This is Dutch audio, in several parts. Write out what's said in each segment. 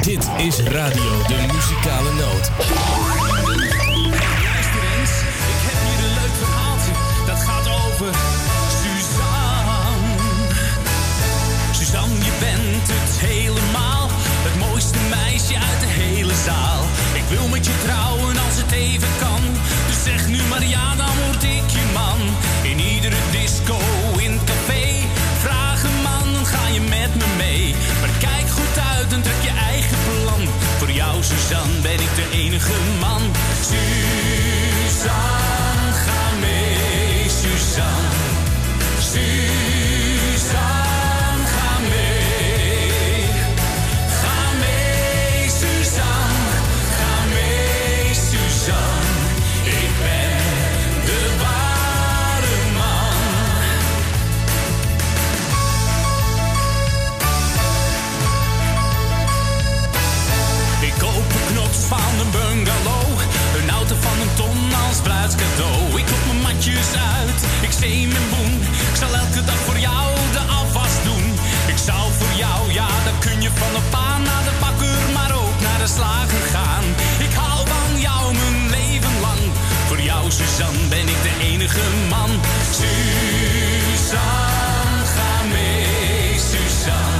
Dit is Radio de Muzikale Noot. Luister eens, ik heb hier een leuk verhaaltje. Dat gaat over Suzanne. Suzanne, je bent het helemaal. Het mooiste meisje uit de hele zaal. Ik wil met je trouwen als het even kan. Dus zeg nu maar ja, dan word ik je man. In iedere disco, in het café. Vraag een man, dan ga je met me mee. Maar kijk goed uit en trek je eigen plan. Voor jou, Suzanne, ben ik de enige man. Suzanne, ga mee, Suzanne. Suzanne, ga mee. Ga mee, Suzanne. Ga mee, Suzanne. Ik ben de ware man. Ik koop een knots van een bungalow, een auto van een ton als bruidscadeau. Ik klop mijn matjes uit, ik zee mijn boen. Ik zal elke dag voor jou de afwas doen. Ik zou voor jou, ja, dan kun je van de paan naar de bakker, maar ook naar de slager gaan. Ik hou van jou mijn leven lang. Voor jou, Suzanne, ben ik de enige man. Suzanne, ga mee, Suzanne.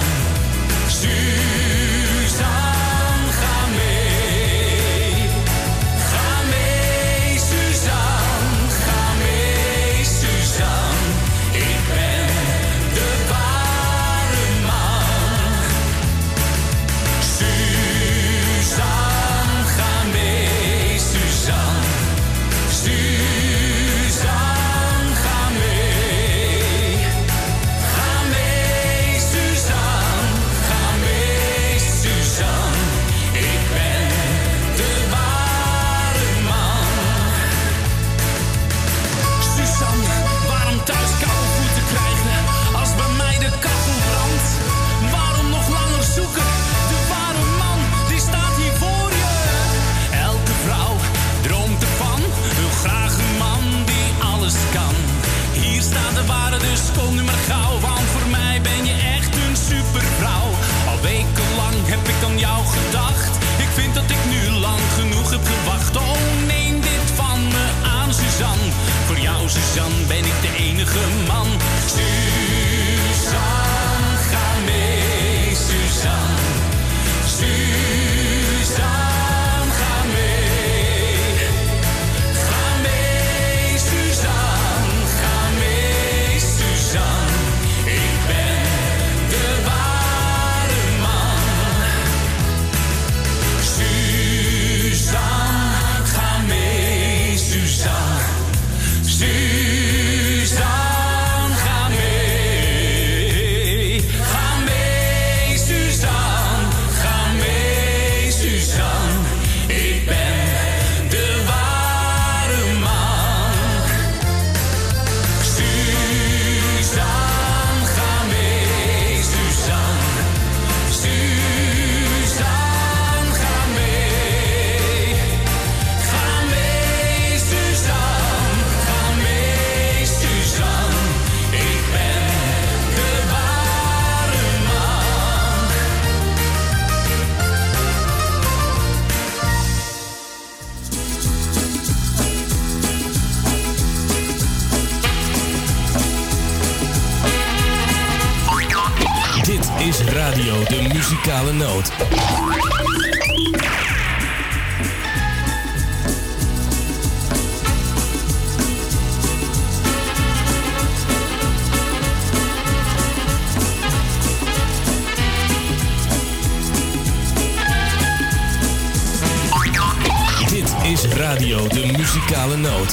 Suzanne, ga mee. Ga mee, Suzanne. Ga mee, Suzanne. Ik ben de ware man. Suzanne, ga mee, Suzanne. Suzanne, ga mee. Ga mee, Suzanne. Ga mee, Suzanne. Ik ben de ware man. Suzanne, waarom thuis koude voeten krijgen als bij mij de kachel brandt? Waarom nog langer zoeken? De ware man, die staat hier voor je. Elke vrouw droomt ervan, wil graag een man die alles kan. Hier staat de ware, dus kom nu maar gauw, want voor mij ben je echt een supervrouw. Al wekenlang heb ik aan jou gedacht. Ik vind dat ik nu lang genoeg heb gewacht. Oh, neem dit van me aan, Suzanne. Voor jou, Suzanne, ben ik de enige man. Suzanne, ga mee, Suzanne. Suzanne, ga mee. Ga mee, Suzanne. Ga mee, Suzanne. Ik ben de ware man. Suzanne, ga mee, Suzanne. Suzanne, ga mee. Ga mee, Suzanne. Ga mee, Suzanne. Ik ben de ware man. Suzanne, ga mee, Suzanne. Suzanne, ga mee. Ga mee, Suzanne. Ga mee, Suzanne. Ik ben de ware man. Dit is Radio de Muzikale Noot. Dit is Radio de Muzikale Noot.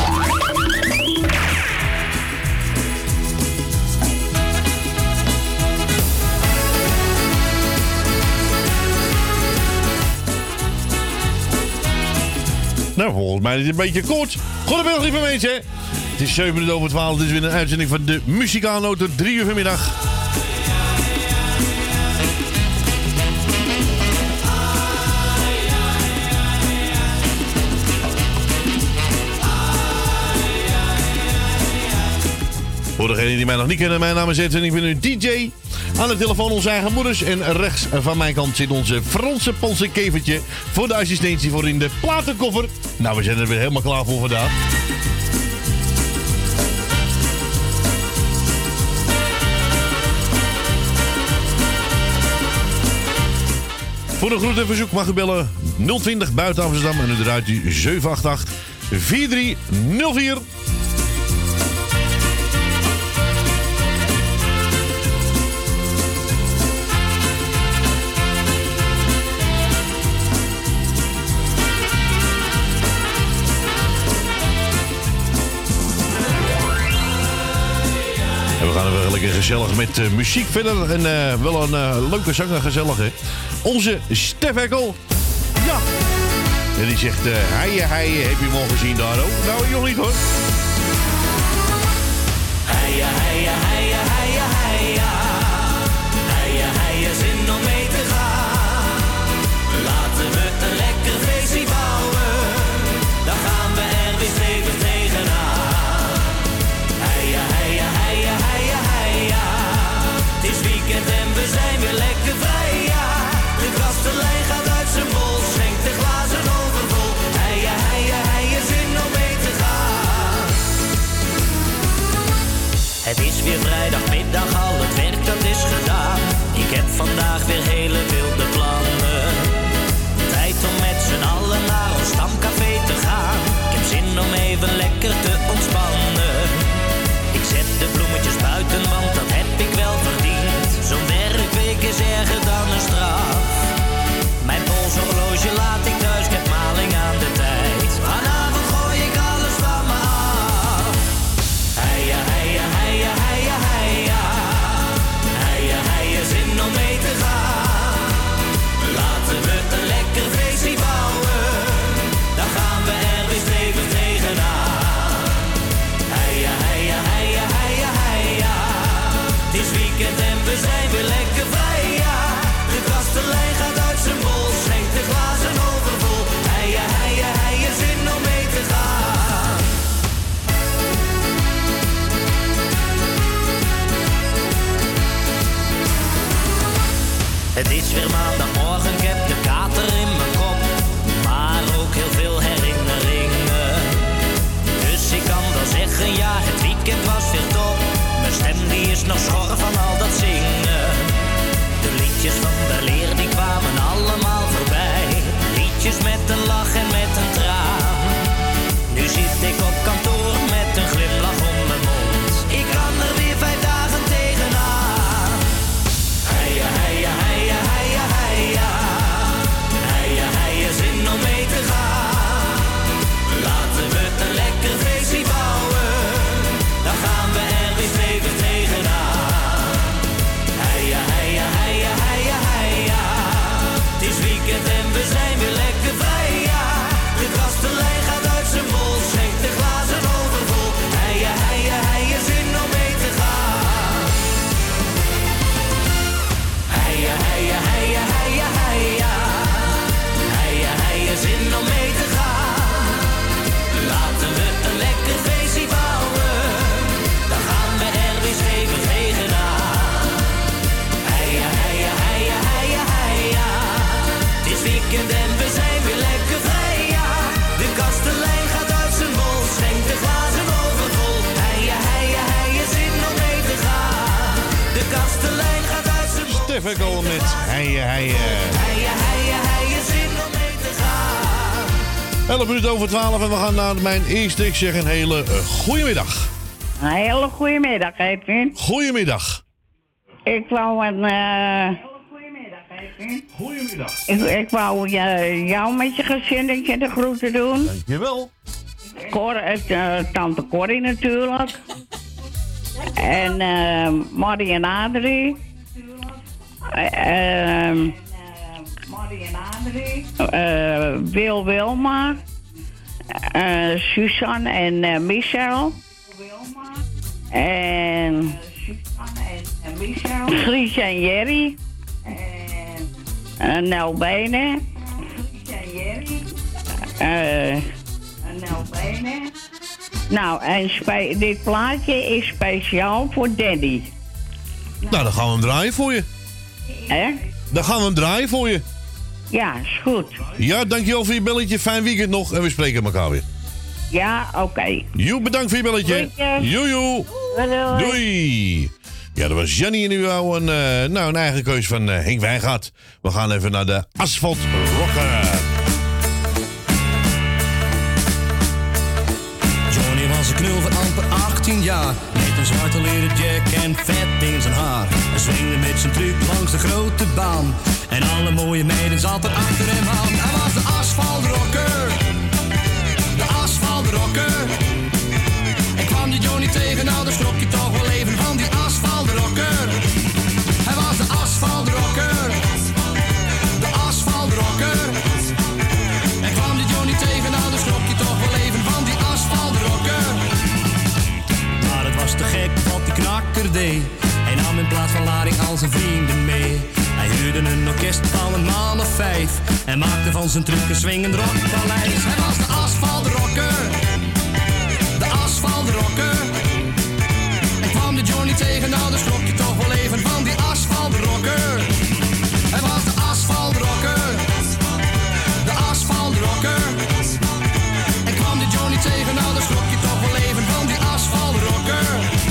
Nou, volgens mij is het een beetje kort. Goedemiddag, lieve mensen. Het is 7 minuten over 12. Dit is weer een uitzending van de Muzikale Noot tot 3 uur vanmiddag. Voor degenen die mij nog niet kennen, mijn naam is Ed en ik ben een DJ. Aan de telefoon onze eigen moeders. En rechts van mijn kant zit onze Franse Poolse kevertje voor de assistentie voor in de platenkoffer. Nou, we zijn er weer helemaal klaar voor vandaag. Voor een groet en verzoek mag u bellen 020 buiten Amsterdam en u draait u 788 4304. We gaan weer lekker gezellig met muziek verder. En wel een leuke zanger, gezellig hè. Onze Stef Ekkel. Ja. En die zegt, heie, heb je hem al gezien daar ook? Nou, nog niet hoor. Heia, heia, heia, heia, heia. Heia, heia, zin om mee te gaan. Laten we een lekker feestje bouwen. Dan gaan we er weer stevig tegenaan. Heia, heia, heia, heia, heia. Het is weekend en we zijn weer lekker vrij, ja. De kastelein gaat uit zijn bol, schenkt de glazen overvol. Heia, heia, heia, zin om mee te gaan. Het is weer vrijdagmiddag, al het werk dat is gedaan. Ik heb vandaag weer hele wilde plannen. Tijd om met z'n allen naar ons stamcafé te gaan. Ik heb zin om even lekker te ontspannen. Ik zet de bloemetjes buiten, want dat heb ik wel verdiend. Zo'n werkweek is erger dan een straf. Mijn polshorloge laat ik thuis, ik heb maling aan de tijd. Vanavond gooi ik alles van me af. Heia, heia, heia, heia, heia. Heia, heia, zin om mee te gaan. Laten we een lekker feestje bouwen. Dan gaan we er weer stevig tegenaan. Heia, heia, heia, heia, heia. Het is weekend en we zijn weer lekker vrij, ja. De kastelein gaat uit zijn bol, schenkt de glazen overvol. Heia, heia, heia, zin om mee te gaan. Het is weer maandagmorgen, ik heb de kater in mijn kop, maar ook heel veel herinneringen. Dus ik kan wel zeggen, ja, het weekend was weer top. Mijn stem die is nog schor van al dat zingen. De liedjes van de leer die kwamen allemaal voorbij. Liedjes met een lach en met een traan. Nu zit ik op kantoor met een glimlach om mijn mond. Ik kan er weer 5 dagen tegenaan. Heia, heia, heia, heia, heia. Heia, heia, zin om mee te gaan. Laten we een lekker feestje bouwen. Dan gaan we er weer stevig tegenaan. Heia, heia, heia, heia, heia. Het is weekend en we zijn weer lekker vrij, ja. De kastelein gaat uit zijn bol, schenkt de glazen overvol. Heia, heia, heia, zin om mee te gaan. Heia, heia, heia, heia, heia. Heia, heia, zin om mee te gaan. Laten we een lekker feestje bouwen. Dan gaan we er weer stevig tegenaan. Heia, heia, heia, heia, heia. Het is weekend en we zijn weer lekker vrij, ja. De kastelein gaat uit zijn bol, schenkt de glazen overvol. Heia, heia, heia, zin om mee te gaan. De kastelein gaat uit zijn bol. Stef Ekkel met heie. Heia, heia, heia, zin om mee te gaan. 11 minuten over 12 en we gaan naar mijn eerste. Ik zeg een hele goede middag. Een hele goede middag, Edwin. Goedemiddag. Ik wou een... Goedemiddag. Ik wou jou met je gezinnetje de groeten doen. Dankjewel. Tante Corrie natuurlijk. En Marie en Adrie. Wilma. Suzanne en Michel. En Fries en Jerry. En Nel Benen. Nou, en dit plaatje is speciaal voor Danny. Nou, dan gaan we hem draaien voor je. Hè? Dan gaan we hem draaien voor je. Ja, is goed. Ja, dankjewel voor je belletje. Fijn weekend nog en we spreken elkaar weer. Ja, oké. Joe, bedankt voor je belletje. Joe. Doei. Ja, dat was Jannie en nu al een eigen keus van Henk Wijngaard. We gaan even naar de Asphalt Rocker. Johnny was een knul van amper 18 jaar. Met een zwarte leren jack en vet in zijn haar. Hij swingde met zijn truck langs de grote baan. En alle mooie meiden zaten achter hem aan. Hij was de asfaltrocker. De asfaltrocker. En kwam die Johnny tegen, nou dan schrok je toch wel even van die asfaltrocker. Hij was de asfaltrocker. De asfaltrocker. En kwam die Johnny tegen, nou dan schrok je toch wel even van die asfaltrocker. Maar het was te gek wat die knakker deed. Hij nam in plaats van lading al zijn vrienden mee. Hij huurde een orkest van een man of 5 en maakte van zijn truc een swingend rockpaleis. Hij was de asfaltrocker. De asfaltrocker. En kwam de Johnny tegen, nou dan schrok je toch wel even van die asfaltrocker. Hij was de asfaltrocker. De asfaltrocker. En kwam de Johnny tegen, nou dan schrok je toch wel even van die asfaltrocker.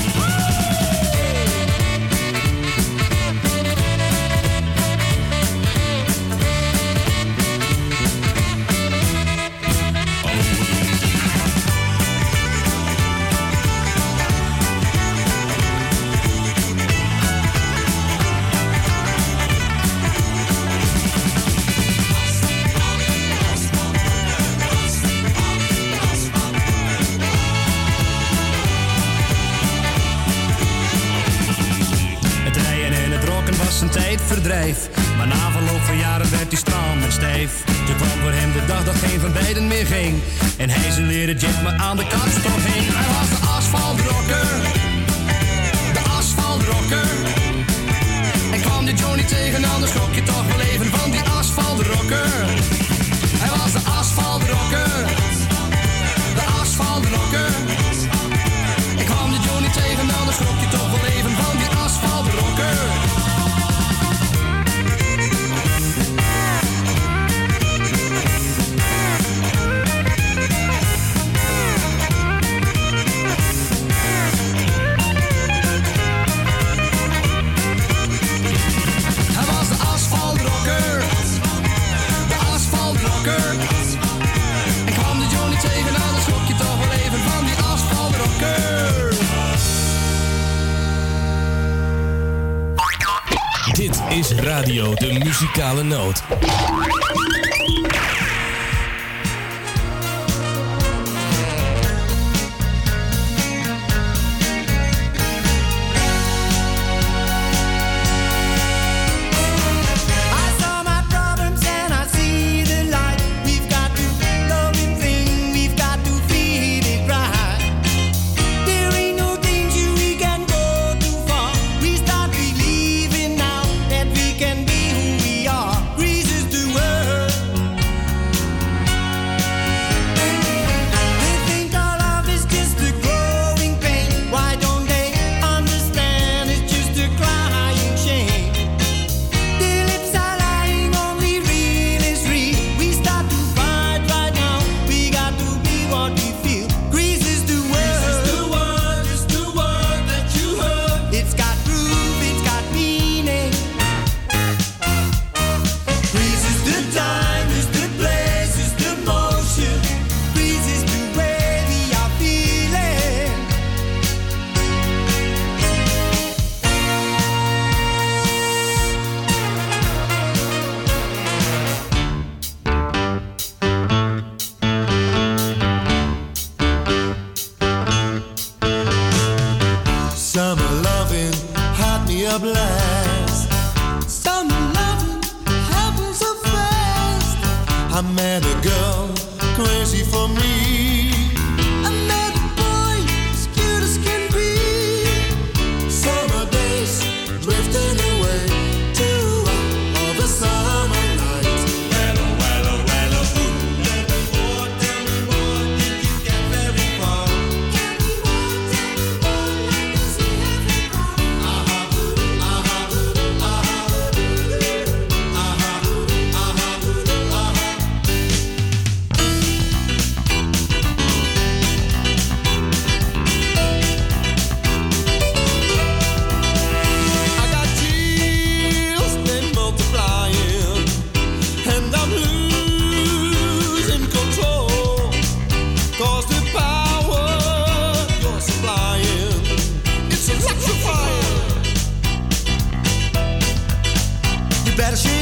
Een tijdverdrijf, maar na verloop van jaren werd hij stram en stijf. Toen kwam voor hem de dag dat geen van beiden meer ging. En hij zijn leren jack maar aan de kapstok hing. Hij was de asfaltrocker. De asfaltrocker. En kwam die Johnny tegen, anders schrok je toch wel even van die asfaltrocker. Hij was de asfaltrocker. De asfaltrocker. En kwam die Johnny tegen, anders schrok je toch wel even van die asfaltrocker. Dit is Radio de Muzikale Noot.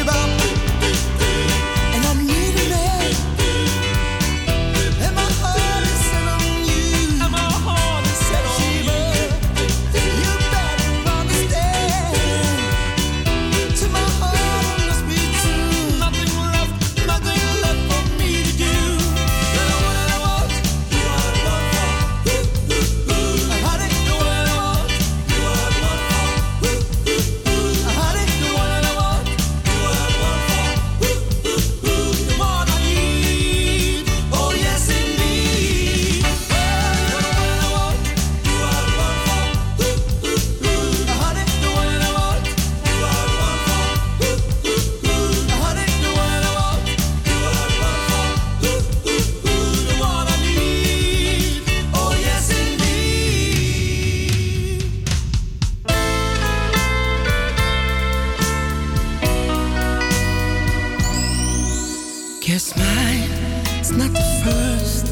Guess mine is not the first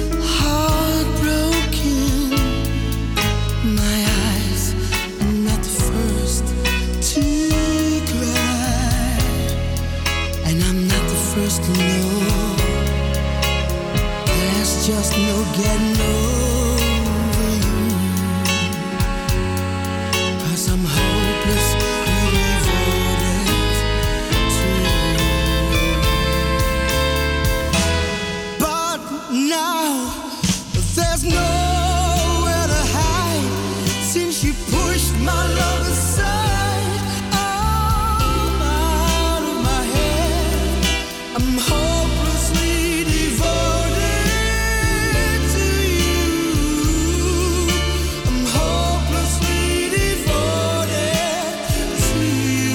heartbroken. My eyes are not the first to cry, and I'm not the first to know. There's just no getting over you, 'cause I'm hopelessly devoted to you. But now there's nowhere to hide since you pushed my love aside. I'm out of my head, I'm hopelessly devoted to you. I'm hopelessly devoted to you.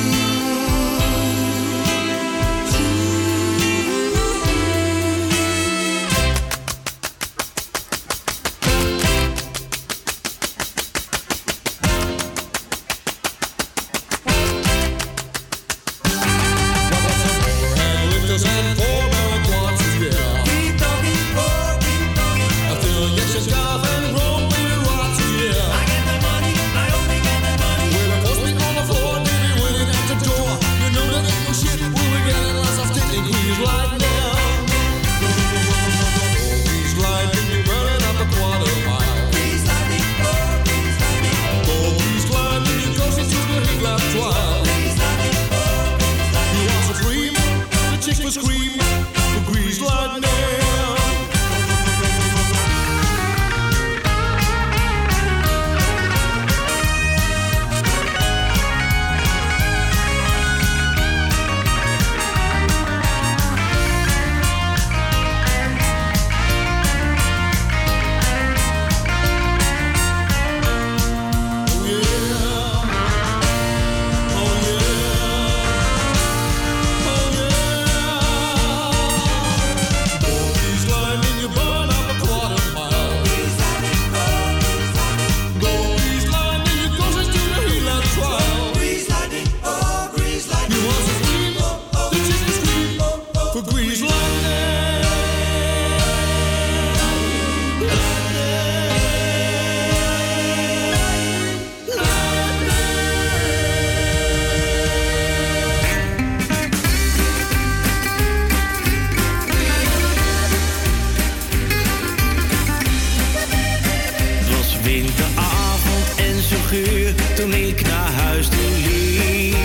Winteravond en zo guur toen ik naar huis toe liep.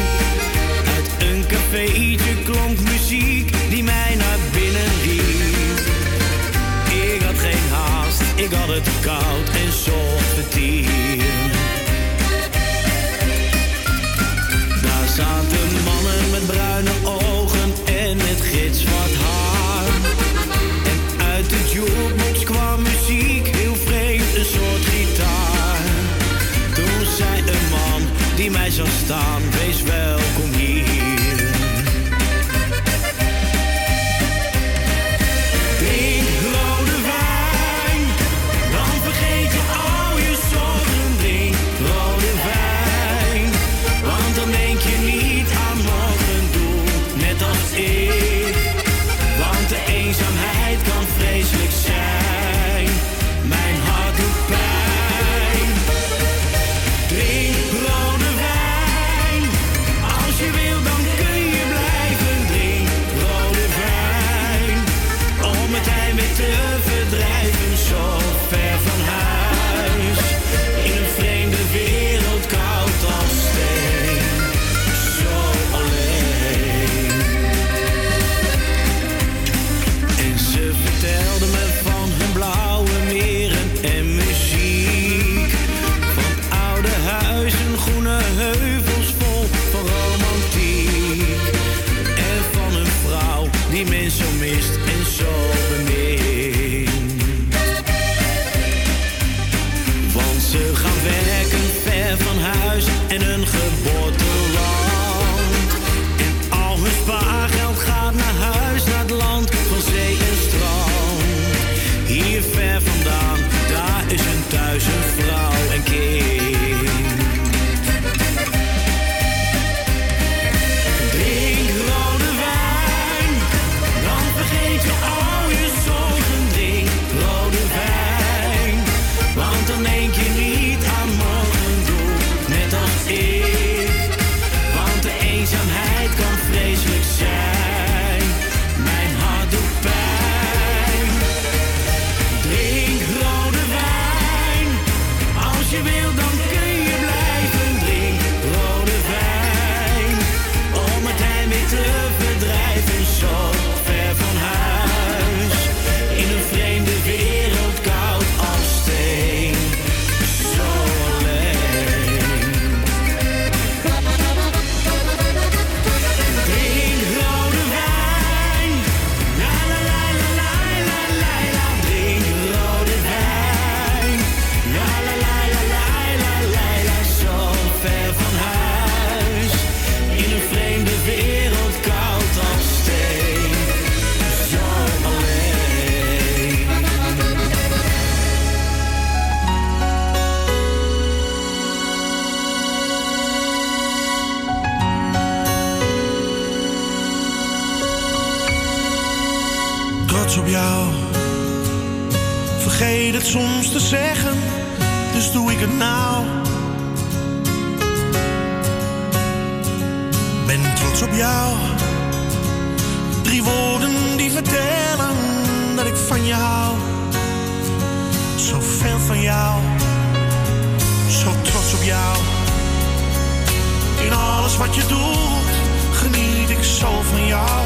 Uit een cafeetje klonk muziek die mij naar binnen riep. Ik had geen haast, ik had het koud en zocht vertier. Daar zaten mannen met bruine ogen en met gitzwart haar. En uit de jukebox kwam muziek, heel vreemd, een soort gitaar. Toen zei een man die mij zag staan, wees welkom hier. Drink rode wijn, dan vergeet je al je zorgen. Drink rode wijn, want dan denk je niet aan morgen. Doe net als ik, want de eenzaamheid kan vreselijk zijn. Mijn hart doet pijn. Drink rode wijn, als je wil dan kun je blijven. die mens zo mist en zo bemint. Want ze gaan werken ver van huis en hun geboorteland. En al hun spaargeld gaat naar huis, naar het land van zee en strand. Hier ver vandaan, daar is hun thuis, een vrouw en kind. Drink rode wijn, dan vergeet je al je zorgen. Drink rode wijn, want dan denk je niet aan morgen. Doe net als ik, want de eenzaamheid kan vreselijk zijn. Mijn hart doet pijn. Drink rode wijn, als je wil dan kun je blijven. Drink rode wijn, om het heimwee te verdrijven. Zo ver van huis, in een vreemde wereld, koud als steen. Zo alleen. Drink rode wijn, la la la la la la la la. Drink rode wijn, la la la la la la la la. Zo ver van huis, in een vreemde wereld, koud als steen. Zo alleen. Trots op jou. Vergeet het soms te zeggen, dus doe ik het nou. Ben trots op jou. 3 woorden die vertellen dat ik van je hou. Zoveel van jou. Zo trots op jou. In alles wat je doet, geniet ik zo van jou.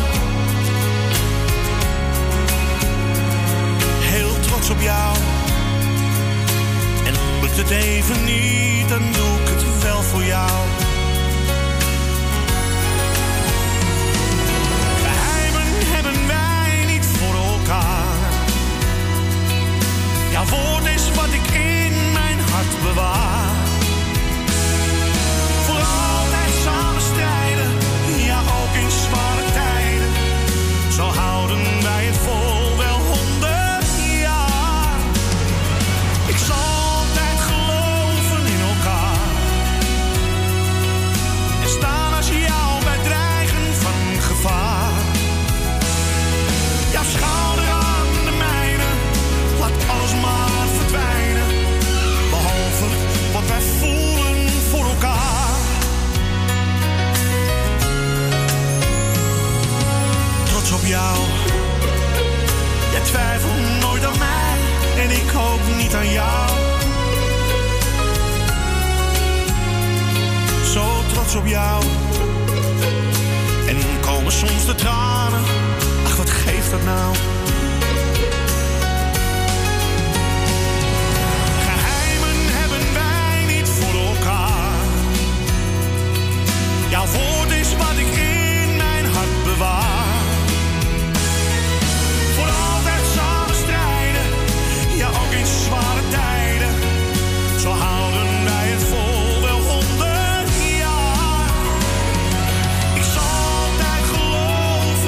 Heel trots op jou. En lukt het even niet, dan doe ik het wel voor jou. Geheimen hebben wij niet voor elkaar. Jouw woord is wat ik in mijn hart bewaar. Voor altijd samen strijden, ja ook in zware tijden. Zo houden wij het vol wel 100 jaar. Ik zal altijd geloven in elkaar. En staan als jou bij dreigen van gevaar. Jouw schouder aan de mijne, laat alles maar verdwijnen. Behalve wat wij voelen voor elkaar. Trots op jou. Jij twijfelt nooit aan mij en ik ook niet aan jou. Zo trots op jou. En komen soms de tranen. Ach, wat geeft dat nou? Geheimen hebben wij niet voor elkaar. Jouw woord is wat ik in mijn hart bewaar. Voor altijd samen strijden, ja ook in zware tijden. Zo houden wij het vol wel 100 jaar. Ik zal altijd geloven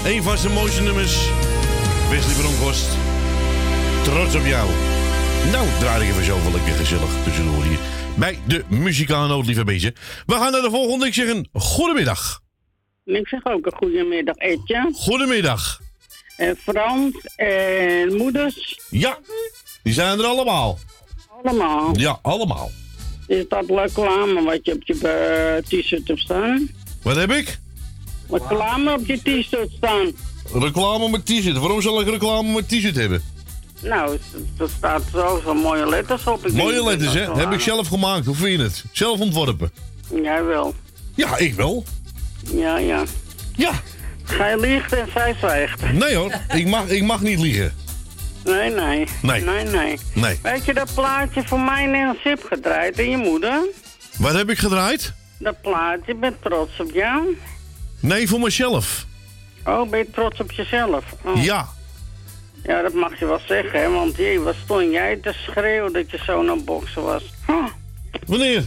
Een van zijn mooiste nummers. Wesley Bronkhorst. Trots op jou. Nou, draai ik even zoveel lekker gezellig tussendoor hier. Bij de muzikale noot, lieve beetje. We gaan naar de volgende. Ik zeg een goedemiddag. Ik zeg ook een goedemiddag, Etje. Goedemiddag. Frans en moeders. Ja, die zijn er allemaal. Allemaal. Ja, allemaal. Is dat reclame wat je op je t-shirt hebt staan? Wat heb ik? Reclame op je t-shirt staan. Reclame met t-shirt. Waarom zal ik reclame met t-shirt hebben? Nou, er staat zoveel mooie letters op. Mooie letters, hè? Heb ik zelf gemaakt. Hoe vind je het? Zelf ontworpen. Jij wel. Ja, ik wel. Ja. Ja. Gij liegt en zij zwijgt. Nee hoor, ik mag niet liegen. Nee. Nee. Weet je dat plaatje voor mij in een zip gedraaid en je moeder? Wat heb ik gedraaid? Dat plaatje, ben trots op jou? Nee, voor mezelf. Oh, ben je trots op jezelf? Oh. Ja. Ja, dat mag je wel zeggen, hè, want jee, wat stond jij te schreeuwen dat je zo naar boksen was? Huh. Wanneer?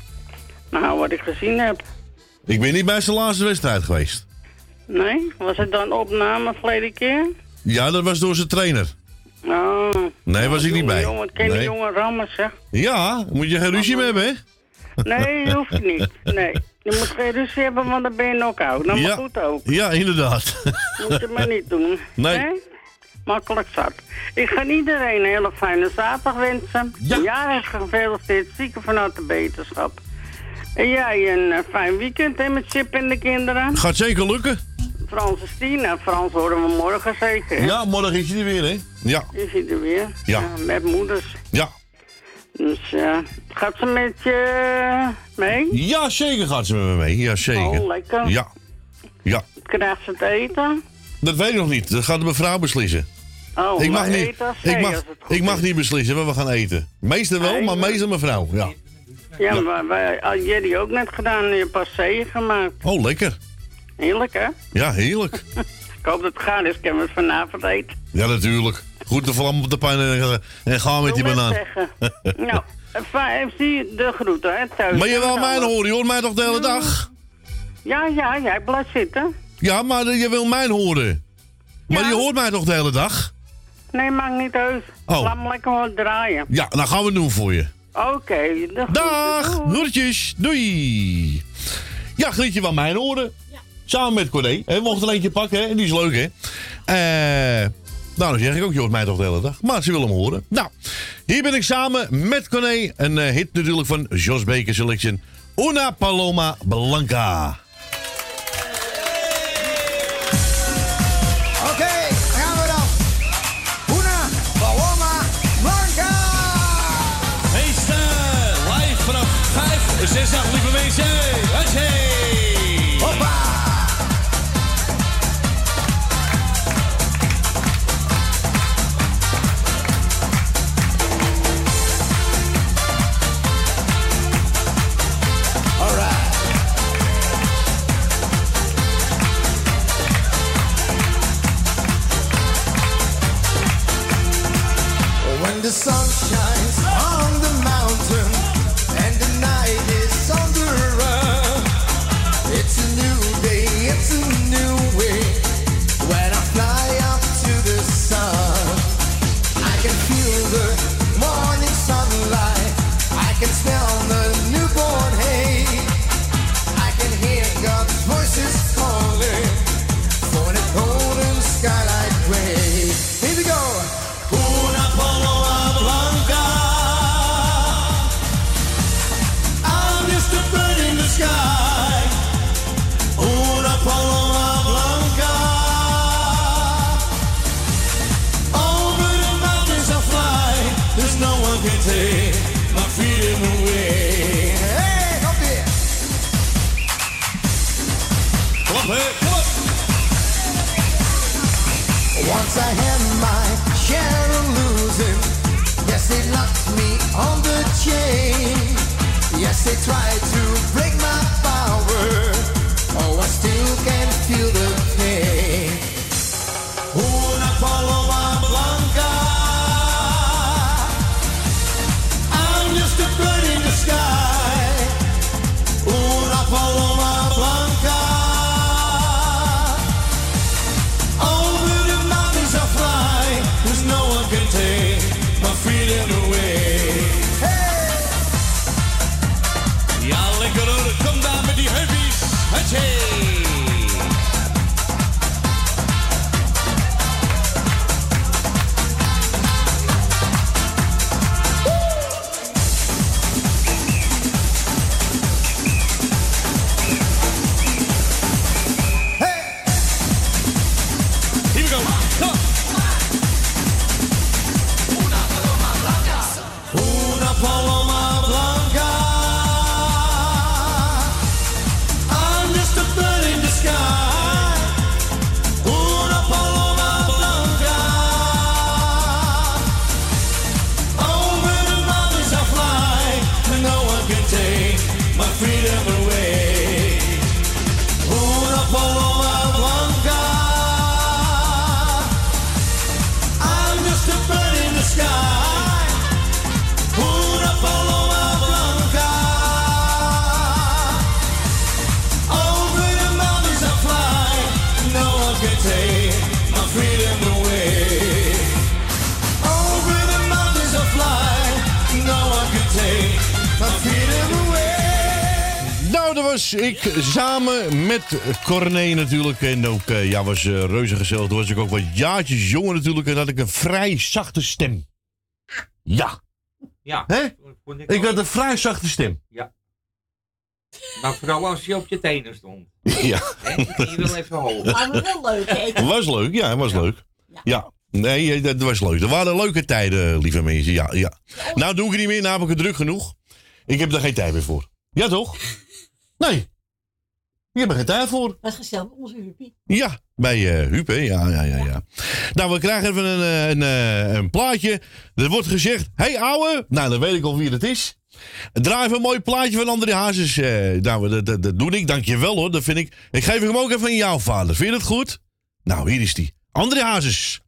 Nou, wat ik gezien heb. Ik ben niet bij zijn laatste wedstrijd geweest. Nee? Was het dan opname verleden keer? Ja, dat was door zijn trainer. Oh. Nee, was ik niet bij. Jongen, ken die jongen rammen, zeg. Ja, moet je geen ruzie mee hebben, hè? Nee, hoeft niet. Nee. Je moet geen ruzie hebben, want dan ben je knock-out. Nou, maar goed ook. Ja, inderdaad. Moet je maar niet doen. Nee. Makkelijk zat. Ik ga iedereen een hele fijne zaterdag wensen. Ja. Jarig gefeliciteerd, zieken vanuit de beterschap. En jij een fijn weekend, hè, met Chip en de kinderen. Gaat zeker lukken. Frans en Stina. Frans horen we morgen zeker, hè? Ja, morgen is hij er weer, hè? Ja. Is hij er weer? Ja. Met moeders. Ja. Dus gaat ze met je mee? Ja, zeker gaat ze met me mee. Ja, zeker. Oh, lekker. Ja. Krijgt ze het eten? Dat weet ik nog niet. Dat gaat de mevrouw beslissen. Oh, ik mag maar niet, eten als zij, als het goed ik mag is. niet beslissen waar we gaan eten. Meestal wel, Nee, maar meestal mevrouw. Ja. Ja, maar wij had Jerry ook net gedaan en je passé gemaakt. Oh, lekker. Heerlijk, hè? Ja, heerlijk. Ik hoop dat het gaar is, kunnen we het vanavond eten. Ja, natuurlijk. Goed de vlam op de pijn en gaan met die Doe banaan. zeggen. Nou, zie de groeten, hè, thuis. Maar je wil mij horen, je hoort mij toch de hele dag? Ja, jij blijft zitten. Ja, maar je wil mij horen. Maar Ja. je hoort mij toch de hele dag? Nee, maakt niet uit. Oh. Laat me lekker wat draaien. Ja, dan gaan we het doen voor je. Oké, de groeten. Dag, Doei. groetjes, doei. Ja, Grietje van mijn horen. Ja. Samen met Corné. We mochten er eentje pakken, hè? Die is leuk, hè? Nou, dan zeg ik ook, je hoort mij toch de hele dag. Maar ze willen hem horen. Nou, hier ben ik samen met Corné. Een hit natuurlijk van Jos Baker Selection. Una Paloma Blanca. Oké, daar gaan we dan. Una Paloma Blanca. Meester, live vanaf 5, 6, 8, lieve mensen. Hey. Hoppa. Alright. When the sun shines on the mountain and the night is on the run, it's a new day, it's a new way. When I fly up to the sun, I can feel the morning sunlight, I can smell the newborn hay, I can hear God's voices calling for the golden skylight gray. Here we go. Una Paloma Blanca, I'm just a bird in the sky. Una Paloma Blanca, over the mountains I fly. There's no one can take my freedom away. Hey, kom weer. Klap, hè? Klap. Once I had my share of losing. Yes, they locked me on the chain. Yes, they tried to break my power. Oh, I still can feel the pain. Una Paloma Blanca, I'm just a bird in the sky. Una Paloma Blanca, dat was ik samen met Corné natuurlijk. En ook, was reuze gezellig. Toen was ik ook wat jaartjes jonger natuurlijk. En had ik een vrij zachte stem. Ja. Ja. Hè? Ik ook. had een vrij zachte stem. Ja. Maar vooral als je op je tenen stond. Ja. Hè? Die ging je wel even hoog. Maar wel leuk, hè? Was leuk, ja, was leuk. Ja. Nee, dat was leuk. Er waren leuke tijden, lieve mensen. Ja. Nou doe ik het niet meer, nou heb ik het druk genoeg. Ik heb er geen tijd meer voor. Ja, toch? Nee. Ik heb er geen tijd voor. Dat is gezellig, onze Huppie. Ja, bij Huub, hè? Ja. Nou, we krijgen even een plaatje. Er wordt gezegd, hey ouwe. Nou, dan weet ik al wie het is. Draai even een mooi plaatje van André Hazes. Nou, dat doe ik, dankjewel hoor. Dat vind ik. Ik geef hem ook even aan jouw vader. Vind je dat goed? Nou, hier is die. André Hazes.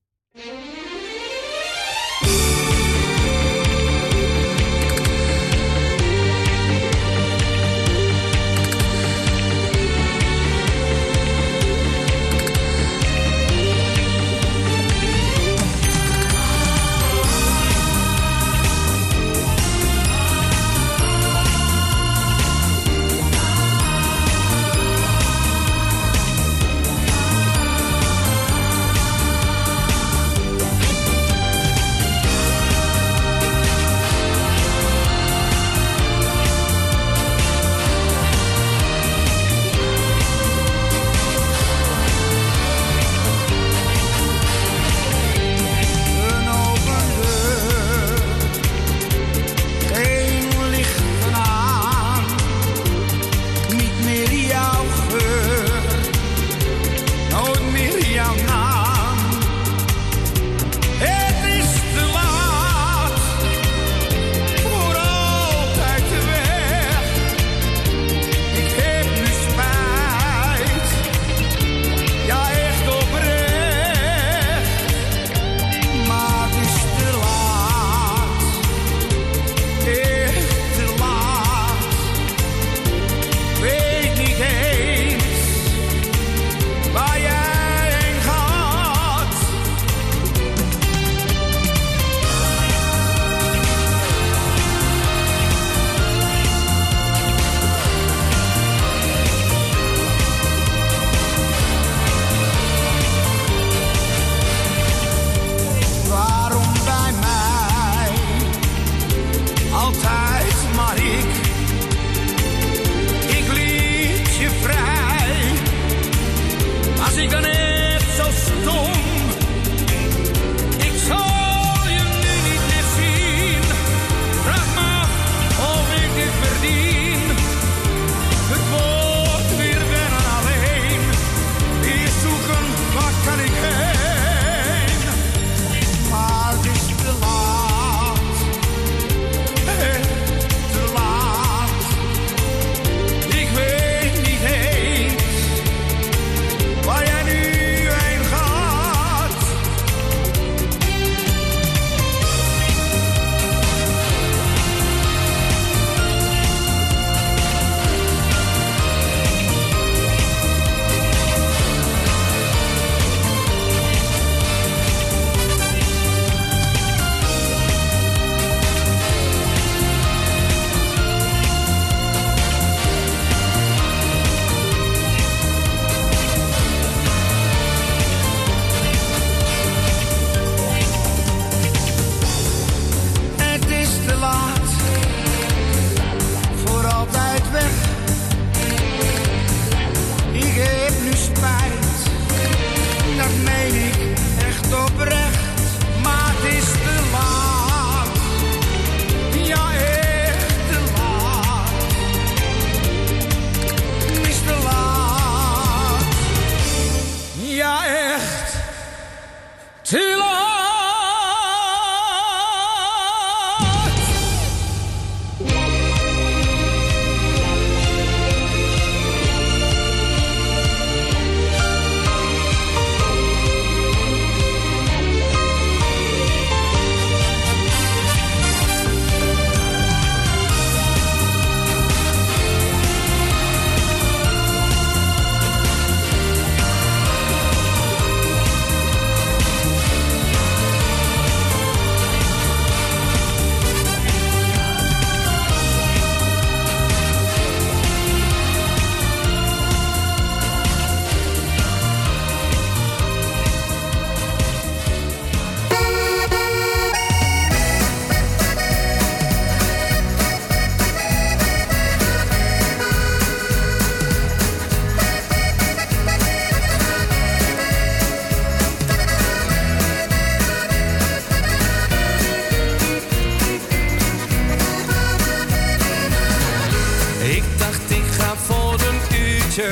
maar voor een uurtje.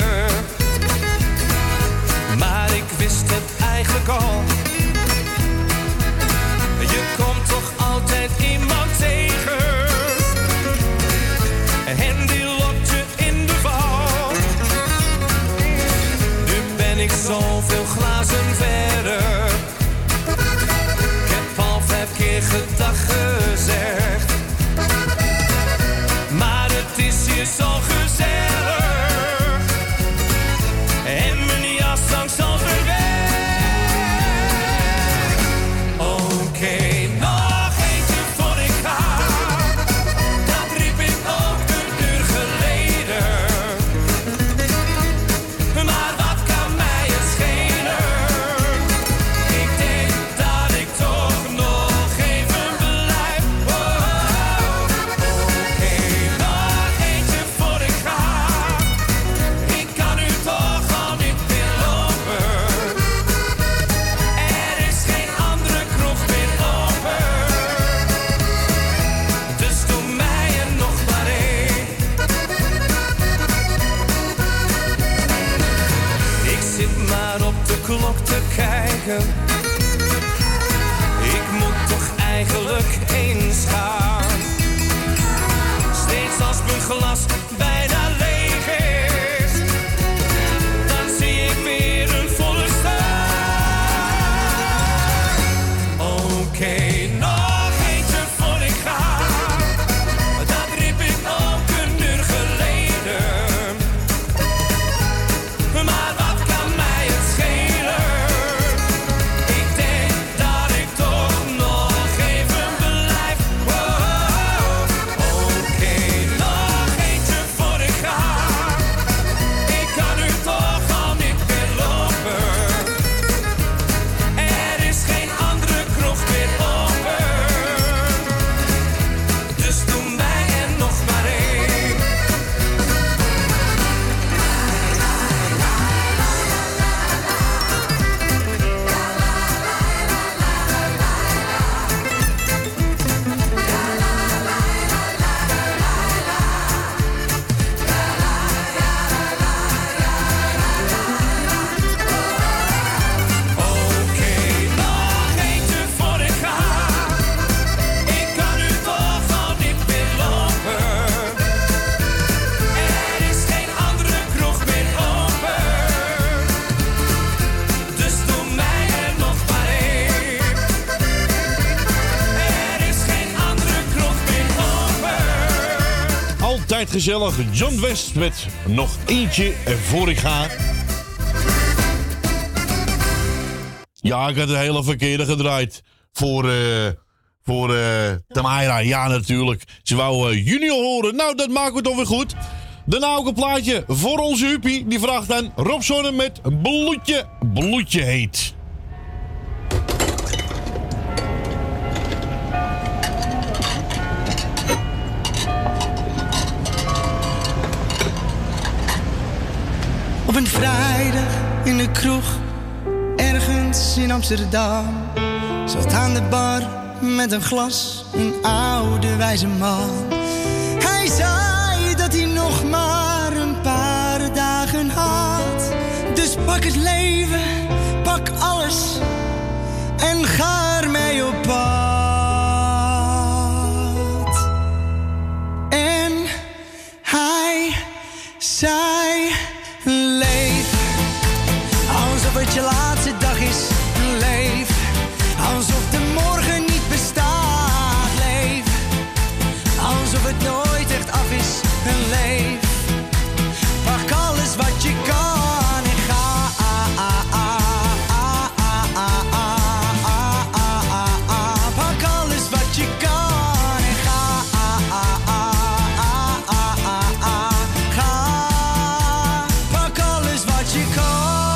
Maar ik wist het eigenlijk al. Je komt toch altijd iemand tegen. En die lokt je in de val. Nu ben ik zoveel glazen verder. Ik heb al 5 keer gedag gezegd. Maar het is hier zo gezellig. En mijn jas hangt zo ver weg. Oké, nog eentje voor ik ga. Dat riep ik ook een uur geleden. Maar wat kan mij het schelen? Ik denk dat ik toch nog even blijf. Oké, nog eentje voor ik ga. Ik kan nu toch al niet meer lopen. Er is geen andere kroeg meer open. Dus doe mij er nog maar één. Ik zit maar op de klok te kijken. Ik moet toch eigenlijk eens gaan. Steeds als mijn glas bijna leeg is, dan zie ik weer een volle staan. Oké, nog eentje voor ik ga. Dat riep ik ook een uur geleden. Maar wat kan mij het schelen? Ik denk dat ik toch nog even blijf. Oké, nog eentje voor ik ga. Ik kan nu toch al niet meer lopen. Er is geen andere kroeg meer open. Dus doe mij er nog maar één. Oké, nog eentje voor ik ga. Ik kan nu toch al niet meer lopen. Er is geen andere kroeg meer open. Dus doe mij er nog maar één. Er is geen andere kroeg meer open. Altijd gezellig. John West met nog eentje voor ik ga. Ja, ik had de hele verkeerde gedraaid. Voor Tamaira. Ja, natuurlijk. Ze wou Junior horen. Nou, dat maken we toch weer goed. Daarna ook een plaatje voor onze Huppie. Die vraagt aan Rob Zonne met Bloedje, bloedje heet. Op een vrijdag in de kroeg, ergens in Amsterdam, zat aan de bar met een glas een oude wijze man. Hij zei dat hij nog maar een paar dagen had. Dus pak het leven, pak alles en ga ermee op pad. En hij zei: leef alsof het je laatste dag is. Leef alsof de morgen niet bestaat. Leef alsof het nooit echt af is. Leef, pak alles wat je kan en ga. Pak alles wat je kan en ga. Ga, pak alles wat je kan.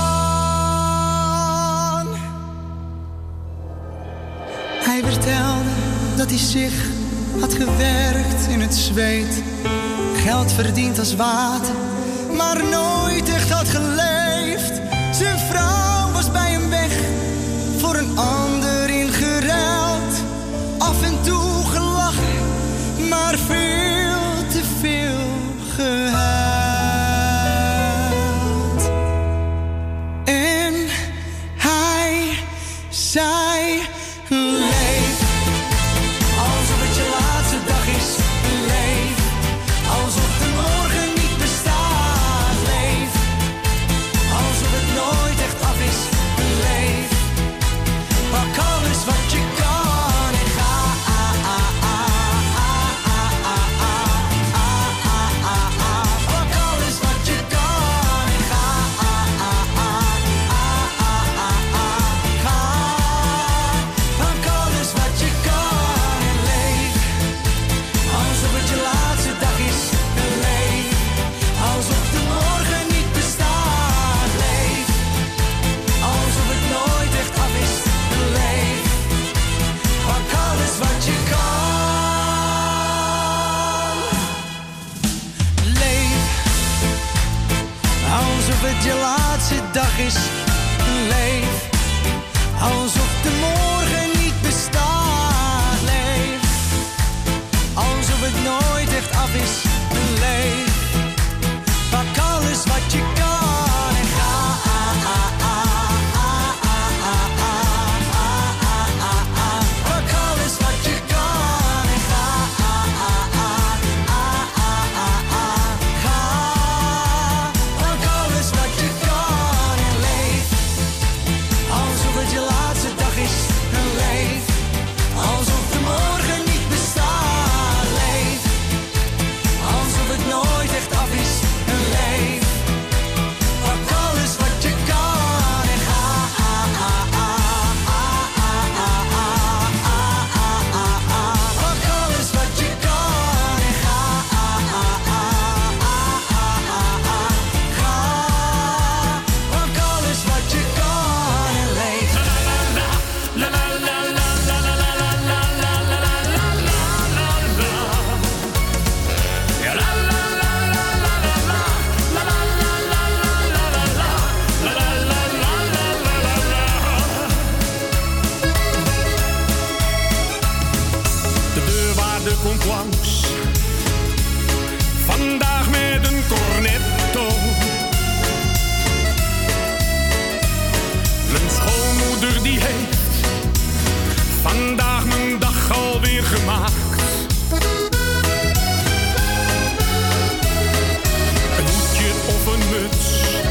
Hij vertelde dat hij zich had gewerkt in het zweet, geld verdiend als water, maar nooit echt had geleefd. Zijn vrouw was bij hem weg, voor een ander ingeruild. Af en toe gelachen, maar veel te veel gehuild. het je laatste dag is. Leef alsof de morgen niet bestaat. Leef alsof het nooit echt af is. Leef, pak alles wat je kan en ga. Pak alles wat je kan en ga. Ga, pak alles wat je kan en leef alsof het je laatste dag is. En leef alsof de morgen niet bestaat. Leef alsof het nooit echt af is. En leef, pak alles wat je kan en ga. Pak alles wat je kan en ga. Ga, pak alles wat je kan en leef. De deurwaarder komt langs, vandaag met een cornetto. Mijn schoonmoeder die heeft vandaag mijn dag alweer gemaakt. Een hoedje of een muts,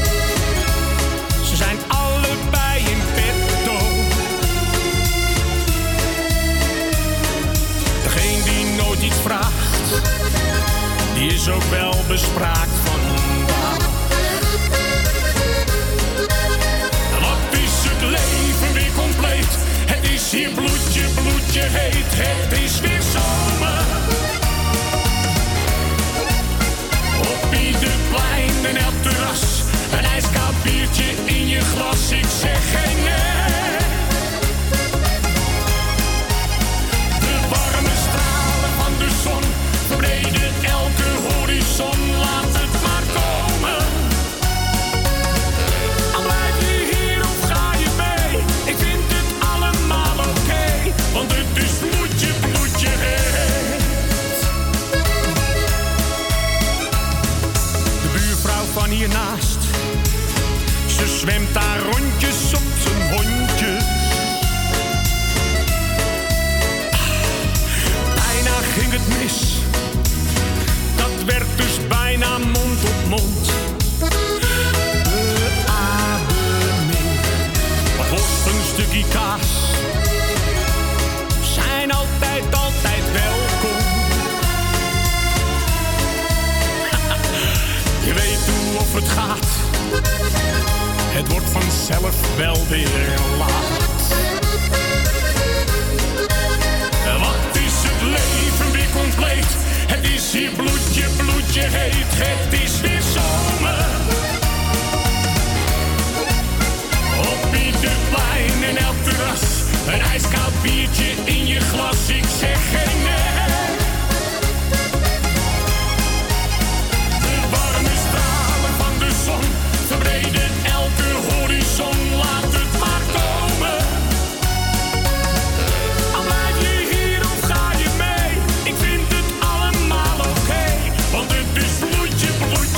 ze zijn allebei in petto. Degene die nooit iets vraagt, die is ook wel bespraakt vandaag. Wat is het leven weer compleet? Het is hier bloedje, bloedje heet. Het is weer zomer. Op ieder plein en elk terras, een ijskoud biertje in je glas. Ik zeg geen nee. De warme stralen van de zon verbreden elke horizon. Laat het maar komen. Al blijf je hier of ga je mee, ik vind het allemaal oké, want het is bloedje, bloedje heet. De buurvrouw van hiernaast, ze zwemt daar rondjes op zijn hondjes. Bijna ging het mis, dat werd dus bijna mond op mond. Beademing, wat worst, een stukje kaas, zijn altijd, altijd welkom. Je weet hoe of het gaat, het wordt vanzelf wel weer laat. Wat is het leven weer compleet? Het is hier bloedje, bloedje heet. Het is weer zomer. Op ieder plein en elk terras, een ijskoud biertje in je glas. Ik zeg geen nee. De warme stralen van de zon verbreden elke horizon. Laat het maar komen. Al blijf je hier of ga je mee, ik vind het allemaal oké, want het is bloedje, bloedje.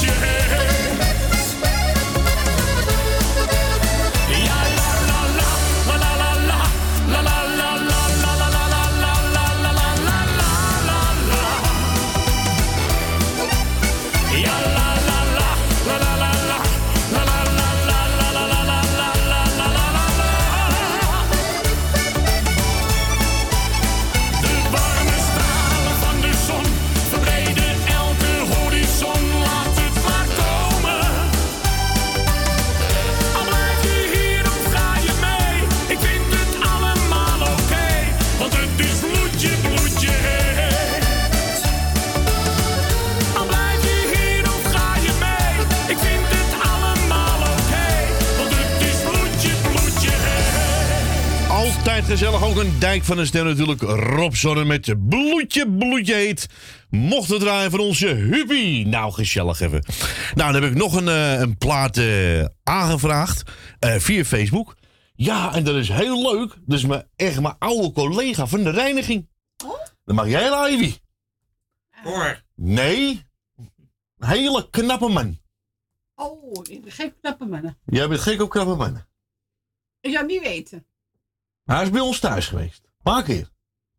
Net gezellig ook een dijk van een ster natuurlijk. Rob Zonne met bloedje heet. Mocht het draaien van onze Huppie. Nou, gezellig even. Nou, dan heb ik nog een plaat aangevraagd via Facebook. Ja, en dat is heel leuk. Dat is mijn oude collega van de reiniging. Oh? Dan mag jij, Ivy. Hoor. Nee. Een hele knappe man. Oh, ik ben gek op knappe mannen. Jij bent gek op knappe mannen. Ik zou niet weten. Hij is bij ons thuis geweest. Een paar keer.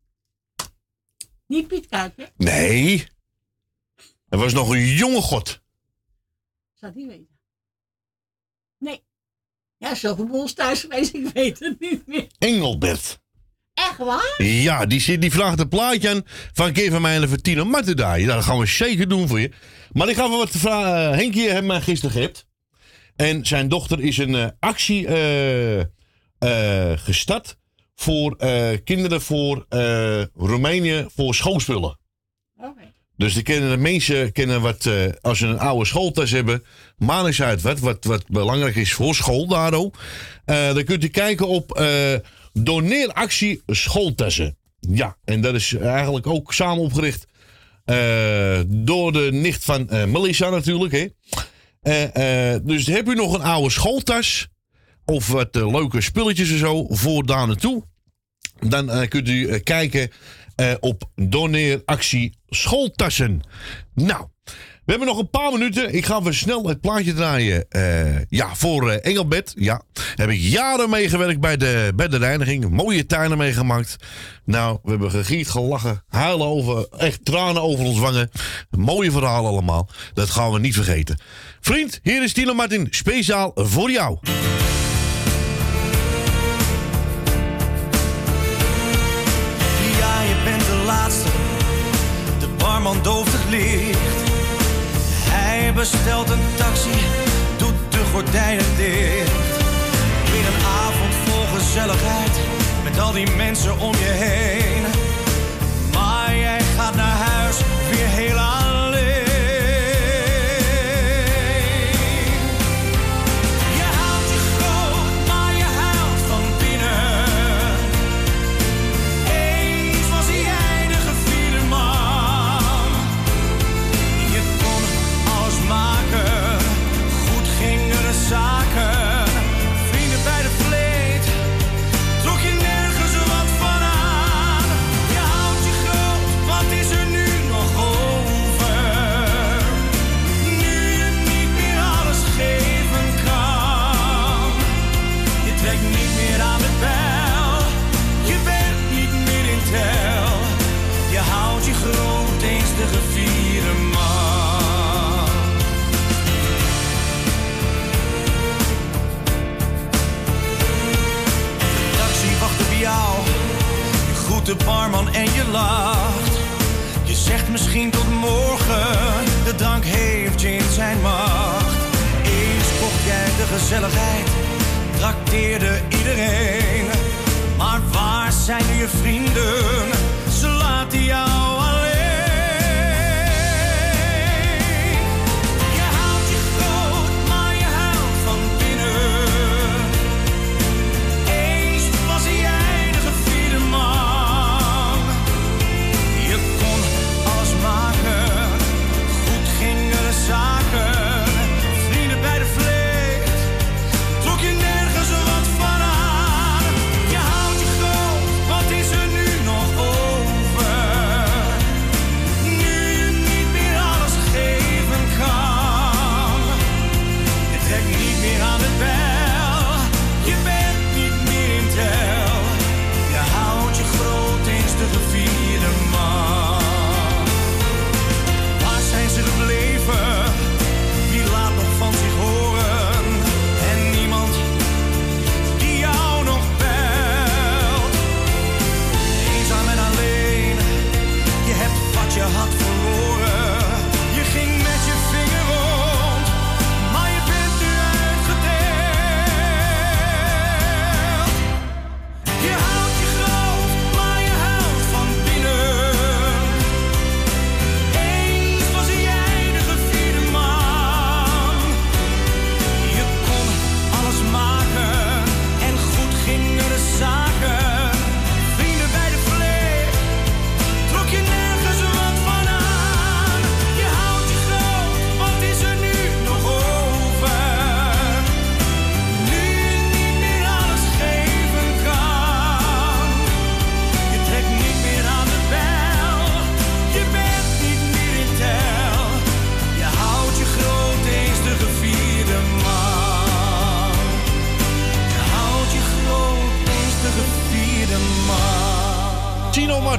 Niet Piet Kuiper? Nee. Hij was nog een jonge god. Ik zou het niet weten. Nee. Ja, zoveel bij ons thuis geweest, ik weet het niet meer. Engelbert. Echt waar? Ja, die vraagt een plaatje aan van keer van mij en voor Tino Martendaai. Dat gaan we zeker doen voor je. Maar ik ga even wat vragen. Henkje heeft mij gisteren gehept. En zijn dochter is een actie gestart voor kinderen voor Roemenië voor schoolspullen. Okay. Dus de mensen kennen wat, als ze een oude schooltas hebben, maakt eens uit wat belangrijk is voor school daardoor. Dan kunt u kijken op doneeractie schooltassen. Ja, en dat is eigenlijk ook samen opgericht door de nicht van Melissa natuurlijk. Hè. Dus heb u nog een oude schooltas of wat leuke spulletjes en zo voor daar naartoe, dan kunt u kijken op doneeractie schooltassen. Nou, we hebben nog een paar minuten. Ik ga even snel het plaatje draaien. Voor Engelbert. Ja, heb ik jaren meegewerkt bij de reiniging. Mooie tuinen meegemaakt. Nou, we hebben gegiet, gelachen, huilen over, echt tranen over ons wangen. Mooie verhalen allemaal. Dat gaan we niet vergeten. Vriend, hier is Tino Martin, speciaal voor jou. Ja, je bent de laatste. De barman dooft het licht. Hij bestelt een taxi, doet de gordijnen dicht. Weer een avond vol gezelligheid, met al die mensen om je heen. Maar jij gaat naar huis, weer heel alleen. Je houdt je groot, maar je huilt van binnen. Eens was jij de gevierde man. Je kon alles maken, goed gingen de zaken. Vrienden bij de vleet, trok je nergens wat van aan. Je houdt je groot, wat is er nu nog over? Nu je niet meer alles geven kan. Je trekt niet meer aan de bel, je bent niet meer in tel. Je houdt je groot, eens de gevierde man. De taxi wacht op jou, je groet de barman en je lacht. Je zegt misschien tot morgen, de drank heeft je in zijn macht. Eens kocht jij de gezelligheid, trakteerde iedereen. Maar waar zijn nu je vrienden? Ze laten jou alleen. Je houdt je groot, maar je huilt van binnen. Eens was jij de gevierde man. Je kon alles maken, goed gingen de zaken. Vrienden bij de vleet, trok je nergens wat van aan. Je houdt je groot, wat is er nu nog over?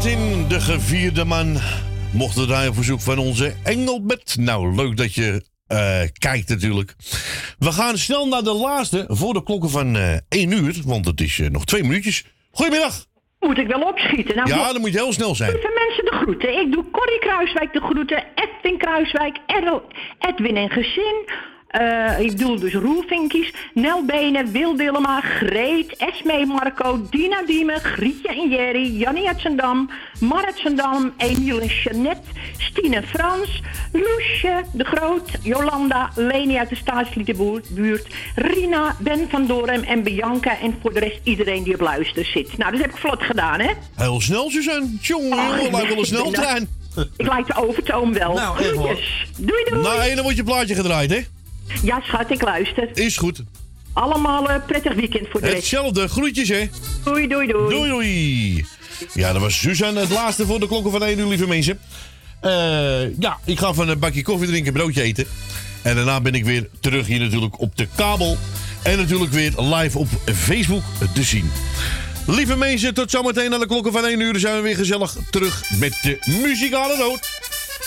Martin, de gevierde man, mocht het draaien op verzoek van onze Engelbert. Nou, leuk dat je kijkt natuurlijk. We gaan snel naar de laatste voor de klokken van 1 uur, want het is nog 2 minuutjes. Goedemiddag. Moet ik wel opschieten? Nou, ja, dan moet je heel snel zijn. Lieve mensen, de groeten. Ik doe Corrie Kruiswijk de groeten, Edwin Kruiswijk, Edwin en gezin. Ik bedoel dus Roelvinkies, Nel Benen, Wil Dillema, Greet, Esmee Marco, Dina Diemen, Grietje en Jerry, Jannie uit Zandam, Mar uit Zandam, Emiel en Jeannette, Stine Frans, Loesje de Groot, Jolanda, Leni uit de Staatsliedenbuurt, Rina, Ben van Dorem en Bianca en voor de rest iedereen die op luister zit. Nou, dat heb ik vlot gedaan, hè? Heel snel, Suzanne. Jongen, lijkt wel een sneltrein. Ik lijk de overtoom wel. Nou, echt hoor. Doei, doei. Nou, en dan wordt je plaatje gedraaid, hè? Ja, schat, ik luister. Is goed. Allemaal prettig weekend voor de rest. Hetzelfde, groetjes, hè? Doei, doei, doei. Doei, doei. Ja, dat was Suzanne, het laatste voor de klokken van 1 uur, lieve mensen. Ja, ik ga van een bakje koffie drinken, broodje eten. En daarna ben ik weer terug hier natuurlijk op de kabel. En natuurlijk weer live op Facebook te zien. Lieve mensen, tot zometeen aan de klokken van 1 uur. Dan zijn we weer gezellig terug met de muzikale noot.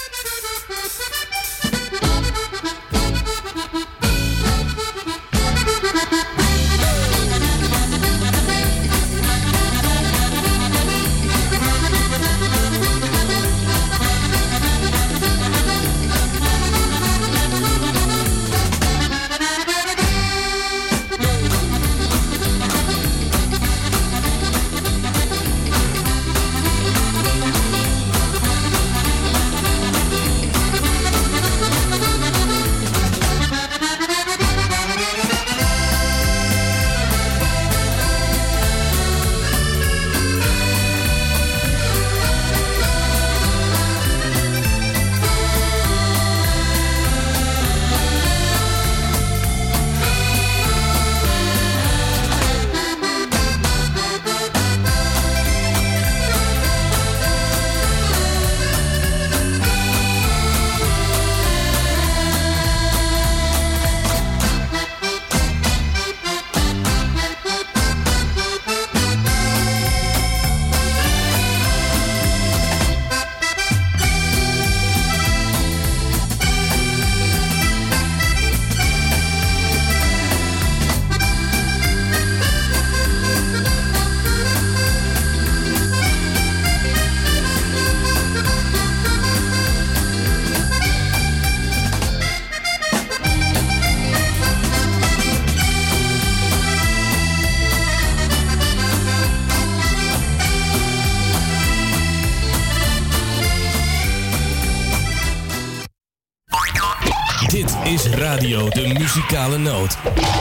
Dit is Radio de Muzikale Noot.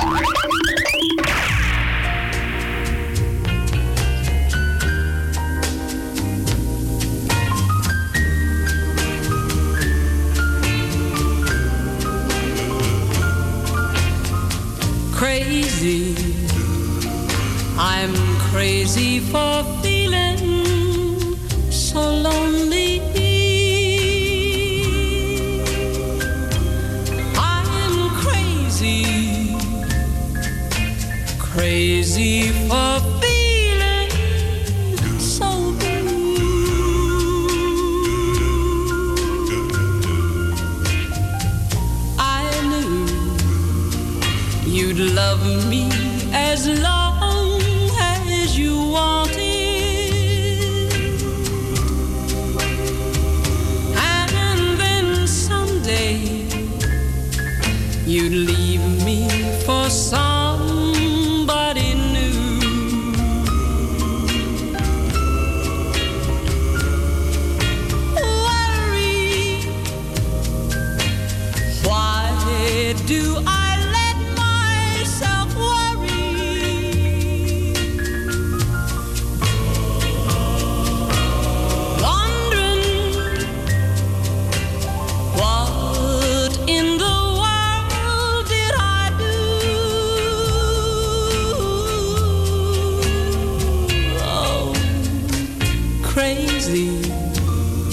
Crazy, I'm crazy for feeling so lonely. Crazy for feeling so blue. I knew you'd love me as long as you wanted, and then someday you'd leave me for somebody new. Worry, why do I let myself worry? Wondering what in the world did I do? Oh, crazy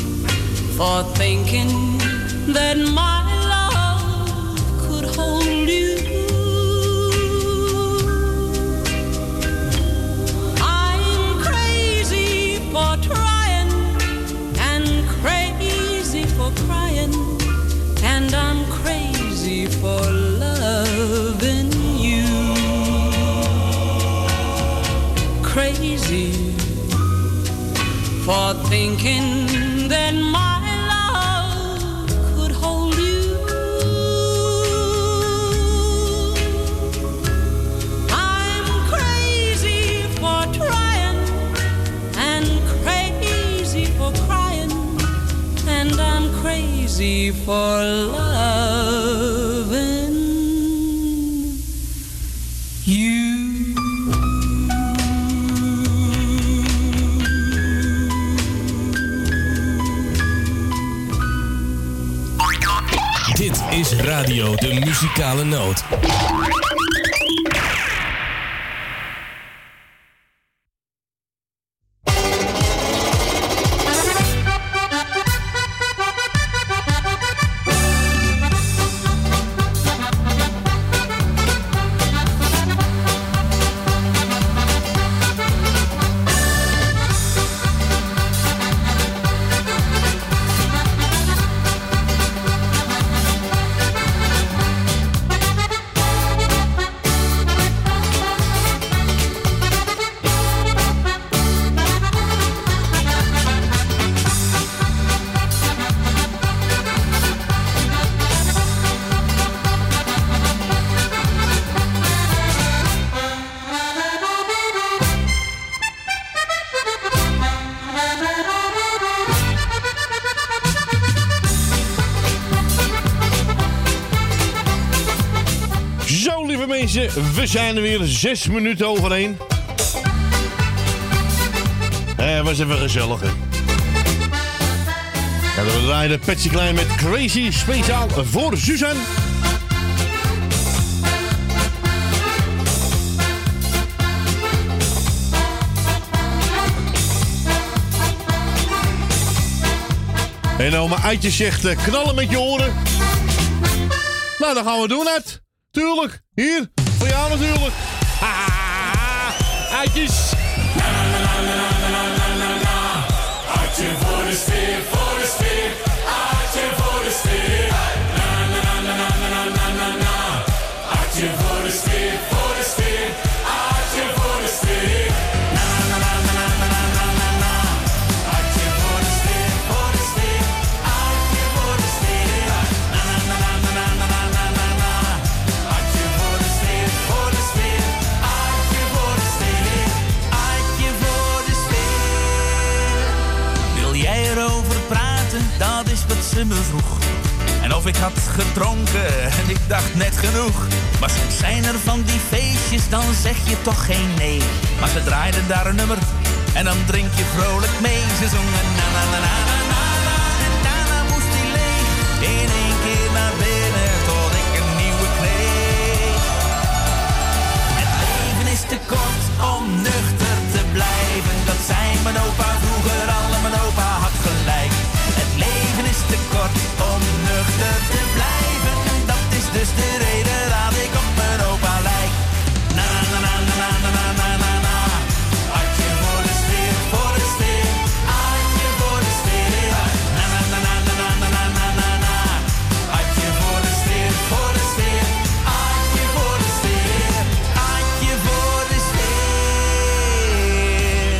for thinking that my love could hold you. crazy for loving you. Crazy for thinking that my love could hold you. I'm crazy for trying and crazy for crying, and I'm crazy for loving you. Dit is Radio de Muzikale Noot. We zijn er weer 6 minuten over 1. Was even gezellig, hè? Ja, we draaien Patsy Klein met Crazy, speciaal voor Suzanne. En oma Eitje zegt knallen met je oren. Nou, dan gaan we doen, Ed. Tuurlijk, hier, voor jou natuurlijk. Eitjes. Eitje voor de sfeer, voor de sfeer. Eitje voor de sfeer. Eitje voor de sfeer, voor de sfeer. Eitje voor de sfeer. Eitje voor de sfeer, voor de sfeer. Eitje voor de sfeer. Dat is wat ze me vroeg. En of ik had gedronken en ik dacht net genoeg. Maar soms zijn er van die feestjes, dan zeg je toch geen nee. Maar ze draaiden daar een nummer en dan drink je vrolijk mee. Ze zongen na na na na na na na. En daarna moest hij leeg in één keer naar binnen tot ik een nieuwe kreeg. Het leven is te kort om nuchter te blijven. Dat zei mijn opa vroeger al en mijn opa had gelijk. Het leven is te kort om nuchter te blijven. En dat is dus de reden dat ik op mijn opa lijk. Na na na na na na na na na. Hartje voor de sfeer, voor de sfeer. Hartje voor de sfeer. Na na na na na na na na na na. Hartje voor de sfeer, voor de sfeer. Hartje voor de sfeer. Hartje voor de sfeer.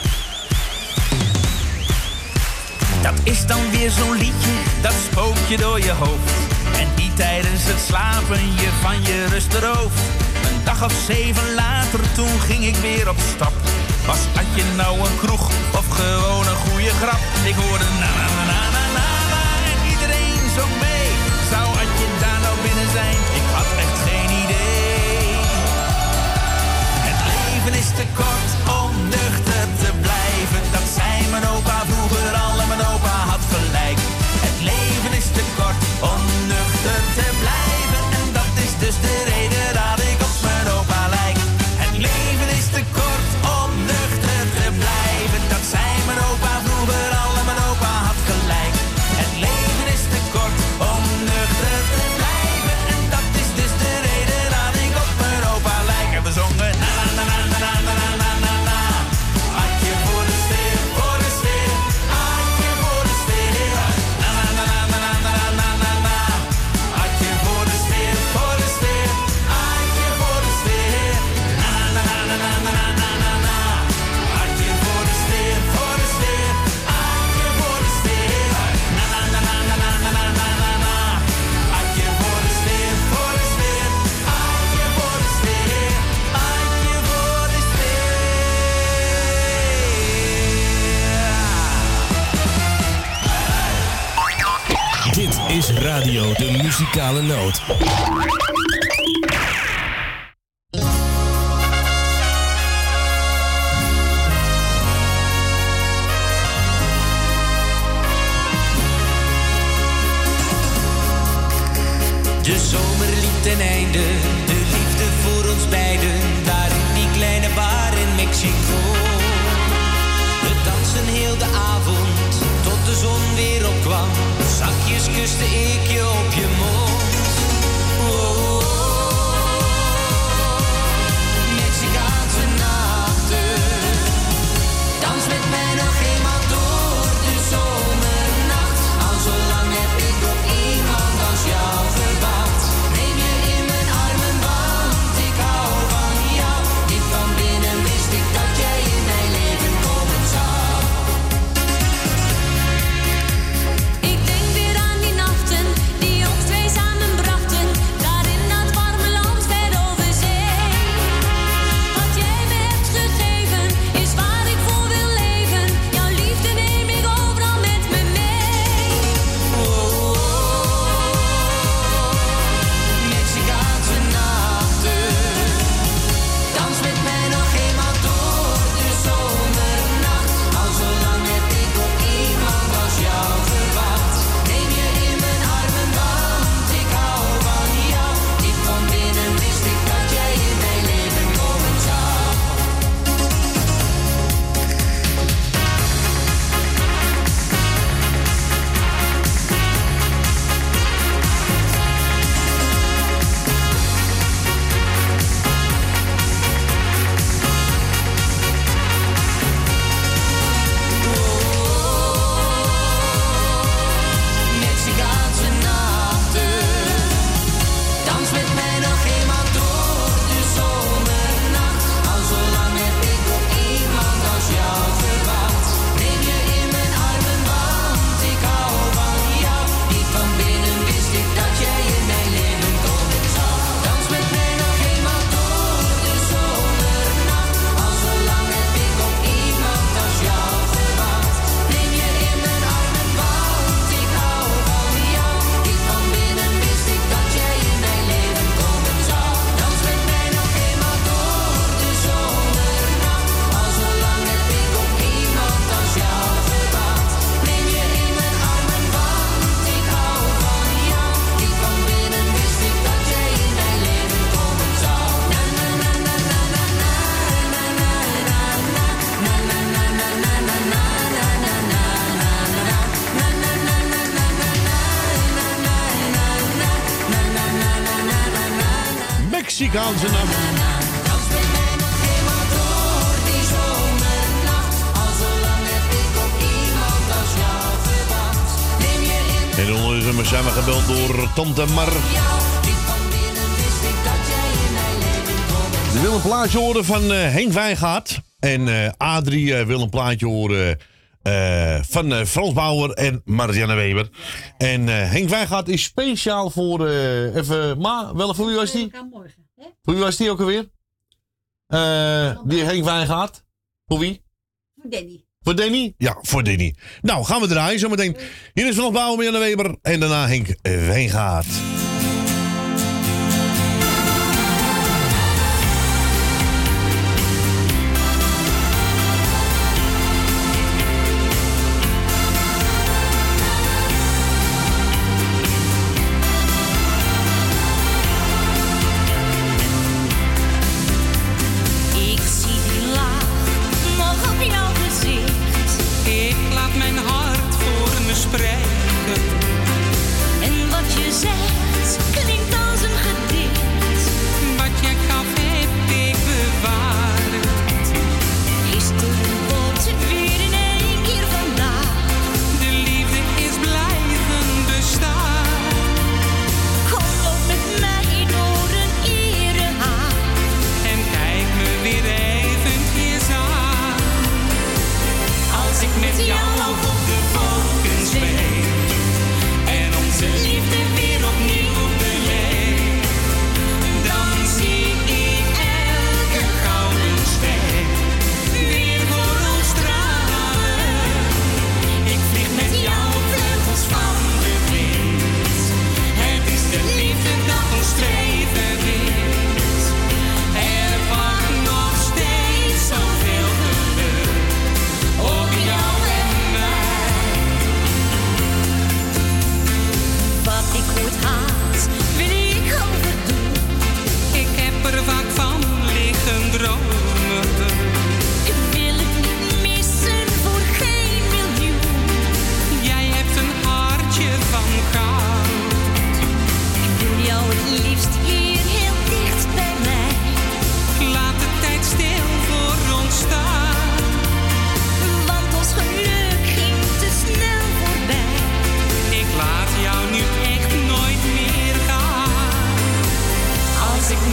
Dat is dan weer zo'n liedje, dat spookt je door je hoofd. En die tijdens het slapen je van je rust berooft. Een dag of 7 later, toen ging ik weer op stap. Was Adje nou een kroeg of gewoon een goede grap? Ik hoorde na na na na na na na en iedereen zong mee. Zou Adje daar nou binnen zijn? Ik had echt geen idee. Het leven is te kort om nuchter te blijven. Dat zei mijn opa vroeger al en mijn opa had gelijk. Het leven is te kort om nuchter te blijven. En dat is dus de reden dat ik op mijn opa lijk. Het leven is te kort om nuchter te blijven. Dat zei mijn opa vroeger al en mijn opa had gelijk. Het leven is te kort om nuchter te blijven. En dat is dus de reden dat ik op mijn opa lijk. En we zongen na na na na na na na na na. Hartje voor de sfeer, voor de sfeer. Hartje voor de sfeer. Na na na na na na na na na. Hartje voor de sfeer. muzikale noot. De zomer liep ten einde, de liefde voor ons beiden, daar in die kleine bar in Mexico. We dansen heel de avond, tot de zon weer opkwam. Zachtjes kuste ik je op je mond. Oh, oh, oh. Mexicaanse nachten. Dans met mij nog eenmaal door de zomernacht. Al zo lang heb ik op iemand als jou gewacht. Neem je in mijn armen, want ik hou van jou. Diep van binnen wist ik dat jij in mijn leven komen zou. Ik denk weer aan die nachten die ons twee samen brachten. Daar in dat warme land ver over zee. Wat jij me hebt gegeven is waar ik voor wil leven. Jouw liefde neem ik overal met me mee. Oh, oh, oh. Mexicaanse nachten. Dans met mij nog eenmaal door de zomernacht. Al zo lang heb ik op iemand als jou gewacht. Neem je in mijn armen, want ik hou van jou. Diep van binnen wist ik dat jij in mijn leven komen zou. Mexicaanse nachten. Dans met mij nog eenmaal door de zomernacht. Al zo lang heb ik op iemand als jou gewacht. Neem je in mijn armen, want ik hou van jou. Diep van binnen wist ik dat jij in mijn leven komen zou. Dans met mij nog eenmaal door de zomernacht. Al zo lang heb ik op iemand als jou gewacht. Neem je in mijn armen, want ik hou van jou. Diep van binnen wist ik dat jij in mijn leven komen zou. Dans met mij nog eenmaal door de zomernacht. Al zo lang heb ik op iemand als jou gewacht. Neem je in mijn armen, want ik hou van jou. Diep van binnen wist ik dat jij in mijn leven komen zou. Na na na na na na na na na na na na na na na na Mexicaanse nacht. Dans met mij nog eenmaal door die zomernacht. Al zo lang heb ik op iemand als jou gewacht. Neem je in En ondertussen zijn we gebeld door Tante Mar. jou. Diep van binnen wist ik dat jij in mijn leven komen. Ze wil een plaatje horen van Henk Wijngaard. En Adrie wil een plaatje horen van Frans Bauer en Marianne Weber. En Henk Wijngaard is speciaal voor... voor wie was die? Voor wie was die ook alweer? Die Henk Wijngaard. Voor wie? Voor Danny. Voor Danny? Ja, voor Danny. Nou, gaan we draaien zometeen. Hier is Frans Bauer, Marianne Weber. En daarna Henk Wijngaard. Ik zie die laag nog op jouw gezicht. Ik laat mijn hart voor me spreken. En wat je zegt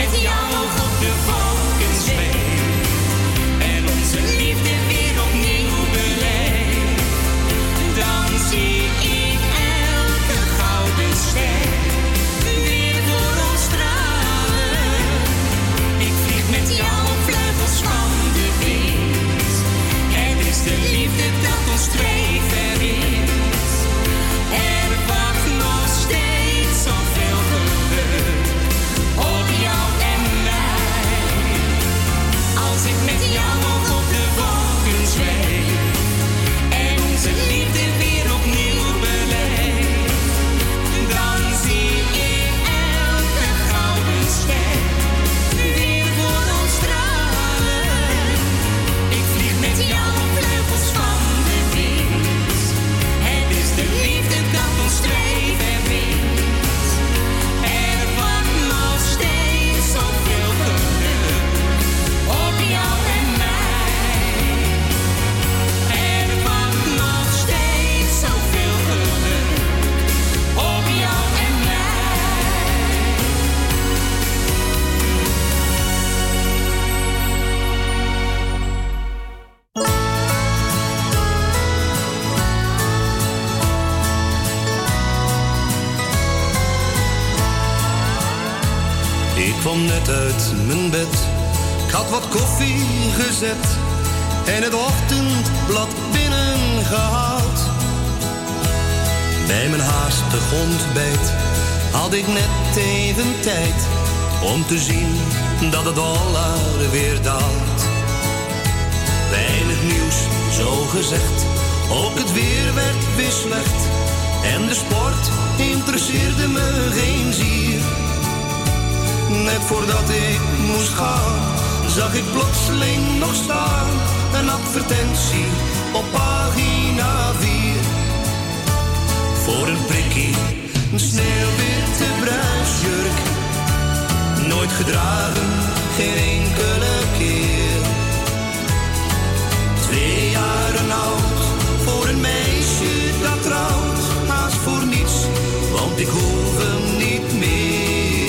met jou nog op de wolken zweef en onze liefde weer opnieuw beleef, dan zie ik elke gouden ster weer voor ons stralen. Ik vlieg met jou op vleugels van de wind. Het is de liefde dat ons twee verbindt. Er wacht nog steeds zoveel geluk op jou en mij. Als ik met jou nog op de wolken zweef en onze liefde weer opnieuw beleef, dan zie ik elke gouden ster weer voor ons stralen. Ik vlieg met jou op vleugels van de wind. Het is de liefde dat ons twee verbindt. Er wacht nog steeds zoveel geluk op jou en mij. Er wacht nog steeds zoveel geluk op jou en mij. Ik kwam net uit mijn bed, ik had wat koffie gezet en het ochtendblad binnengehaald. Bij mijn haastig ontbijt had ik net even tijd om te zien dat de dollar weer daalt. Weinig nieuws, zo gezegd, ook het weer werd weer slecht en de sport interesseerde me geen zier. Net voordat ik moest gaan, zag ik plotseling nog staan een advertentie op pagina 4. Voor een prikkie, een sneeuwwitte bruisjurk. Nooit gedragen, geen enkele keer. 2 jaren oud, voor een meisje dat trouwt. Haast voor niets, want ik hoef hem niet meer.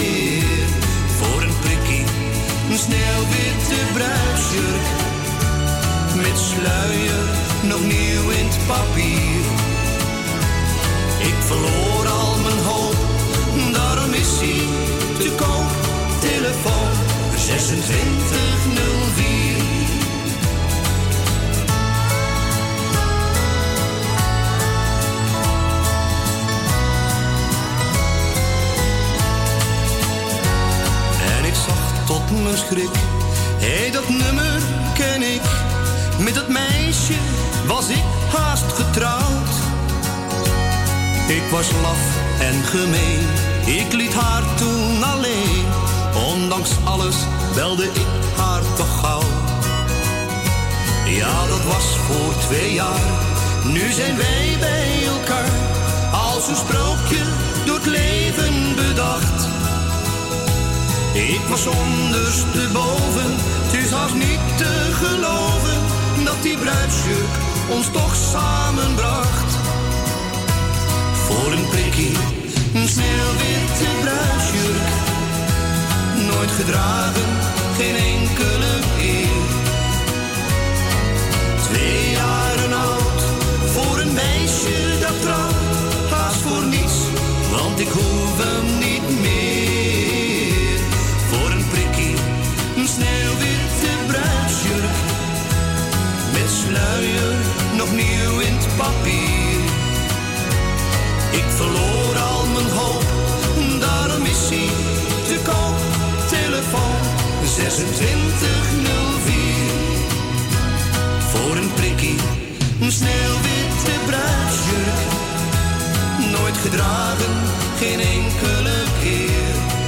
Een sneeuwwitte bruisjurk met sluier, nog nieuw in het papier. Ik verloor al mijn hoop, daarom is hij te koop. Telefoon 2604. Tot mijn schrik, hé, dat nummer ken ik. Met dat meisje was ik haast getrouwd. Ik was laf en gemeen, ik liet haar toen alleen. Ondanks alles belde ik haar toch gauw. Ja, dat was voor 2 jaar, nu zijn wij bij elkaar. Als een sprookje door het leven bedacht. Ik was ondersteboven, het is haast niet te geloven dat die bruidsjurk ons toch samenbracht. Voor een prikkie, een sneeuwwitte bruidsjurk. Nooit gedragen, geen enkele keer. 2 jaren oud, voor een meisje dat trouwt. Haast voor niets, want ik hoef hem niet meer. Een sneeuwwitte bruidsjurk met sluier, nog nieuw in het papier. Ik verloor al mijn hoop, daarom is hij te koop. Telefoon 2604. Voor een prikkie, een sneeuwwitte bruidsjurk. Nooit gedragen, geen enkele keer.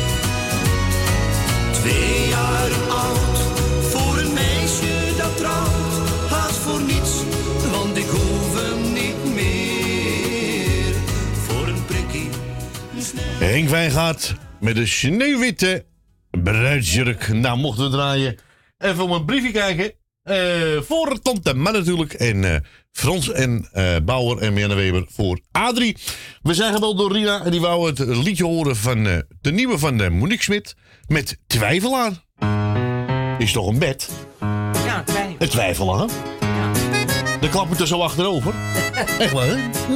2 jaren oud, voor een meisje dat trouwt. Haast voor niets, want ik hoef hem niet meer. Voor een prikkie. Henk Wijngaard met een sneeuwwitte bruidsjurk. Nou, mochten we draaien. Even om een briefje kijken. Voor Tante Ma natuurlijk. En Frans en Bauer en Marianne Weber voor Adrie. We zijn gebeld door Rina. En die wou het liedje horen van de nieuwe van Monique Smit. Met Twijfelaar. Is toch een bed? Ja, twijfel. Een twijfelaar. Ja. Dan klap ik er zo achterover. Echt waar, hè?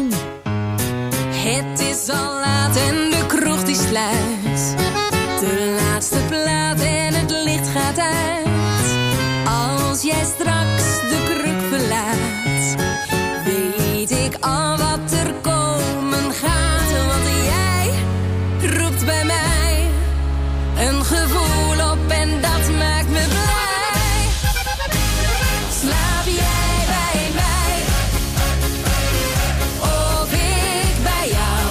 Het is al laat en de kroeg die sluit. De laatste plaat en het licht gaat uit. Als jij straks de kruk verlaat, weet ik al wat er komen gaat. Want jij roept bij mij een gevoel op en dat maakt me blij. Slaap jij bij mij of ik bij jou?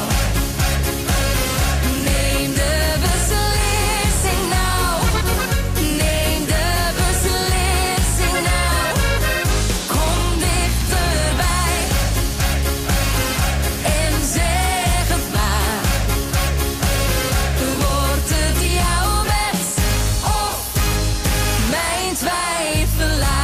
Neem de beslissing nou. Neem de beslissing nou. Kom dichterbij en zeg het maar. Wordt het jouw bed of mijn twijfelaar?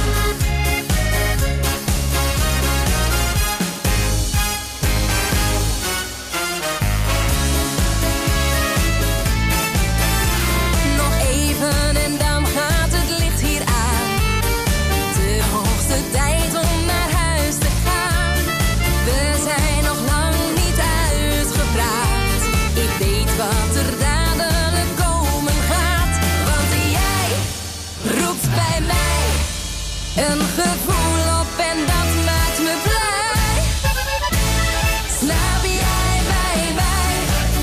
Nog even en dan gaat het licht hier aan. De hoogste tijd om naar huis te gaan. We zijn nog lang niet uitgepraat. Ik weet wat er dadelijk komen gaat. Want jij roept bij mij een gevoel op en dat maakt me blij. Slaap jij bij mij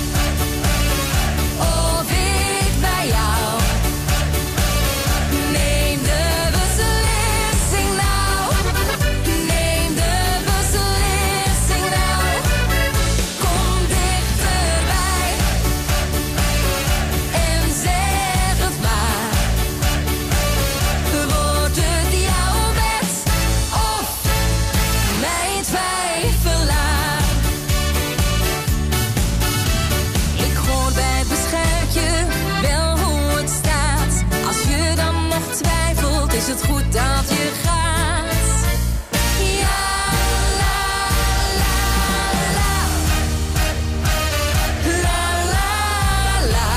of ik bij jou? Neem de beslissing nou. Neem de beslissing nou. Kom dichterbij en zeg het maar. Wordt het jouw bed of mijn twijfelaar? Ik hoor bij het beschuitje wel hoe het staat. Als je dan nog twijfelt, is het goed dat je gaat. Ja, la, la, la. La, la, la.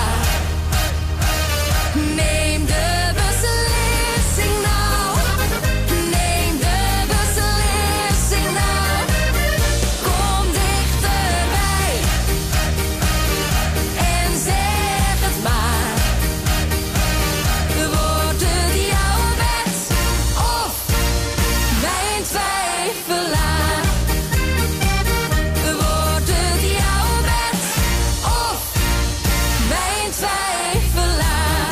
Neem de beslissing nou. Neem de beslissing nou. Kom dichterbij en zeg het maar. Wordt het jouw bed of mijn twijfelaar? Wordt het jouw bed of mijn twijfelaar?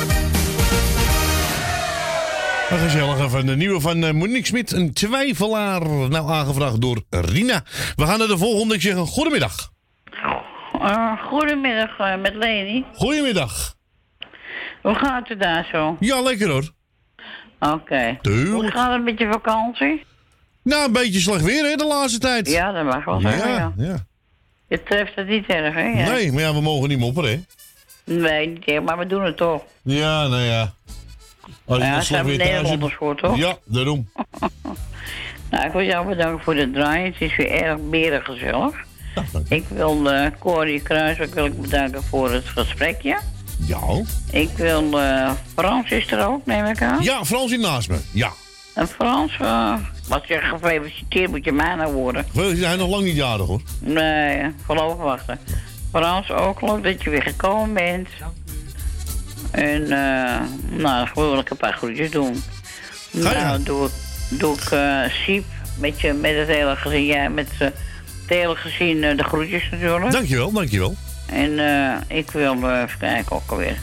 Een gezellige van de nieuwe van Monique Smit. Een twijfelaar. Nou, aangevraagd door Rina. We gaan naar de volgende. Ik zeg een goedemiddag. Goedemiddag met Leni. Goedemiddag. Hoe gaat het daar zo? Ja, lekker hoor. Oké. Tuurlijk. Hoe gaat het met je vakantie? Nou, een beetje slecht weer hè, de laatste tijd. Ja, dat mag wel zeggen, ja. Ja. Je treft het niet erg, hè? Ja. Nee, maar ja, we mogen niet mopperen hè. Nee, niet erg, maar we doen het toch. Ja, nou ja. Als je Ja, slecht zijn we weer thuis Nederlanders hebt- voor, toch? Ja, daarom. Nou, ik wil jou bedanken voor de draai. Het is weer erg berig gezellig. Ik wil Corrie Kruiswijk wil ik bedanken voor het gesprekje. Ja. Ik wil Frans is er ook, neem ik aan. Ja, Frans is naast me. Ja. En Frans, wat zeg gefeliciteerd moet je mij nou worden. Hij is nog lang niet jarig hoor. Nee, voorlopig wachten. Frans, ook leuk dat je weer gekomen bent. En nou, gewoon een paar groetjes doen. Nou, doe ik Siep met het hele gezin. Ja, met het hele gezin de groetjes natuurlijk. Dankjewel, dankjewel. En ik wil even kijken ook alweer.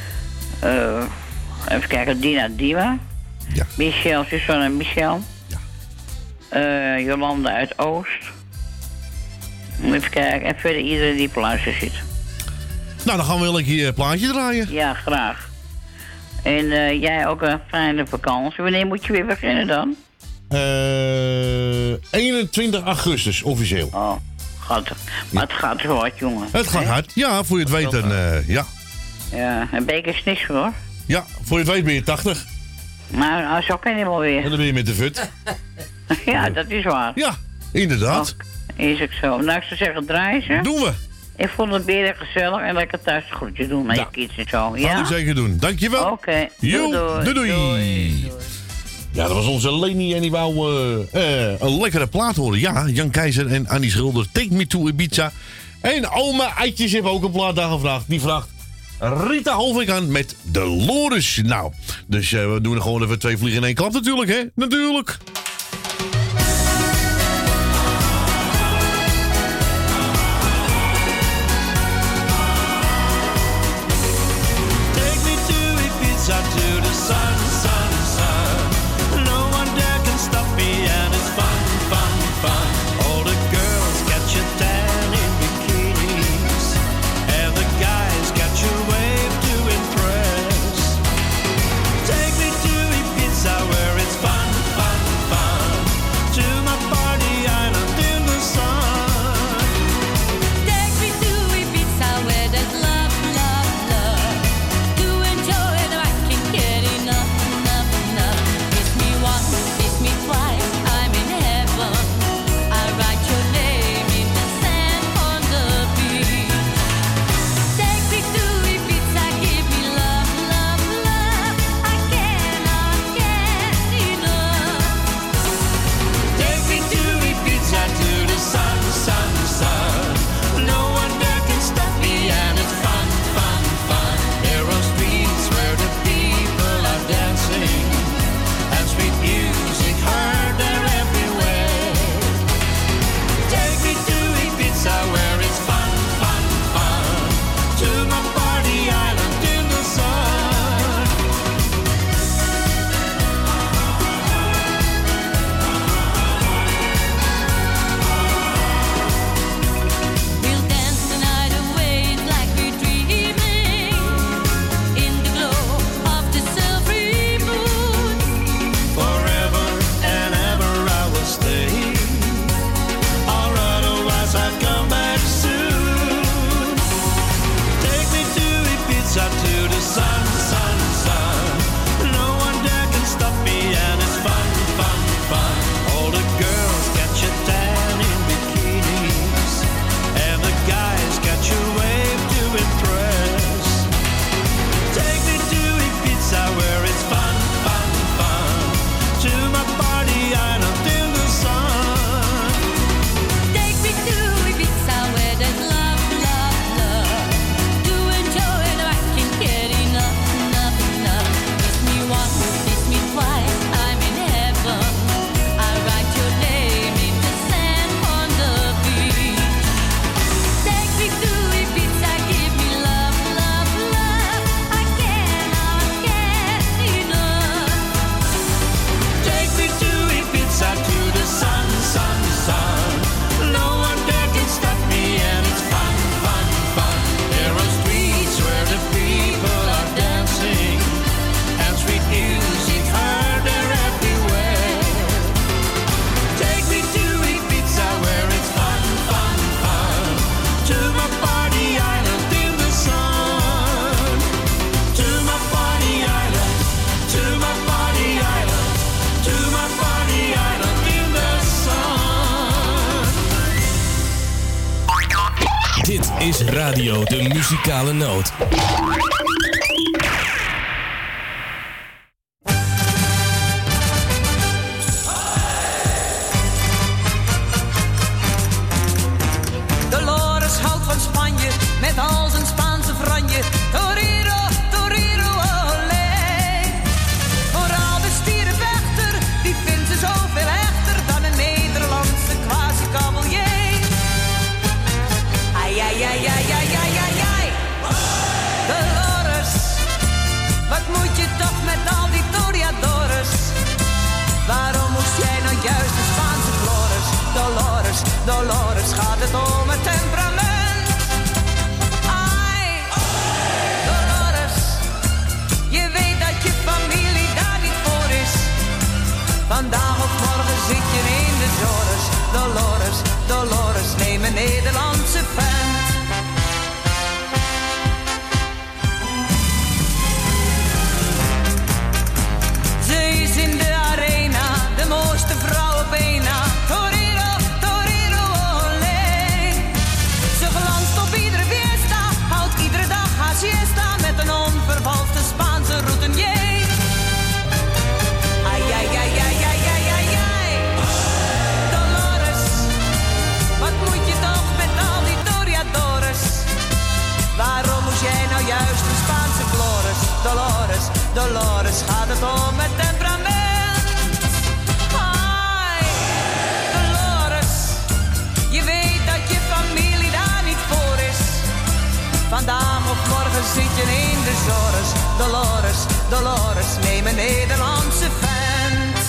Even kijken, Dima. Ja. Michel, Suzanne en Michel. Ja. Jolanda uit Oost. Even kijken, en verder iedereen die op luister zit. Nou, dan gaan we wel een keer een plaatje draaien. Ja, graag. En jij ook een fijne vakantie. Wanneer moet je weer beginnen dan? 21 augustus, officieel. Oh, gaat maar het gaat zo hard, jongen. Het gaat hard. Ja, voor je het weet dan, ja. Ja, een beetje is niks hoor. Ja, voor je het weet ben je 80. Maar zo kan je wel weer. En dan ben je met de fut. Ja, dat is waar. Ja, inderdaad. Is ook zo. Nou, ik zou zeggen, draaien ze. Doen we. Ik vond het weer erg gezellig en lekker thuis een groetje doen met je kids en zo. Ja? Gaan we zeker doen. Dankjewel. Oké. Doei. Ja, dat was onze Leni en die wou een lekkere plaat horen. Ja, Jan Keizer en Annie Schilder, Take Me to Ibiza. En oma Eitjes heeft ook een plaat daar gevraagd. Die vraagt Rita Hovink aan met de Loris. Nou, dus we doen er gewoon even 2 vliegen in 1 klap natuurlijk, hè? Natuurlijk. Take me to Ibiza, to the sun, sun, sun. No one there can stop me and it's fun, fun, fun. All the girls got you tan in bikinis and the guys got you wave to impress. Take me to Ibiza where it's fun, fun, fun. To my party island in the sun. Take me to Ibiza where there's love, love, love. To enjoy it, I can't get enough, enough, enough. Kiss me once, kiss me twice, I'm in heaven. I write your name in the sand on the beach. Take me to Ibiza, give me love, love, love. I cannot get enough. Take me to Ibiza, to the sun, sun, sun. No one there can stop me and it's fun, fun, fun. There are streets where the people are dancing and sweet music heard there everywhere. Take me to Ibiza where it's fun, fun, fun. To my party island in the sun. We'll dance the night away, it's like we're dreaming. In the glow of the silvery moon. Forever and ever I will stay, or otherwise I'll come back soon. Take me to Ibiza, to the sun, sun, sun. No one there can stop me and it's fun, fun, fun. All the girls got you tan in bikinis and the guys got you wave to impress. Take me to Ibiza where it's fun, fun, fun. To my party island in the sun. Take me to Ibiza where there's love, love, love. To enjoy it, I can't get enough, enough, enough. Kiss me once, kiss me twice, I'm in heaven. I write your name in the sand on the beach. Take me to Ibiza, give me love, love, love. I cannot get enough. Take me to Ibiza, to the sun, sun, sun. No one there can stop me and it's fun, fun, fun. There are streets where the people are dancing and sweet music heard there everywhere. Take me to Ibiza where it's fun, fun, fun. To my party island in the sun. To my party island, to my party island, to my party island in the sun. Dit is Radio de Muzikale Noot. Dolores houdt van Spanje met al zijn Spaanse franje. Torero, torero, olé. Vooral de stierenvechter, die vindt ze zoveel echter dan een Nederlandse quasi-cavalier. Ai, ai, ai, ai, ai, ai, ai, ai. Dolores Dolores gaat het om het temperament. Ai, Dolores, je weet dat je familie daar niet voor is. Vandaag of morgen zit je in de zorg. Dolores, Dolores, neem een Nederlandse vent.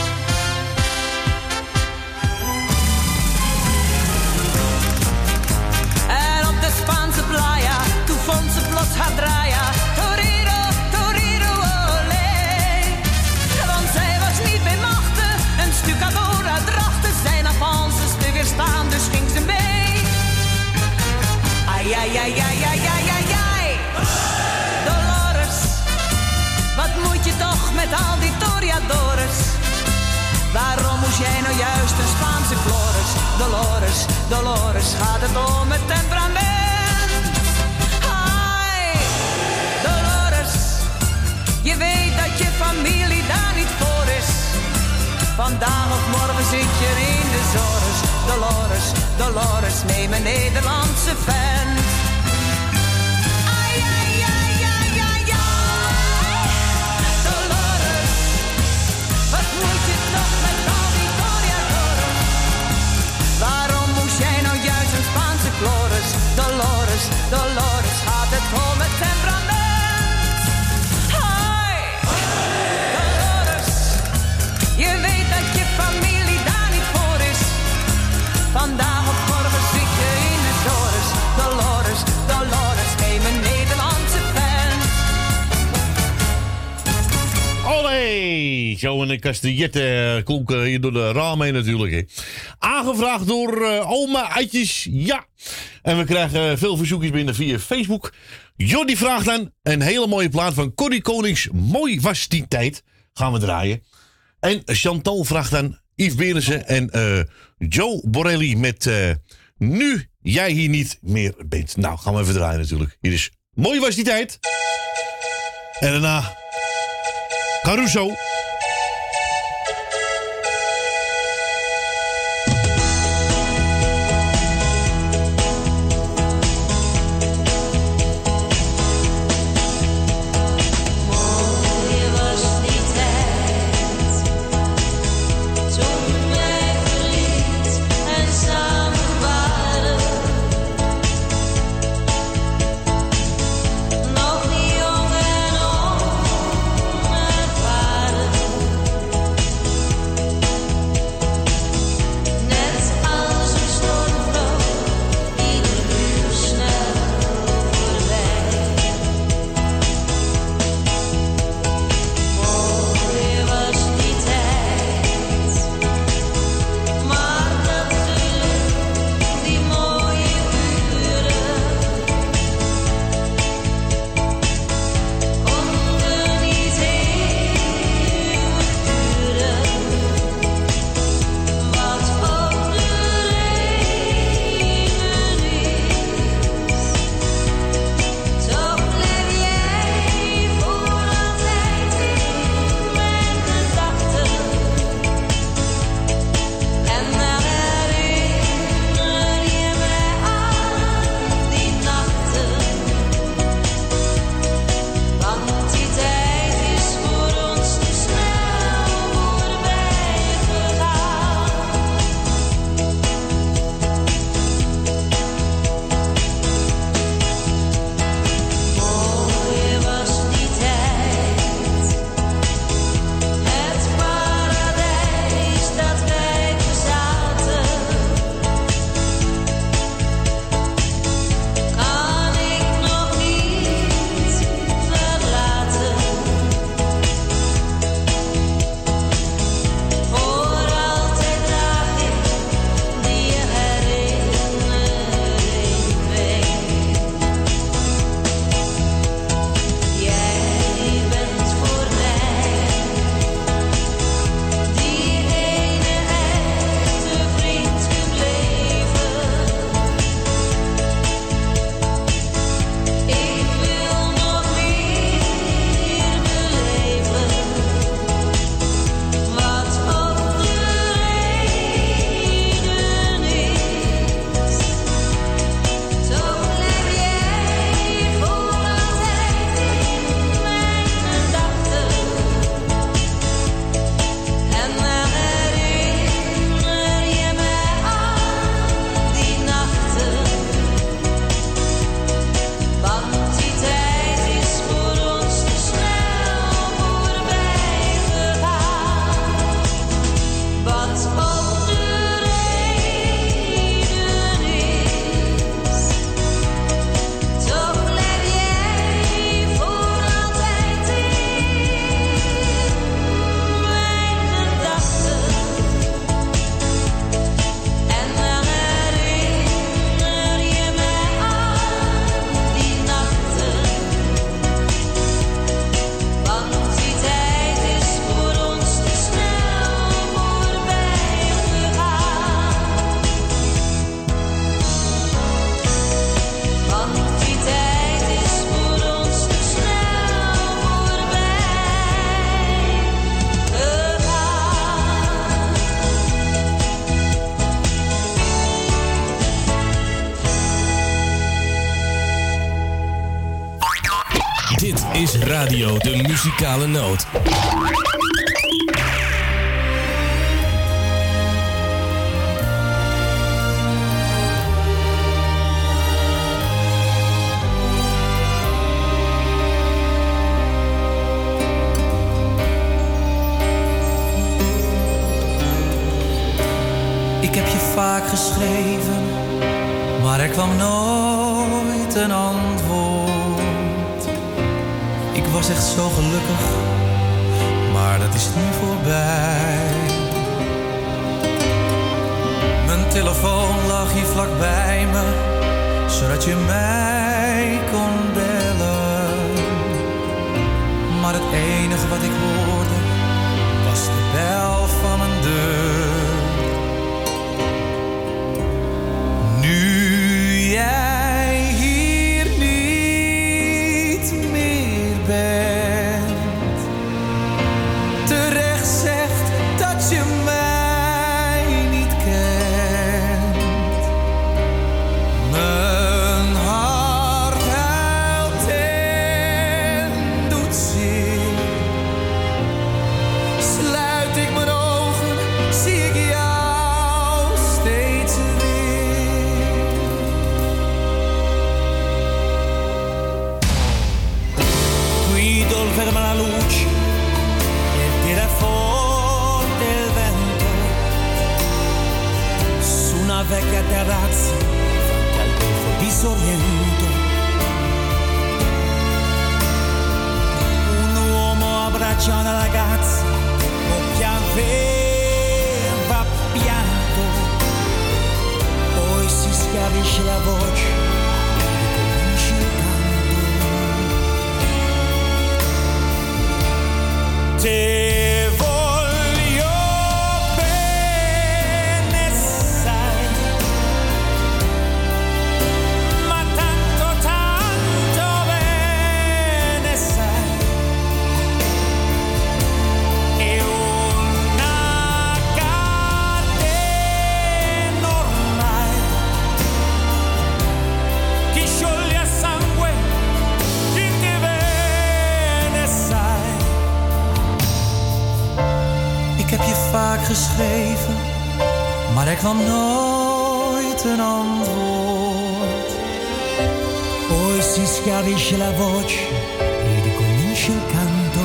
En op de Spaanse playa, toen vond ze plots haar draaya. Torero, torero, olé. Want zij was niet bij machten, een stucadora drachten. Zijn avances te weerstaan, dus ging ze mee. Ai, ai, ai, ai, ai, ai, ai, ai. Dolores, wat moet je toch met al die toreadores? Waarom moest jij nou juist een Spaanse Flores? Dolores, Dolores, gaat het om het temperament? Ai, Dolores, je weet dat je familie daar niet voor is. Vandaag of morgen zit je in de zorg. Dolores, Dolores, neem een Nederlandse vent. Ai, ai, ai, ai, ai, ai. Dolores, wat moet je toch met al die toreadores? Waarom moest jij nou juist een Spaanse Flores? Dolores, Dolores, gaat het om het temperament? Hai, Dolores, je weet dat je familie daar niet voor is. Vandaag of morgen zit je in de Dolores. Dolores, Dolores, neem een Nederlandse vent. Olé! Zo een kastijet klonken hier door de ramen heen natuurlijk. Hè. Aangevraagd door oma Eitjes. Ja. En we krijgen veel verzoekjes binnen via Facebook. Jordi vraagt dan een hele mooie plaat van Corrie Konings. Mooi was die tijd. Gaan we draaien. En Chantal vraagt dan Yves Berensen en Joe Borelli met Nu jij hier niet meer bent. Nou, gaan we even draaien natuurlijk. Hier is Mooi was die tijd. En daarna Caruso. Nog niet jong en onervaren. Dit is Radio de Muzikale Noot. Ik heb je vaak geschreven, maar er kwam nooit een antwoord. Ik was echt zo gelukkig, maar dat is nu voorbij. Mijn telefoon lag hier vlak bij me, zodat je mij kon bellen. Maar het enige wat ik hoorde, was de bel van mijn deur. Nu jij hier niet meer bent, terecht zegt dat je mij niet kent. Mijn hart huilt en doet zeer. Sluit ik mijn ogen, zie ik jou steeds weer. Guido ferma la luce e tira forte il vento su una vecchia terrazza fronte al golfo di Sorrento. Un uomo abbraccia una ragazza che aveva pianto, poi si schiarisce la voce e ricomincia il canto. Te voglio bene, sai, ma tanto, tanto bene, sai. E una catena ormai che scioglie a sangue chi ti bene, sai. Ik heb je vaak geschreven, maar er kwam nooit een antwoord. Poi si schiarisce la voce e ricomincia il canto.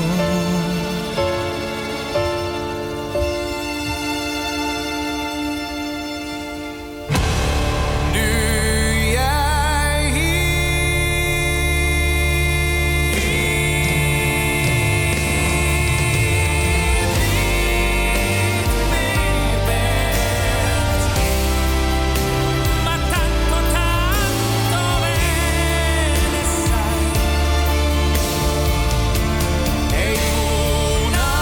Nu jij ma tanto, tanto bene, sai. E una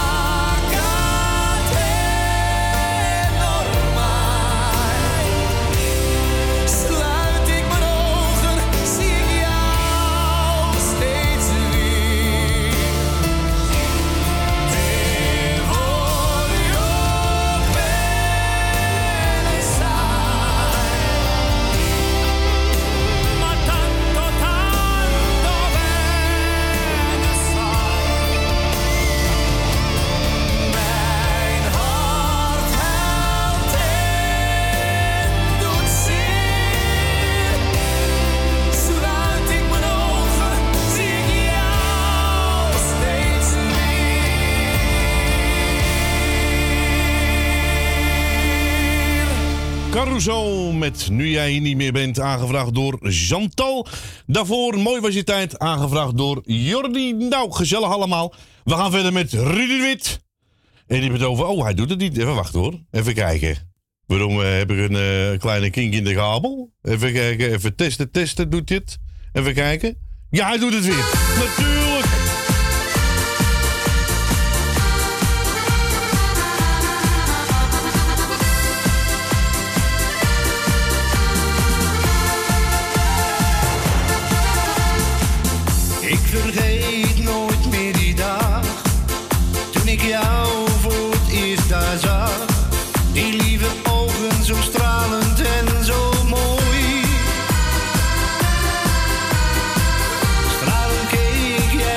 catena ormai. Sluit ik mijn ogen, zie ik jou steeds weer. Te voglio bene, sai. Ma tanto, tanto bene, sai. Mijn hart huilt en doet zeer. Sluit ik mijn ogen, zie ik jou steeds weer. Caruso met Nu jij hier niet meer bent, aangevraagd door Chantal. Daarvoor, mooi was je tijd, aangevraagd door Jordi. Nou, gezellig allemaal. We gaan verder met Rudy de Wit. En die heeft het over, oh, hij doet het niet. Even wachten hoor, even kijken. Waarom heb ik een kleine kink in de kabel? Even kijken, even testen, doet dit. Even kijken. Ja, hij doet het weer. Natuurlijk. Ik vergeet nooit meer die dag, toen ik jou voor het eerst daar zag. Die lieve ogen zo stralend en zo mooi. Stralend keek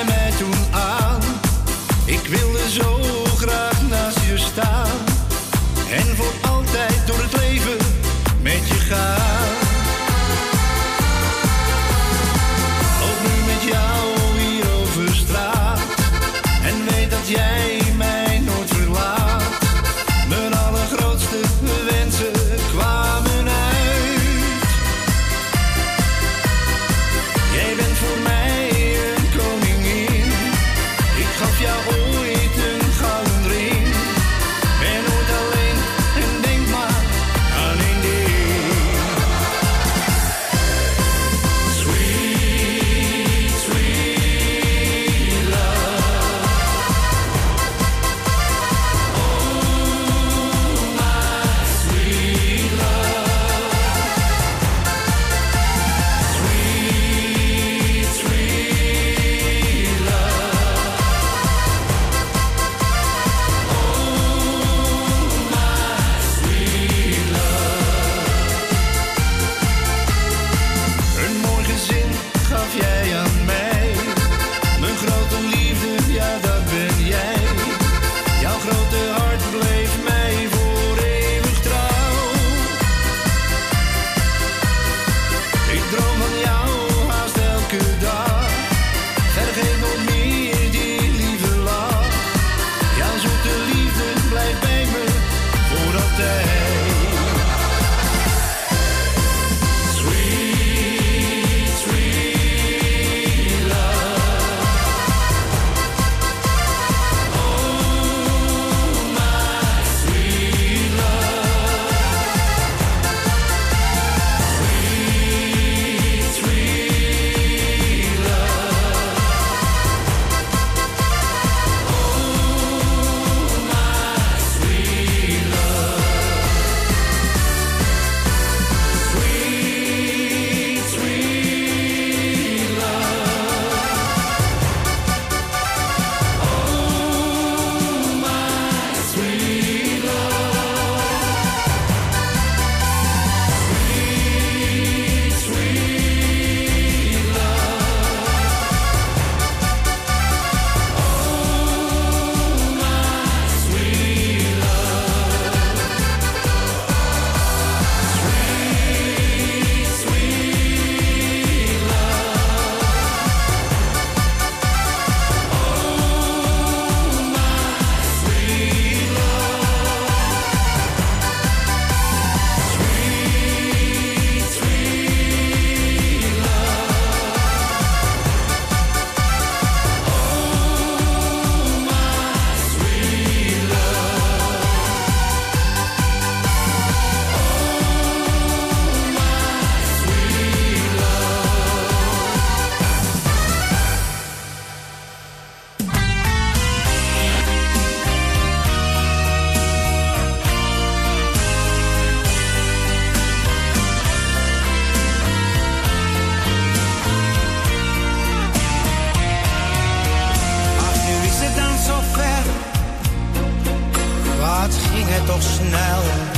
het toch snel.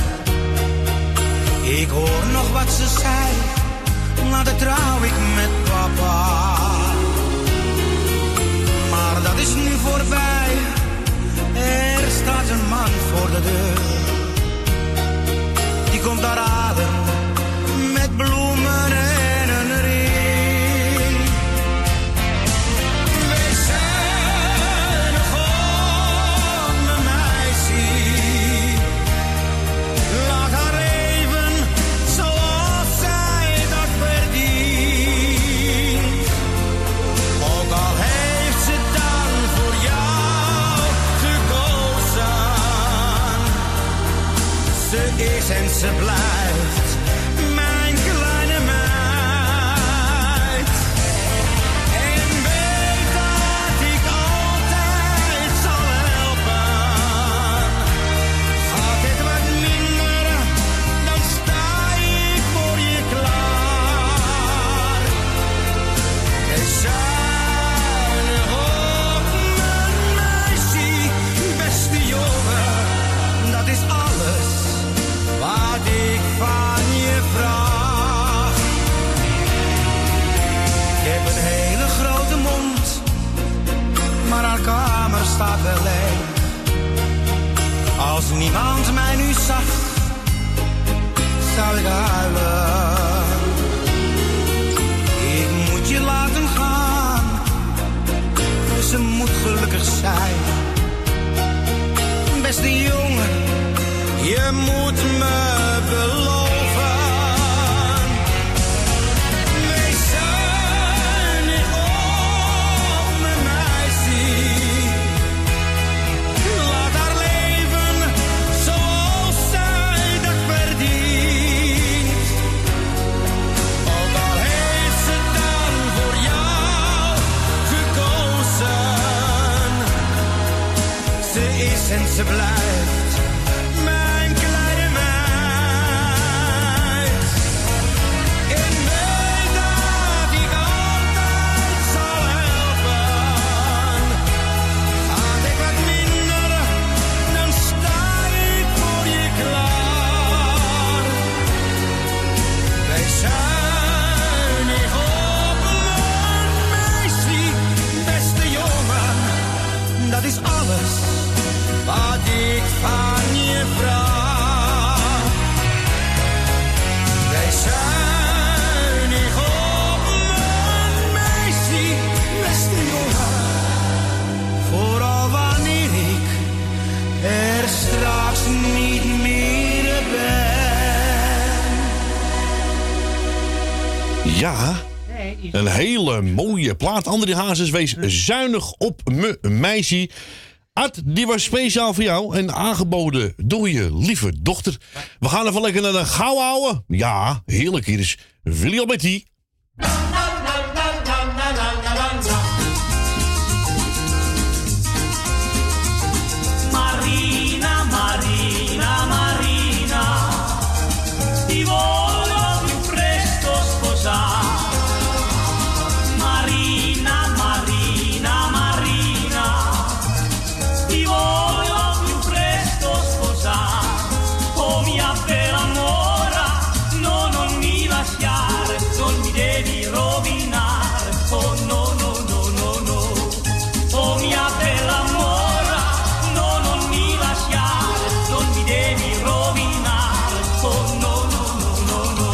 Ik hoor nog wat ze zei, later trouw ik met papa. Maar dat is nu voorbij, er staat een man voor de deur. Die komt daar aan met bloemen en een ring. Wees zuinig op mijn meisje. Laat haar leven zoals zij dat verdient. Ook al heeft ze dan voor jou gekozen. Ze is en ze blijft mijn kleine meid. En weet dat ik altijd zal helpen. Gaat het wat minder, dan sta ik voor je klaar. En zuinig op mijn meisje, beste jongen, dat is alles wat ik van je vraag. Ik heb een hele grote mond, maar haar kamer staat wel leeg. Als niemand mij nu zag, zou ik huilen. Ik moet je laten gaan, ze moet gelukkig zijn. Beste jongen, je moet me beloven. Wees zuinig op mijn meisje. Laat haar leven zoals zij dat verdient. Ook al heeft ze dan voor jou gekozen. Ze is en ze blijft mijn kleine meid. En weet dat ik altijd zal helpen. Gaat ik wat minder, dan sta ik voor je klaar. Wees zuinig op mijn meisje, beste jongen, dat is alles wat ik van je vraag. Wees zuinig op mijn meisje, beste jongen, vooral wanneer ik er straks niet meer ben. Ja, een hele mooie plaat. André Hazes, wees zuinig op me meisje. Art, die was speciaal voor jou en aangeboden door je lieve dochter. We gaan even lekker naar de gauw houden. Ja, heerlijk. Hier is Willy Alberti. Marina, Marina, Marina, ti voglio più presto sposare. Marina, Marina, Marina, ti voglio più presto sposare. Oh mia bella mora, no, non mi lasciare, non mi devi rovinare. Oh no, no, no, no, no. Oh mia bella mora, no, non mi lasciare, non mi devi rovinare. Oh no, no, no, no, no.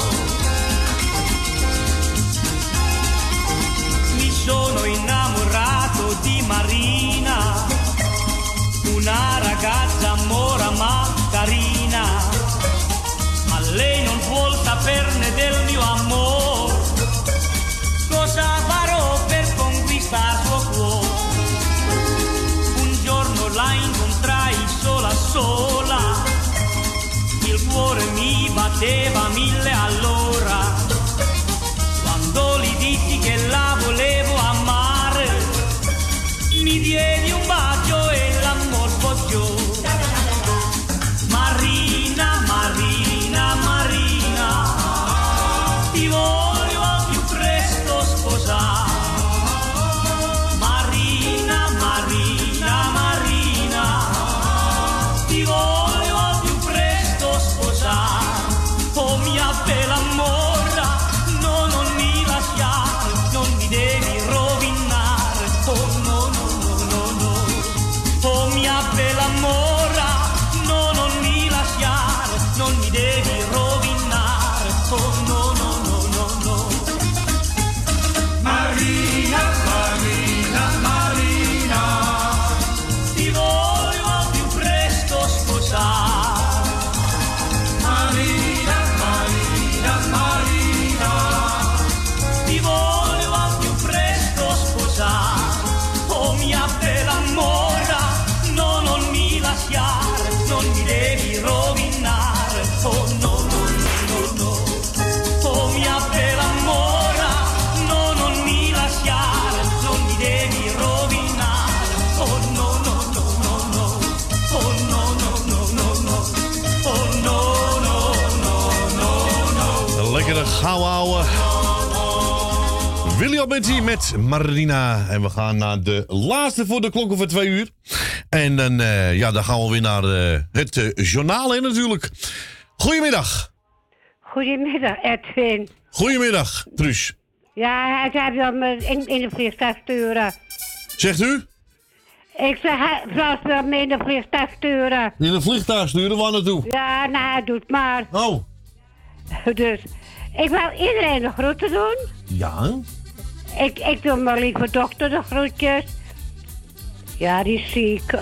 Mi sono innamorato di Marina, una ragazza mora ma carina, ma lei non vuol saperne del mio amore. Cosa farò per conquistare suo cuore? Un giorno la incontrai sola sola, il cuore mi batteva 1000 all'ora. Quando gli dissi che la volevo amare, mi diedi un bacio e l'amor sfociò. Marina, Marina, Marina, ti voglio più presto sposare. Marina, Marina, Marina, ti voglio Gouden ouwe. Willy Alberti met Marina. En we gaan naar de laatste voor de klokken van 2 uur. En dan, dan gaan we weer naar het journaal in natuurlijk. Goedemiddag. Goedemiddag, Edwin. Goedemiddag, Truus. Ja, hij zei dan in de vliegtuig sturen. Zegt u? Ik zeg, hij zou me in de vliegtuig sturen. In een vliegtuig sturen? Waar naartoe? Ja, nou, hij doet maar. Oh. Dus, ik wil iedereen de groeten doen. Ja? Ik doe mijn lieve dochter de groetjes. Ja, die is ziek.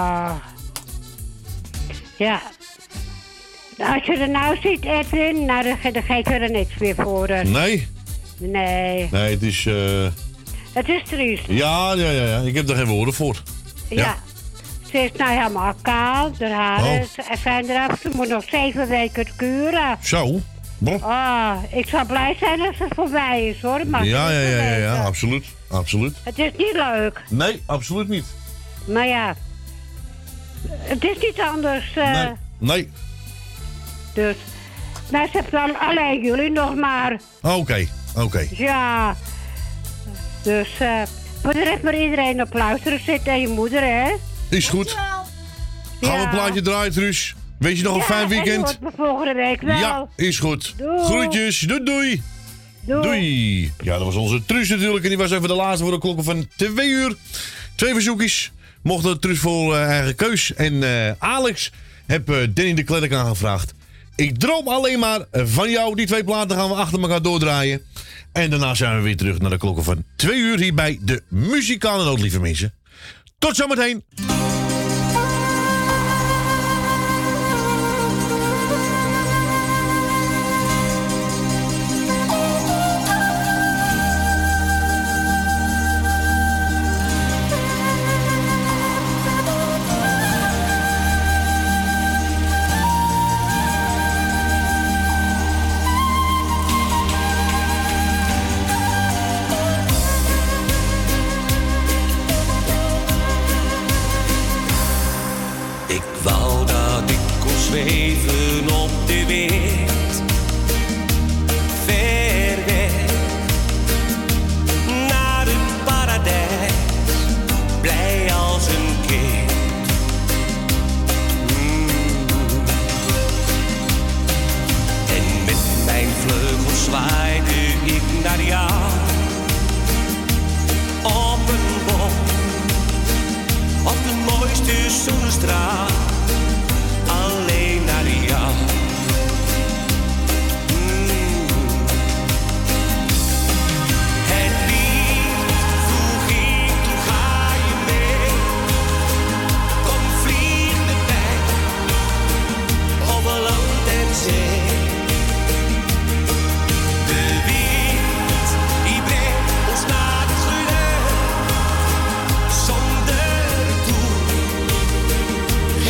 Ja. Als je er nou ziet, Edwin, nou, dan geef je er niks meer voor. Nee? Nee. Nee, het is... Het is triest. Ja. Ik heb er geen woorden voor. Ja. Ze is nou helemaal kaal. De haren zijn eraf. Ze moet nog 7 weken kuren. Zo? Ik zou blij zijn als het voorbij is, hoor. Maar ja, absoluut. Absoluut. Het is niet leuk. Nee, absoluut niet. Maar ja, het is niet anders. Nee. Dus, nou, ze heeft dan alleen jullie nog maar. Oké. Ja. Dus, voor de rest maar iedereen op luisteren zitten en je moeder, hè? Is goed. Gaan we een plaatje draaien, Truus? Wees je nog een fijn weekend? Ja, en volgende week wel. Ja, is goed. Doei. Groetjes. Doei. Doei. Ja, dat was onze Truus natuurlijk. En die was even de laatste voor de klokken van 2 uur. 2 verzoekjes. Mocht het Truus voor eigen keus. En Alex heb Danny de Klerk aangevraagd. Ik droom alleen maar van jou. Die 2 platen gaan we achter elkaar doordraaien. En daarna zijn we weer terug naar de klokken van 2 uur hier bij de Muzikale Noot, lieve mensen. Tot zometeen. Zweven op de wind, ver weg, naar het paradijs, blij als een kind. En met mijn vleugels zwaaide ik naar jou, op een boom, op de mooiste zonnestraal. Alleen naar jou. Het lied vroeg ik, toen ga je mee. Kom vlieg met mij, over land en zee. De wind, die brengt ons naar het geluk. Zonder doel.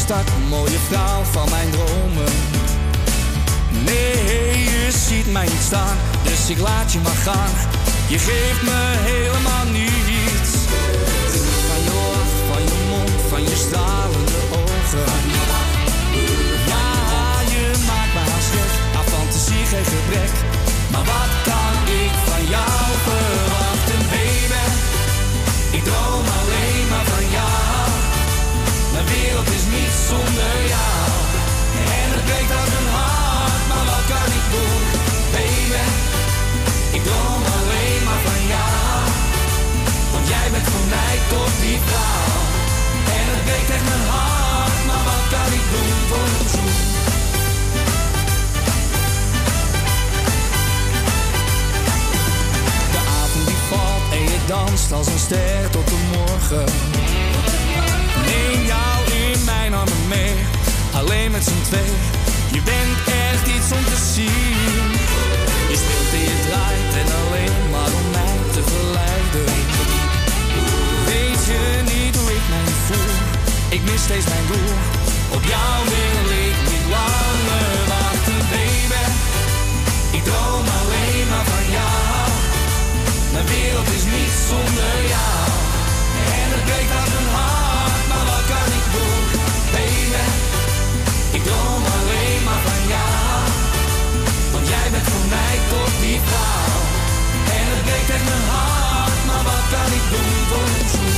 stad, mooie vrouw van mijn dromen. Nee, je ziet mij niet staan, dus ik laat je maar gaan. Je geeft me helemaal niets. Van je lach, van je mond, van je stralende ogen. Ja, je maakt me haast gek, aan fantasie geen gebrek. Maar wat kan ik van jou verwachten, baby? Ik droom alleen maar van jou. Mijn wereld is niets zonder jou. En het breekt als een hart, maar wat kan ik doen, baby? Ik droom alleen maar van jou. Want jij bent voor mij toch die vrouw. En het breekt echt mijn hart, maar wat kan ik doen voor een zoen? De avond die valt en je danst als een ster tot de morgen. Neem jou in mijn armen mee, alleen met z'n twee. Je bent echt iets om te zien. Je speelt en je draait en alleen maar om mij te verleiden. Weet je niet hoe ik mij voel? Ik mis steeds mijn doel. Op jou wil ik niet langer wachten, baby. Ik droom alleen maar van jou. Mijn wereld is niets zonder jou. En het breekt als een hart, maar wat kan ik doen, baby? Ik droom alleen maar van jou. Want jij bent voor mij toch die vrouw. En het breekt echt mijn hart, maar wat kan ik doen voor een zoen?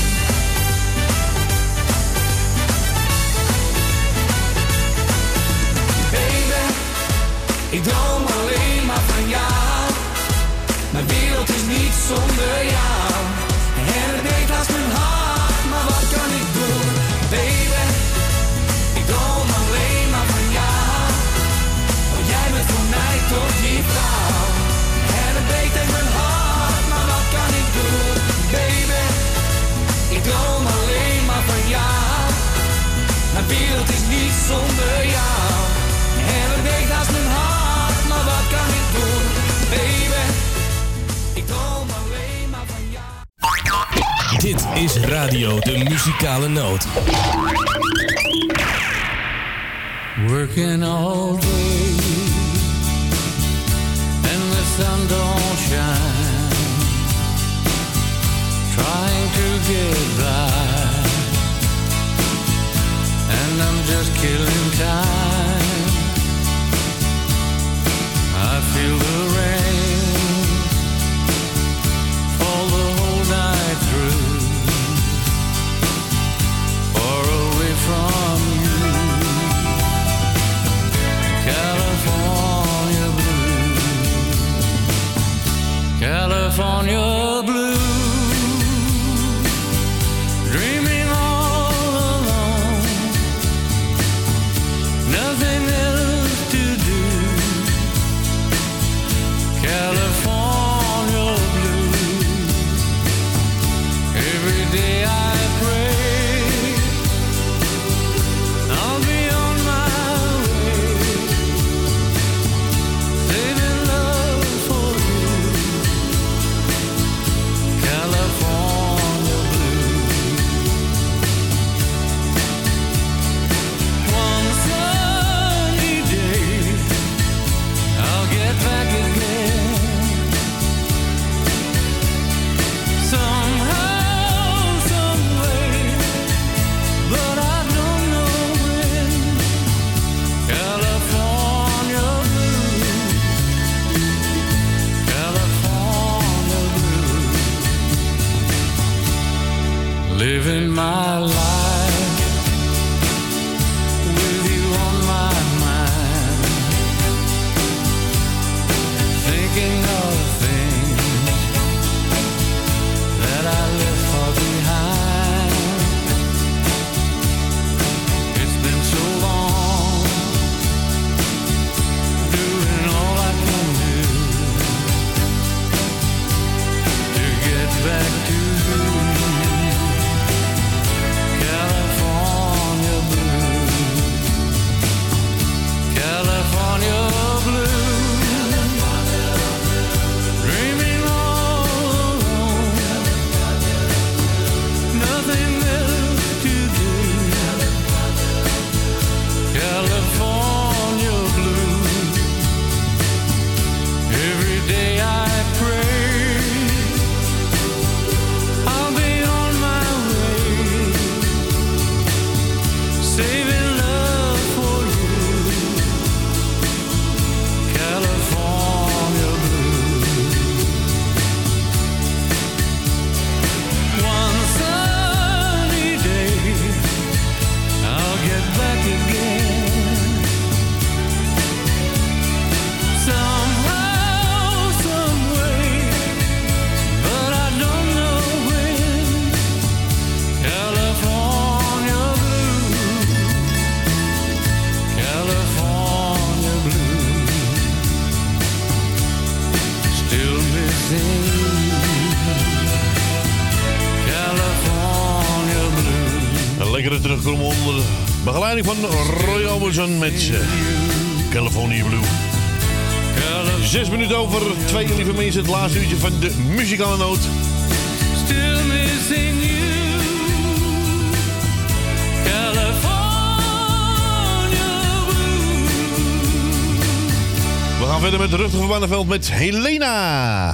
Baby, ik droom alleen maar van jou. Mijn wereld is niet zonder jou. En het breekt als mijn hart, maar wat kan ik doen, baby? Ik droom alleen maar van jou. Want jij bent voor mij toch die vrouw. En het breekt echt mijn hart, maar wat kan ik doen, baby? Ik droom alleen maar van jou. Mijn wereld is niet zonder jou. En het breekt als mijn hart, maar wat kan ik doen, baby? Ik droom alleen maar van jou. Dit is Radio de Muzikale Noot. Working all day and the sun don't shine. Trying to get by and I'm just killing time. I feel the rain fall the whole night through. Far away from you, California blue, California blue, dreaming all alone, nothing else to do. California blue, every day I pray I'll be on my way, saving love for you. California blue. One sunny day I'll get back again. Somehow, someway, but I don't know when. California blue, California blue, living my life with you on my mind, thinking of things that I left far behind. It's been so long, doing all I can do to get back to you. terugkomen onder begeleiding van Roy Orbison met California Blue. 6 minuten over 2, lieve mensen. Het laatste uurtje van de muzikale noot. Still missing you, California Blue. We gaan verder met Rutger van Barneveld met Helena.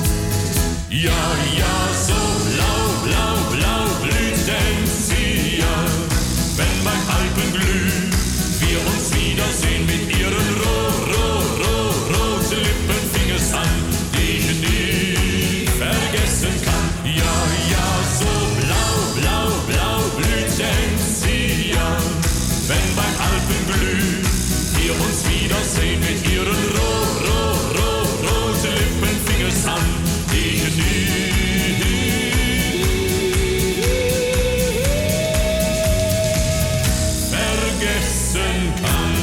Ja, ja, so blau, blau, blau blüht Enzian. wiedersehen mit ihren roten Lippen fing es an, die ich nie vergessen kann.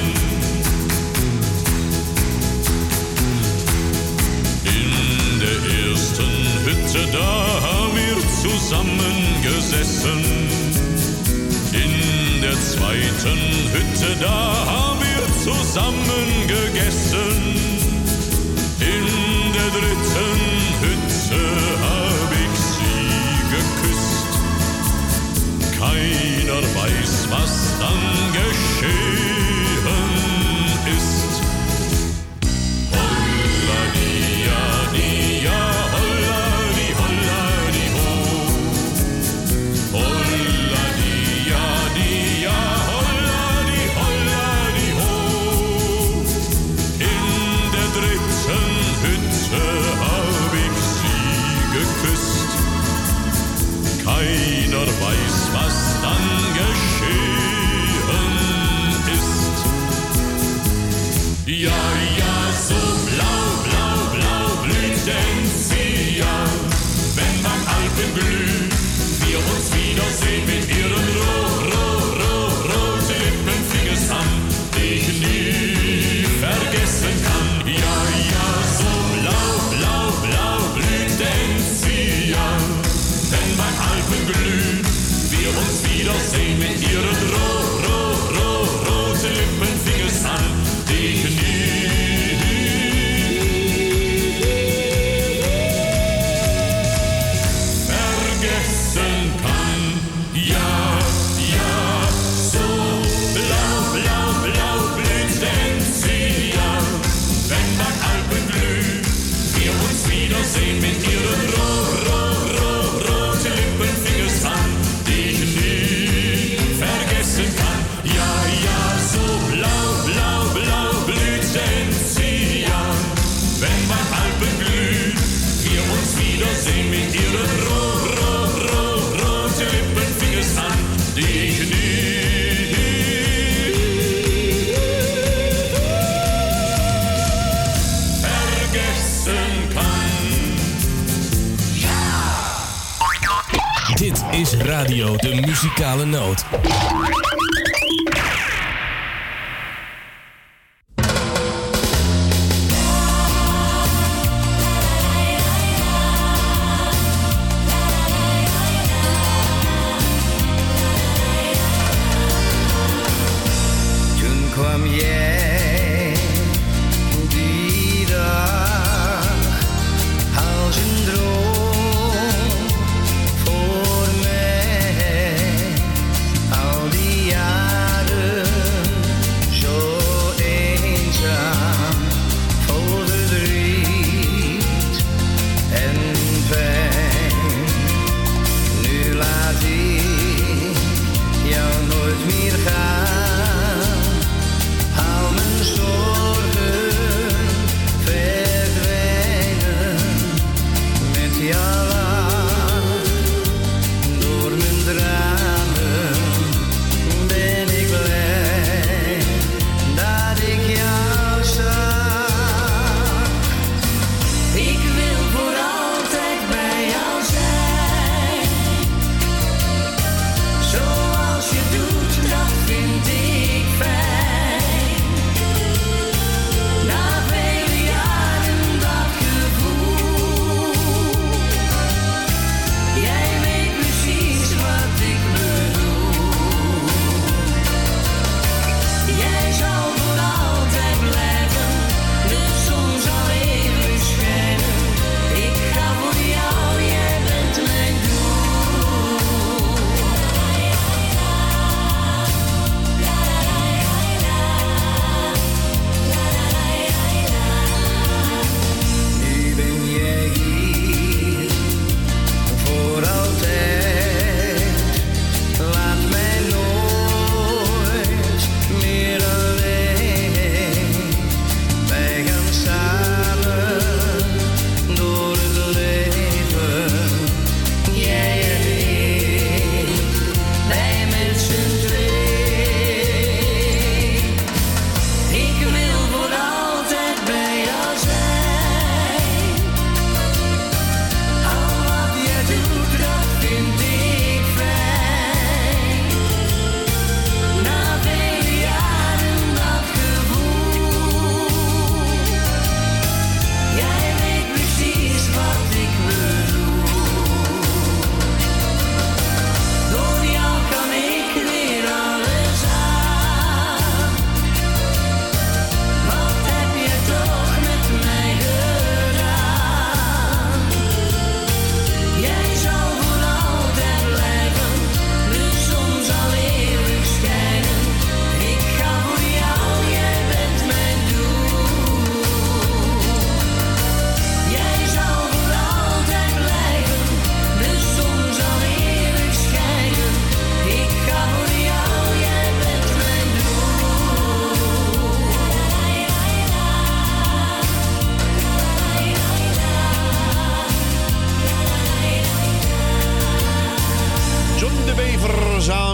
In der ersten Hütte, da haben wir zusammengesessen. In der zweiten Hütte, da haben wir zusammen gegessen. In der dritten Hütte hab ich sie geküsst. Keiner weiß, was dann geschehen ist. Holla-dia, dia, holla-di, holla-di, ho. Holla-dia, dia, holla-di, holla-di, ho. In der dritten Hütte hab ich sie geküsst. Keiner weiß, was dann geschehen ist. Ja, ja, so blau, blau, blau blüht Enzian, wenn beim Alpenglüh wir uns wiedersehen mit ihren roten Lippen fing es an, die ich nie vergessen kann. Ja, ja, so blau, blau, blau blüht Enzian, wenn beim Alpenglüh wir uns wiedersehen mit ihren roten Lippen fing es an, die ich nie vergessen kann. Ja, ja, so blau, blau, blau blüht Enzian, wenn beim Alpenglüh wir uns wiedersehen mit ihren roten Lippen fing es an, die ich nie vergessen kann. Ja, ja, so blau, blau, blau blüht Enzian, wenn beim Alpenglüh wir uns wiedersehen mit ihren roten Lippen fing es an, die ich nie vergessen kann. Dit is Radio de Muzikale Noot. Toen kwam jij die dag als een droom voor mij. Al die jaren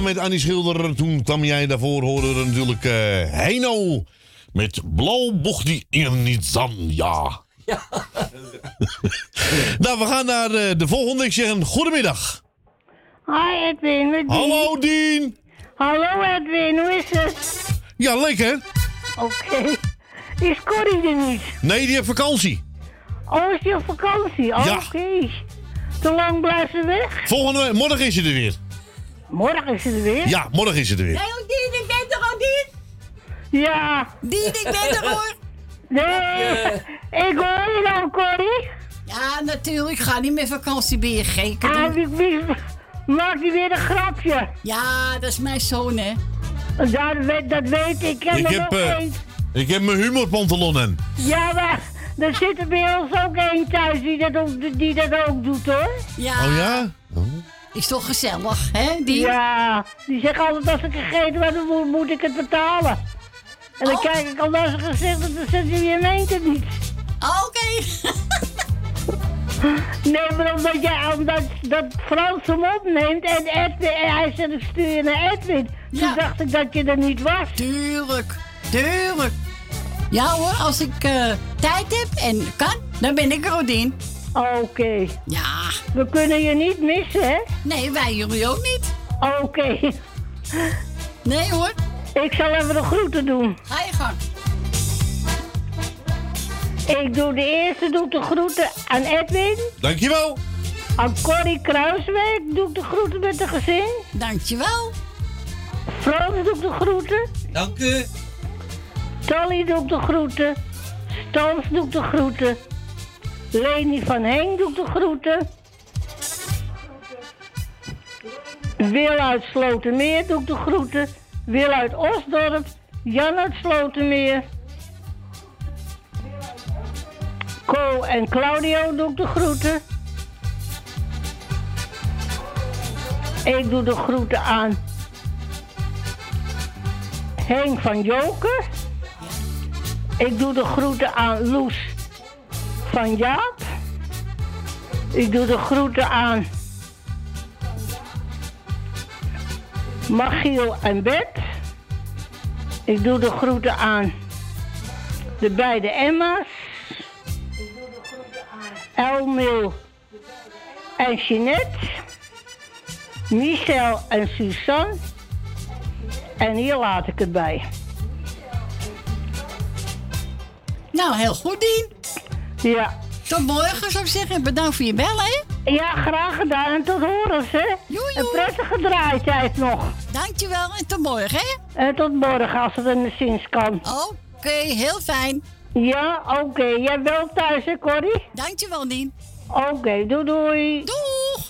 met Annie Schilder. Toen kwam jij daarvoor, hoorde er natuurlijk Heino. Met blauw bocht die in niet dan, ja. Nou, we gaan naar de volgende. Ik zeg een goedemiddag. Hi Edwin, met Dien. Hallo Dien. Hallo Edwin, hoe is het? Ja, lekker. Oké. Is Corrie er niet? Nee, die heeft vakantie. Oh, is die op vakantie? Oh, Ja. oké. Te lang blijft ze weg? Morgen is ze er weer. Morgen is ze er weer? Ja, morgen is ze er weer. Nee, oh, Dien, ik ben er al, Dien. Ja. Dien, ik ben er hoor. Nee, ik hoor je nou, Corrie. Ja, natuurlijk. Ik ga niet meer vakantie, ben je gek. Maakt die weer een grapje? Ja, dat is mijn zoon, hè. Dat weet ik. Ik heb mijn humorpantalon aan. Ja, maar er zit er bij ons ook één thuis die dat ook doet, hoor. Ja. Oh ja? Oh. Is toch gezellig, hè, die? Ja, die zegt altijd als ik gegeten heb, dan moet ik het betalen. En dan kijk ik al naar zijn gezicht en dan zegt hij, je meent het niet. Oké. Nee, maar omdat dat Frans hem opneemt en Edwin, en hij zegt ik stuur je naar Edwin. Toen dacht ik dat je er niet was. Tuurlijk. Ja hoor, als ik tijd heb en kan, dan ben ik er, Rodien. Oké. Ja. We kunnen je niet missen, hè? Nee, wij jullie ook niet. Oké. Nee hoor. Ik zal even de groeten doen. Ga je gang. Ik doe de groeten aan Edwin. Dankjewel. Aan Corrie Kruiswijk doe ik de groeten met de gezin. Dankjewel. Frans doe ik de groeten. Dank u. Tally doe ik de groeten. Stans doe ik de groeten. Leni van Henk doe ik de groeten. Wil uit Slotermeer doe ik de groeten. Wil uit Osdorp. Jan uit Slotermeer. Co en Claudio doe ik de groeten. Ik doe de groeten aan Henk van Joker. Ik doe de groeten aan Loes van Jaap. Ik doe de groeten aan Machiel en Bert. Ik doe de groeten aan de beide Emma's. Ik doe de groeten aan Elmil en Jeanette. Michel en Suzanne. En hier laat ik het bij. Nou, heel goed, Dien. Ja. Tot morgen, zou ik zeggen. Bedankt voor je bellen, hè? Ja, graag gedaan. En tot horens, hè? Een prettige draaitijd nog. Dankjewel en tot morgen, hè? En tot morgen, als het enigszins kan. Oké, heel fijn. Ja, oké. Jij bent thuis, hè, Corrie? Dankjewel, Dien. Oké, doei doei. Doeg!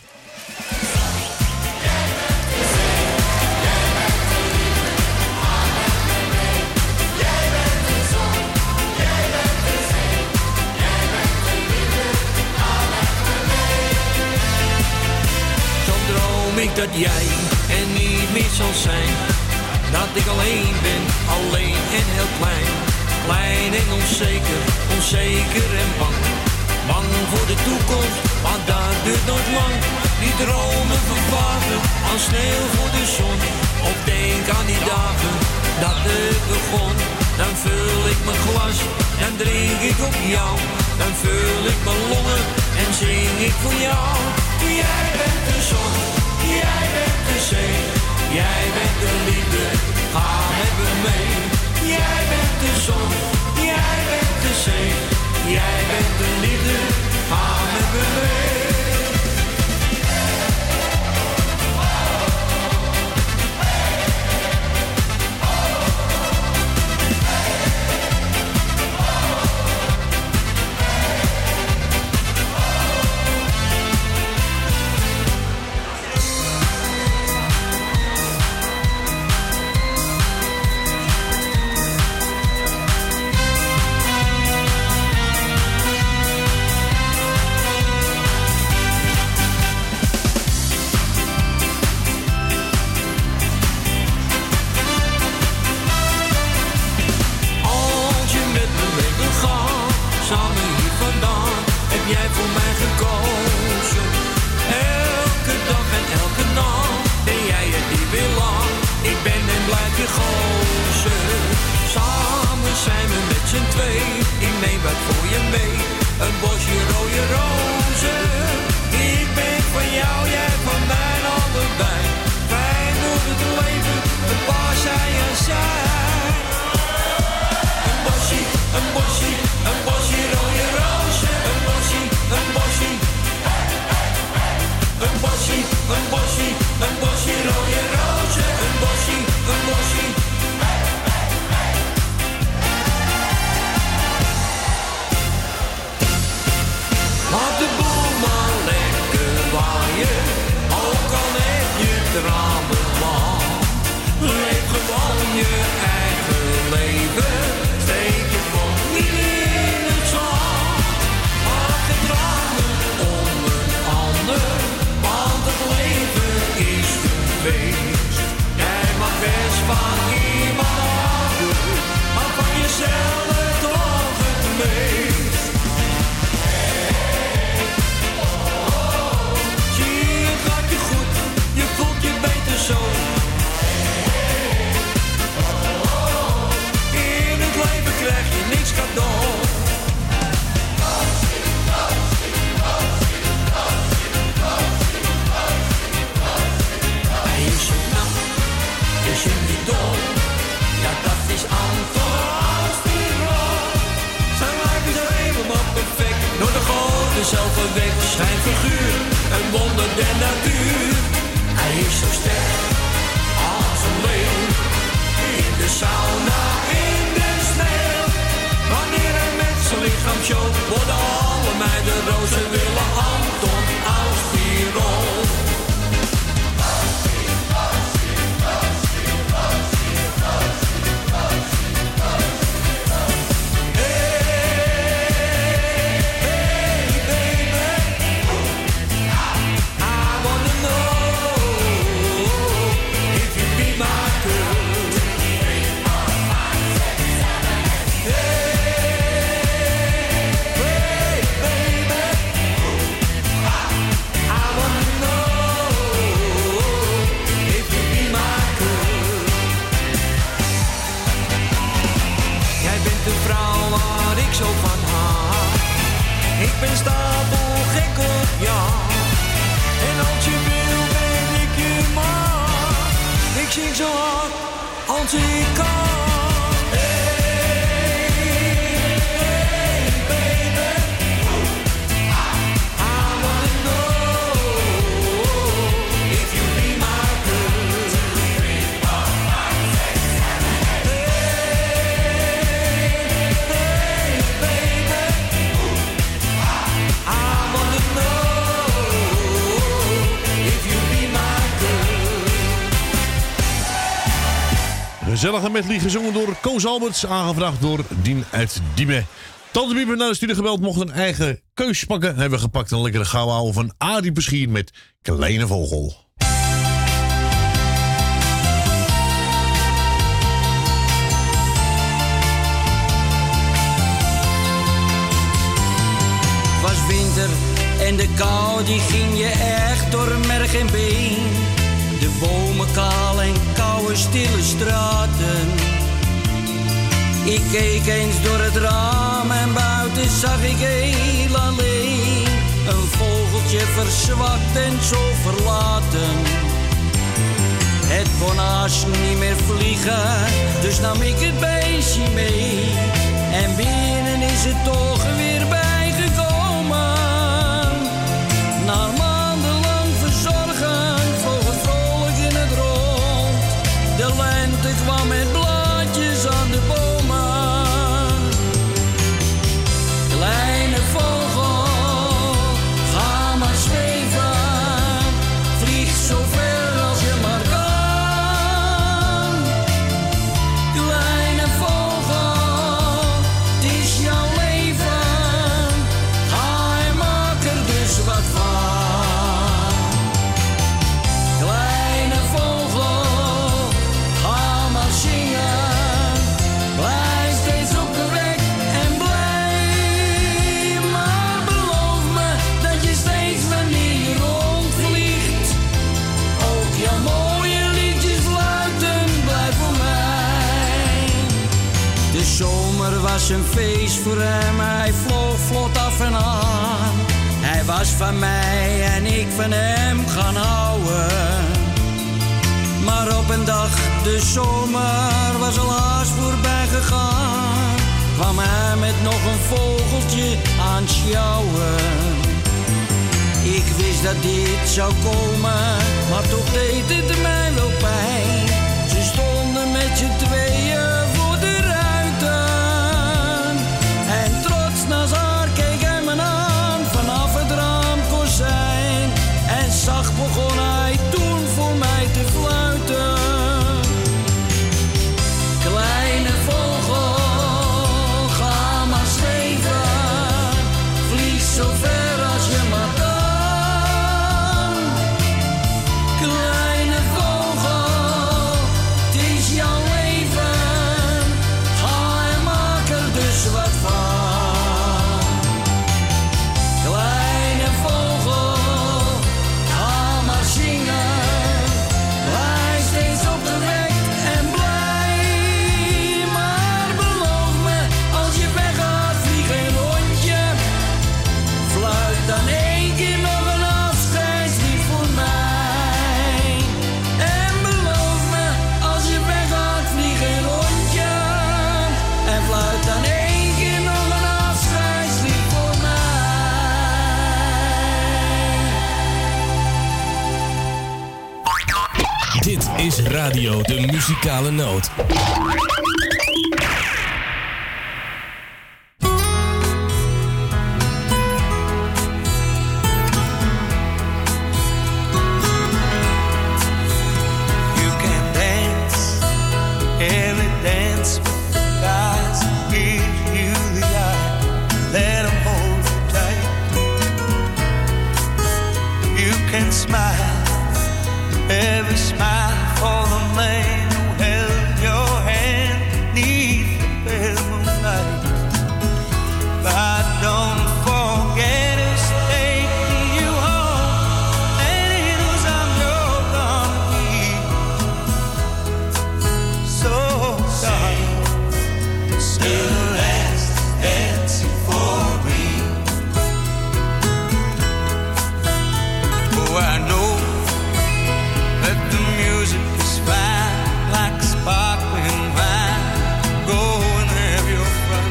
Ik dat jij er niet meer zal zijn. Dat ik alleen ben, alleen en heel klein. Klein en onzeker, onzeker en bang. Bang voor de toekomst, want dat duurt nooit lang. Die dromen vervagen als sneeuw voor de zon. Of denk aan die dagen dat het begon. Dan vul ik mijn glas, dan drink ik op jou. Dan vul ik mijn longen en zing ik voor jou. Jij bent de zon. Jij bent de zee, jij bent de liefde, ga met me mee. Jij bent de zon, jij bent de zee, jij bent de liefde, ga met me mee. z'n twee. Ik neem wat voor je mee. Een bosje rode rozen. Ik ben van jou, jij van mij allebei. Fijn door het leven, een paar zij en zij. Een bosje, een bosje, een bosje rode rozen. Een bosje, een bosje. Een bosje, een bosje, een bosje rode rozen. Een bosje, een bosje. Laat de boel maar lekker waaien, ook al heb je tranen lang. Leef gewoon je eigen leven, steek je kop niet in het zand. Maak het tranen om een ander, want het leven is een feest. Jij mag best van iemand houden, maar van jezelf toch het meest. Je voelt je beter zo. In het leven krijg je niks cadeau. Hij is zo knap, is je niet dol. Ja, dat is Anton Alstierol. Zijn lijf is helemaal perfect. Door de goden zelf weg, zijn figuur, een wonder der natuur. Hij is zo sterk als een leeuw. In de sauna, in de sneeuw. Wanneer hij met zijn lichaam showt, worden alle meiden rozen willen Anton Alstierol. Zo van haar. Ik ben stapelgek op jou. En als je wil ben ik je man. Ik zing zo hard als ik kan. Hey, hey, baby. I wanna know if you be my girl. 3, 4, 5, 6, 7, Gezellige medley gezongen door Koos Alberts, aangevraagd door Dien uit Diemen. Tante Biebe naar de studio gebeld, mocht een eigen keus pakken. Hebben we gepakt een lekkere gouden ouwe van Arie Peschier met Kleine Vogel. Het was winter en de kou die ging je echt door merg en been. De bomen kaal en koude stille straten. Ik keek eens door het raam en buiten zag ik heel alleen een vogeltje verzwakt en zo verlaten. Het kon haast niet meer vliegen, dus nam ik het beestje mee. En binnen is het toch weer bijgekomen. Na maandenlang verzorgen vloog het vrolijk in het rond. De lente kwam met blaadjes aan de bomen. Kleine vogel, ga maar zweven. Vlieg zo ver als je maar kan. Kleine vogel, het is jouw leven. is voor hem, hij vloog vlot af en aan. Hij was van mij en ik van hem gaan houden. Maar op een dag, de zomer was al haast voorbij gegaan, kwam hij met nog een vogeltje aan sjouwen. Ik wist dat dit zou komen, maar toch deed het mij wel pijn. Ze stonden met z'n tweeën voor de ruiten. En trots naast haar keek hij me aan vanaf het raamkozijn. En zacht begon hij toen voor mij te fluiten. Kleine vogel, ga maar zweven, vlieg zo ver als je maar kan. Kleine vogel, het is jouw leven, ga en maak er dus wat van. Kleine vogel, ga maar zingen, blijf steeds opgewekt en blij. Maar beloof me, als je weggaat, vlieg een rondje. Fluit dan één keer nog een afscheidslied voor mij. En beloof me, als je weggaat, vlieg een rondje. En fluit dan één keer nog een afscheidslied voor mij. Dit is Radio de Muzikale Noot. You can dance, every dance with the guys who give you the eye. Let 'em hold you tight. You can smile, every smile for the man who held your hand beneath the pale moonlight. But don't forget who's taking you home, and in whose arms you're gonna be. So darling, say the last dance for me. Oh, I know that the music is fine, like sparkling wine. Go and have your fun,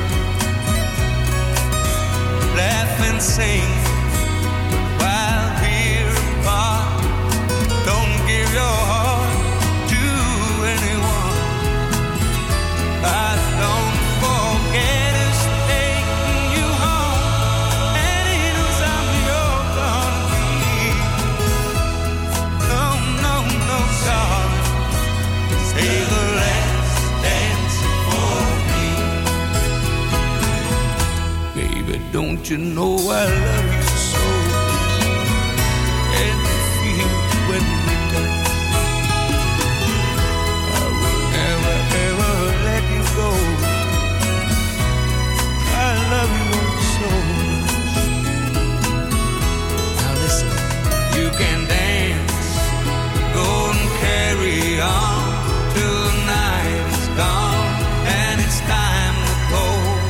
laugh and sing while we're apart. Don't give your heart to anyone, but don't forget who's taking you home, and in whose arms you're gonna be. No, no, no, darling, say the last dance for me. Baby, don't you know I love you so? And you feel when we touch, I will never, ever let you go. I love you oh so much. Now listen, you can dance, go and carry on till the night is gone and it's time to go.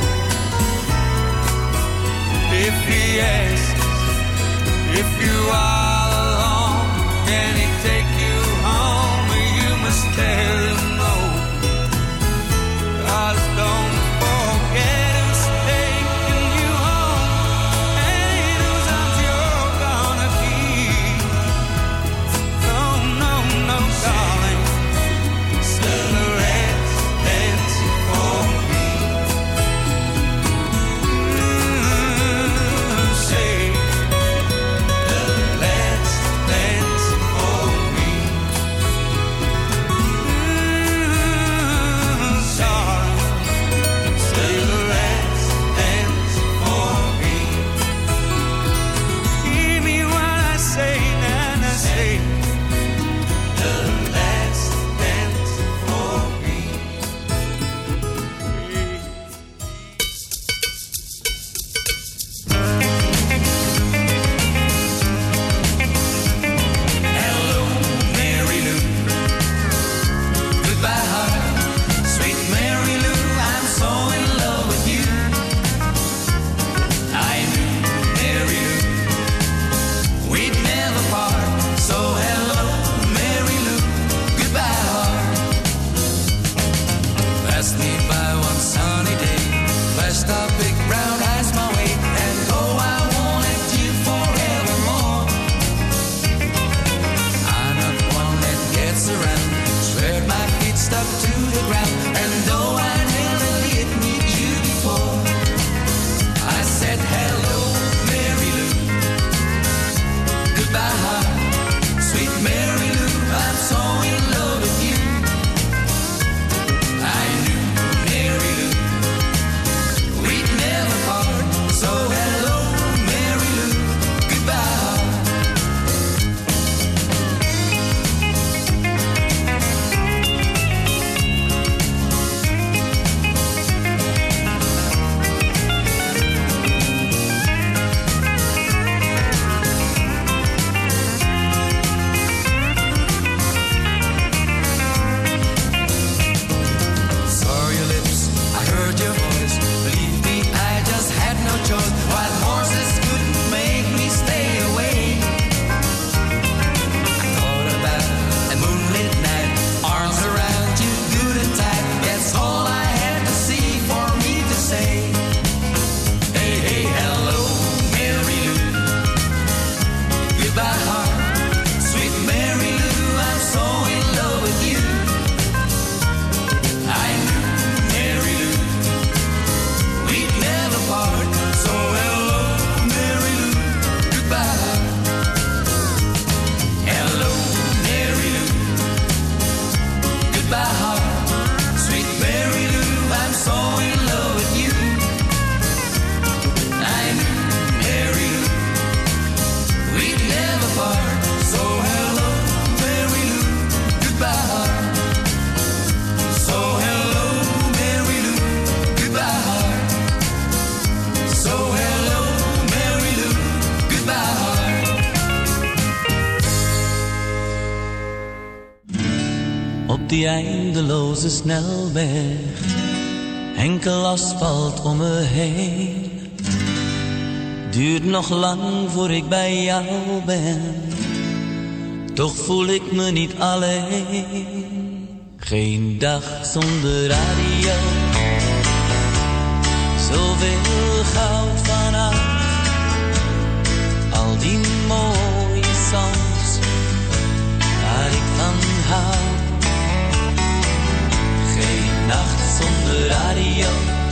If he asks if you are alone, can he take you home? You must tell him no. 'Cause don't forget who's taking you home, and in whose arms you're gonna be. No, no, no, darling, say the last dance for me. Say the last die eindeloze snelweg, enkel asfalt om me heen. Duurt nog lang voor ik bij jou ben, toch voel ik me niet alleen. Geen dag zonder radio, zoveel goud vanaf. Al die mooie songs waar ik van hou. Geen nacht zonder radio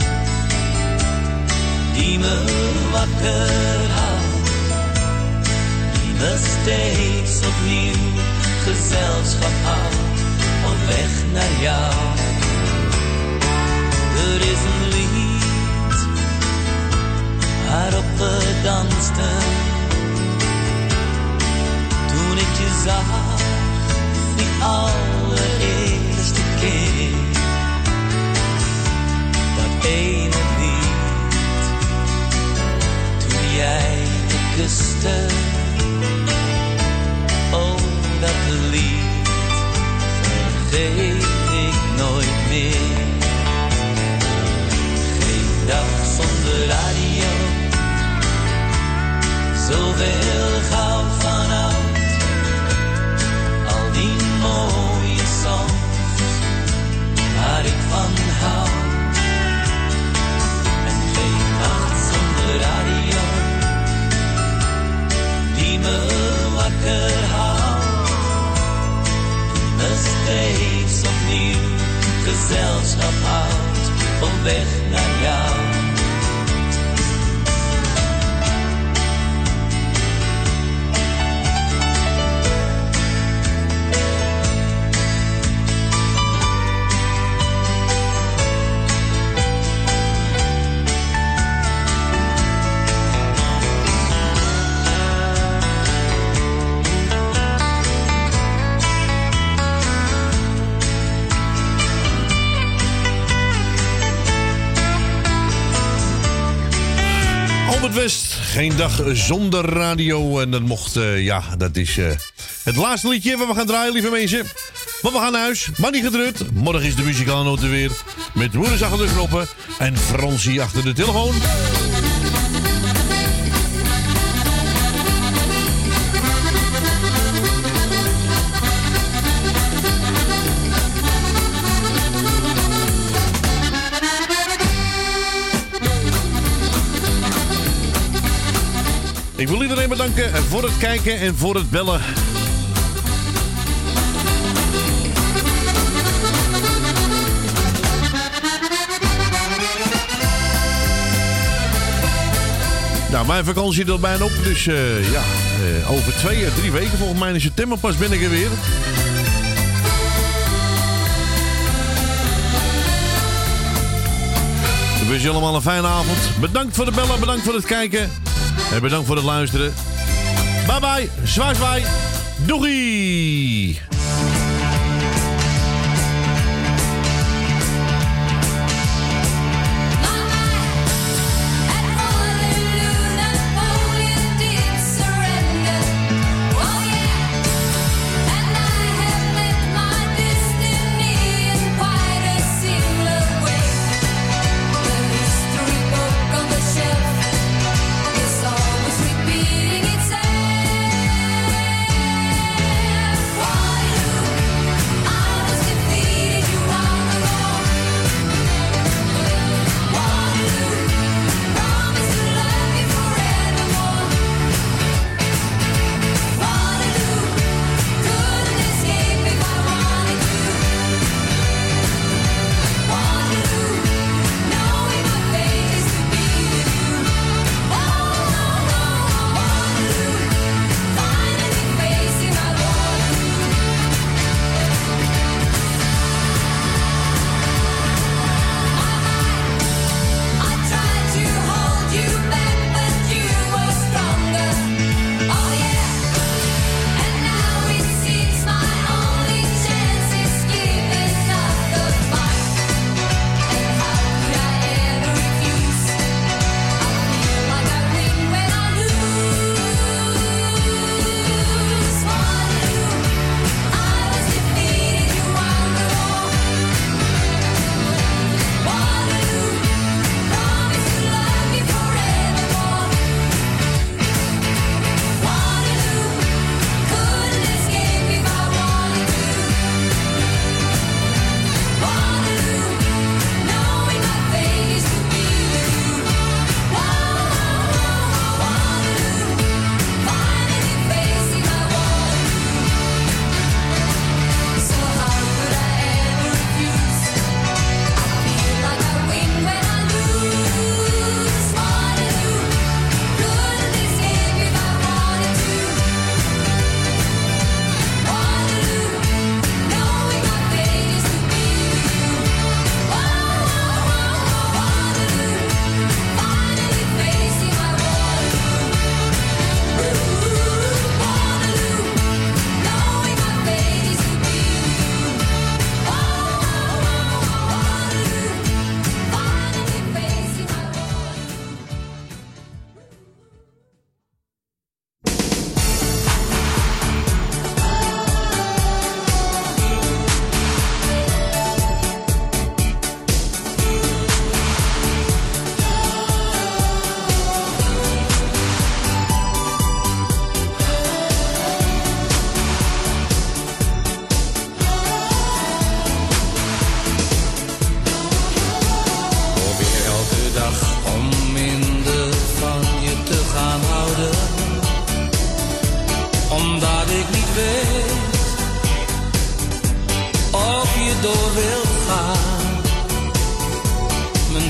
die me wakker houdt, die me steeds opnieuw gezelschap houdt op weg naar jou. Er is een lied waarop we dansten toen ik je zag, die allereerste keer. Dat ene lied, toen jij me kuste. Oh, dat lied vergeet ik nooit meer. Geen dag zonder radio, zoveel goud vanaf. Al die mooie songs waar ik van hou. En geen nacht zonder radio die me wakker houdt, die me steeds opnieuw gezelschap houdt op weg naar jou. West, geen dag zonder radio. En dat mocht, dat is het laatste liedje wat we gaan draaien, lieve mensen. Want we gaan naar huis, maar niet gedrukt. Morgen is de muzikale noten weer. Met Moeders achter de knoppen en Fransie achter de telefoon. Ik wil iedereen bedanken voor het kijken en voor het bellen. Nou, mijn vakantie er bijna op. Dus over 2-3 weken, volgens mij in september pas ben ik er weer. Ik wens je allemaal een fijne avond. Bedankt voor het bellen, bedankt voor het kijken. En bedankt voor het luisteren. Bye bye, zwaai zwaai, doei! Why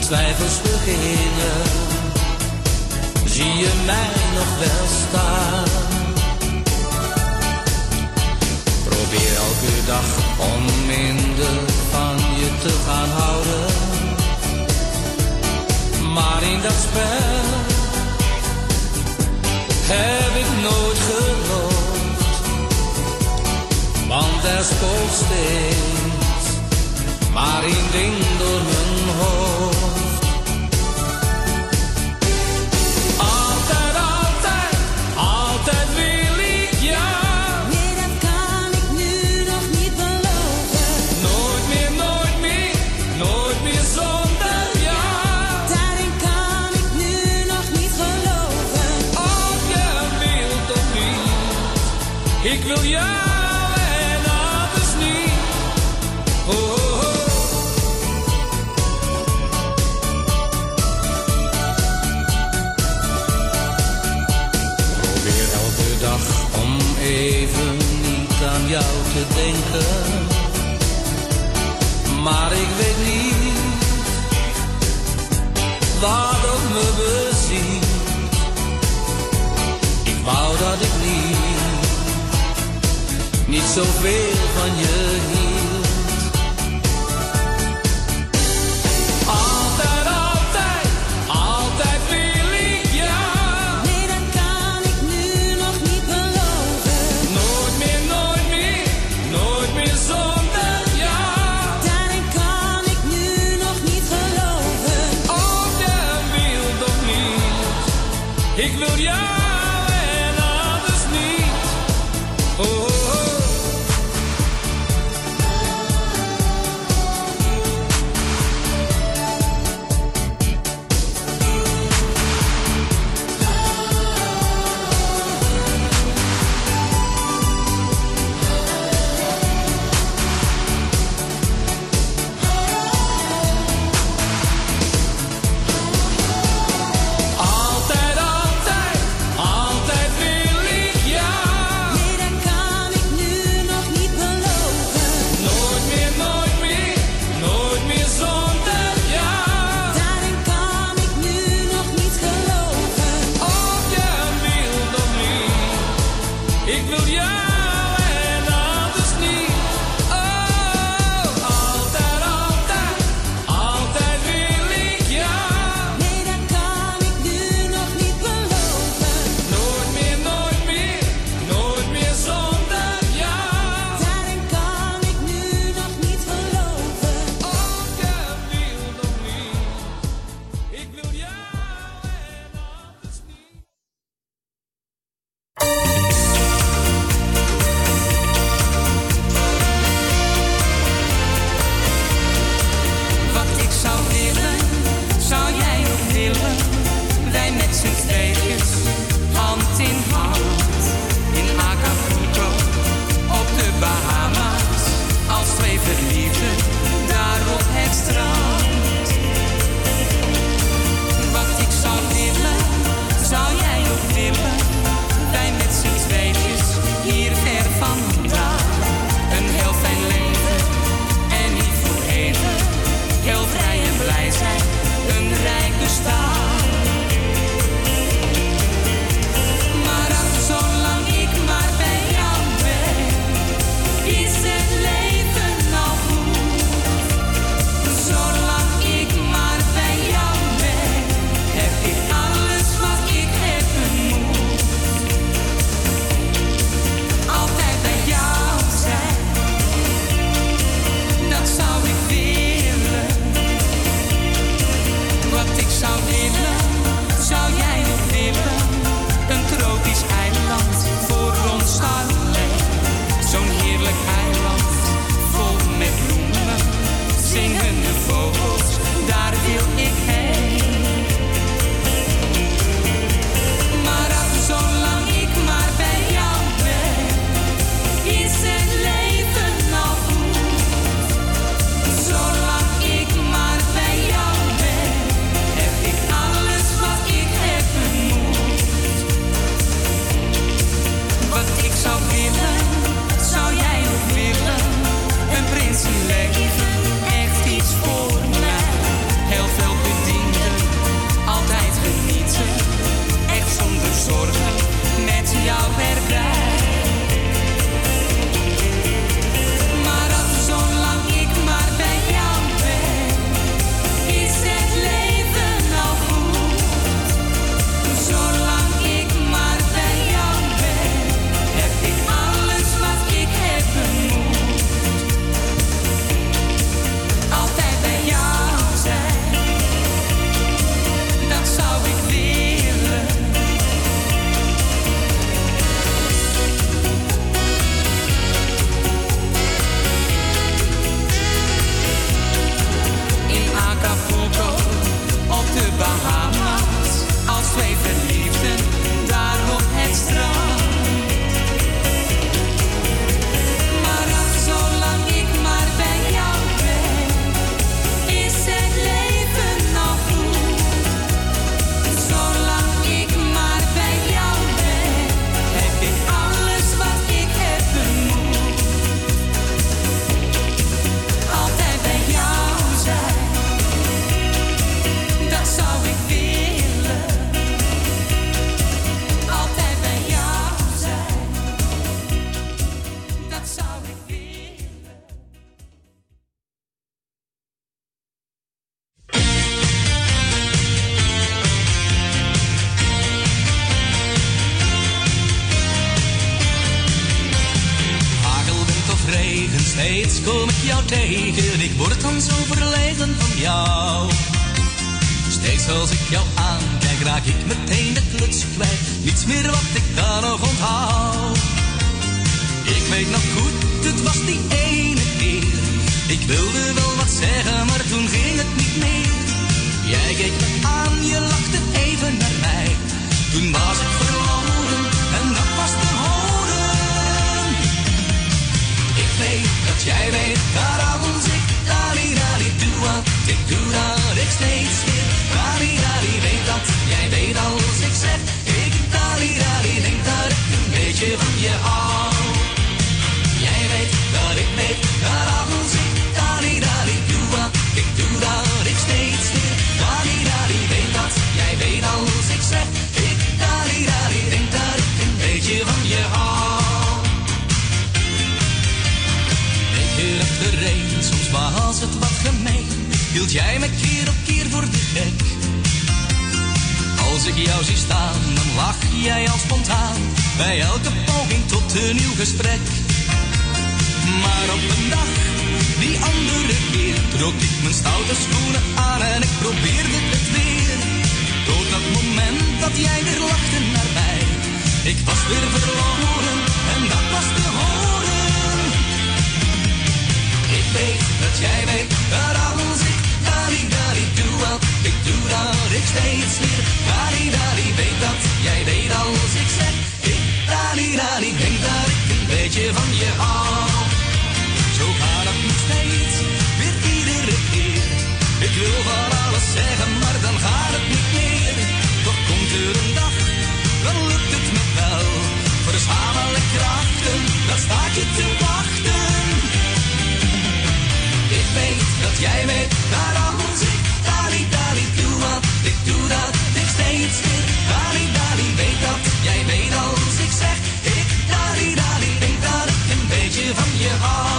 twijfels beginnen, zie je mij nog wel staan. Probeer elke dag om minder van je te gaan houden, maar in dat spel heb ik nooit geloofd, want er spookt steeds maar één ding door mijn hoofd. Altijd, altijd, altijd wil ik jou. Nee, dat kan ik nu nog niet beloven. Nooit meer, nooit meer, nooit meer zonder jou. Daarin kan ik nu nog niet geloven. Of je wilt of niet, ik wil jou en anders niet. Oh, oh, oh. Probeer elke dag om even niet aan jou te denken, maar ik weet niet wat op me bezielt. Ik wou dat ik niet zoveel van je hield. Altijd, altijd, altijd wil ik jou. Nee, dat kan ik nu nog niet beloven. Nooit meer, nooit meer, nooit meer zonder jou. Daarin kan ik nu nog niet geloven. Of je wilt of niet, ik wil jou en anders niet. Oh, oh, oh. Altijd, altijd, steeds kom ik jou tegen, ik word dan zo verlegen van jou. Steeds als ik jou aankijk, raak ik meteen de kluts kwijt. Niets meer wat ik daar nog onthoud. Ik weet nog goed, het was die ene keer. Ik wilde wel wat zeggen, maar toen ging het niet meer. Jij keek me aan, je lachte even naar mij. Toen was ik verloren en dat was te horen. Ik weet dat jij weet, daar als ik dali doe wat ik doe, dat ik steeds weer dali weet dat jij weet als ik zeg. Ik dali denk dat ik een beetje van je hou. Jij weet dat ik weet, daar als ik dali doe wat ik doe, dat ik steeds weer dali weet dat jij weet als ik zeg. Ik dali denk dat ik een beetje van je hou. Ik keer achtereen, soms was het wat gemeen. Hield jij me keer op keer voor de gek. Als ik jou zie staan, dan lach jij al spontaan. Bij elke poging tot een nieuw gesprek. Maar op een dag, die andere keer, trok ik mijn stoute schoenen aan en ik probeerde het weer. Tot dat moment dat jij weer lachte naar mij. Ik was weer verloren en dat was te horen. Ik weet dat jij weet, dat als ik dali doe wat ik doe, dat ik steeds weer dali weet dat jij weet als ik zeg. Ik dali denk dat ik een beetje van je hou. Zo gaat het nog steeds, weer iedere keer. Ik wil van alles zeggen, maar dan gaat het niet meer. Toch komt er een dag, dan lukt het me wel. Verzamel ik krachten, dan sta ik je te wachten. Ik weet dat jij weet, dat als ik dali doe wat ik doe, dat ik steeds weer dali weet dat jij weet als ik zeg. Ik dali denk dat ik een beetje van je hou.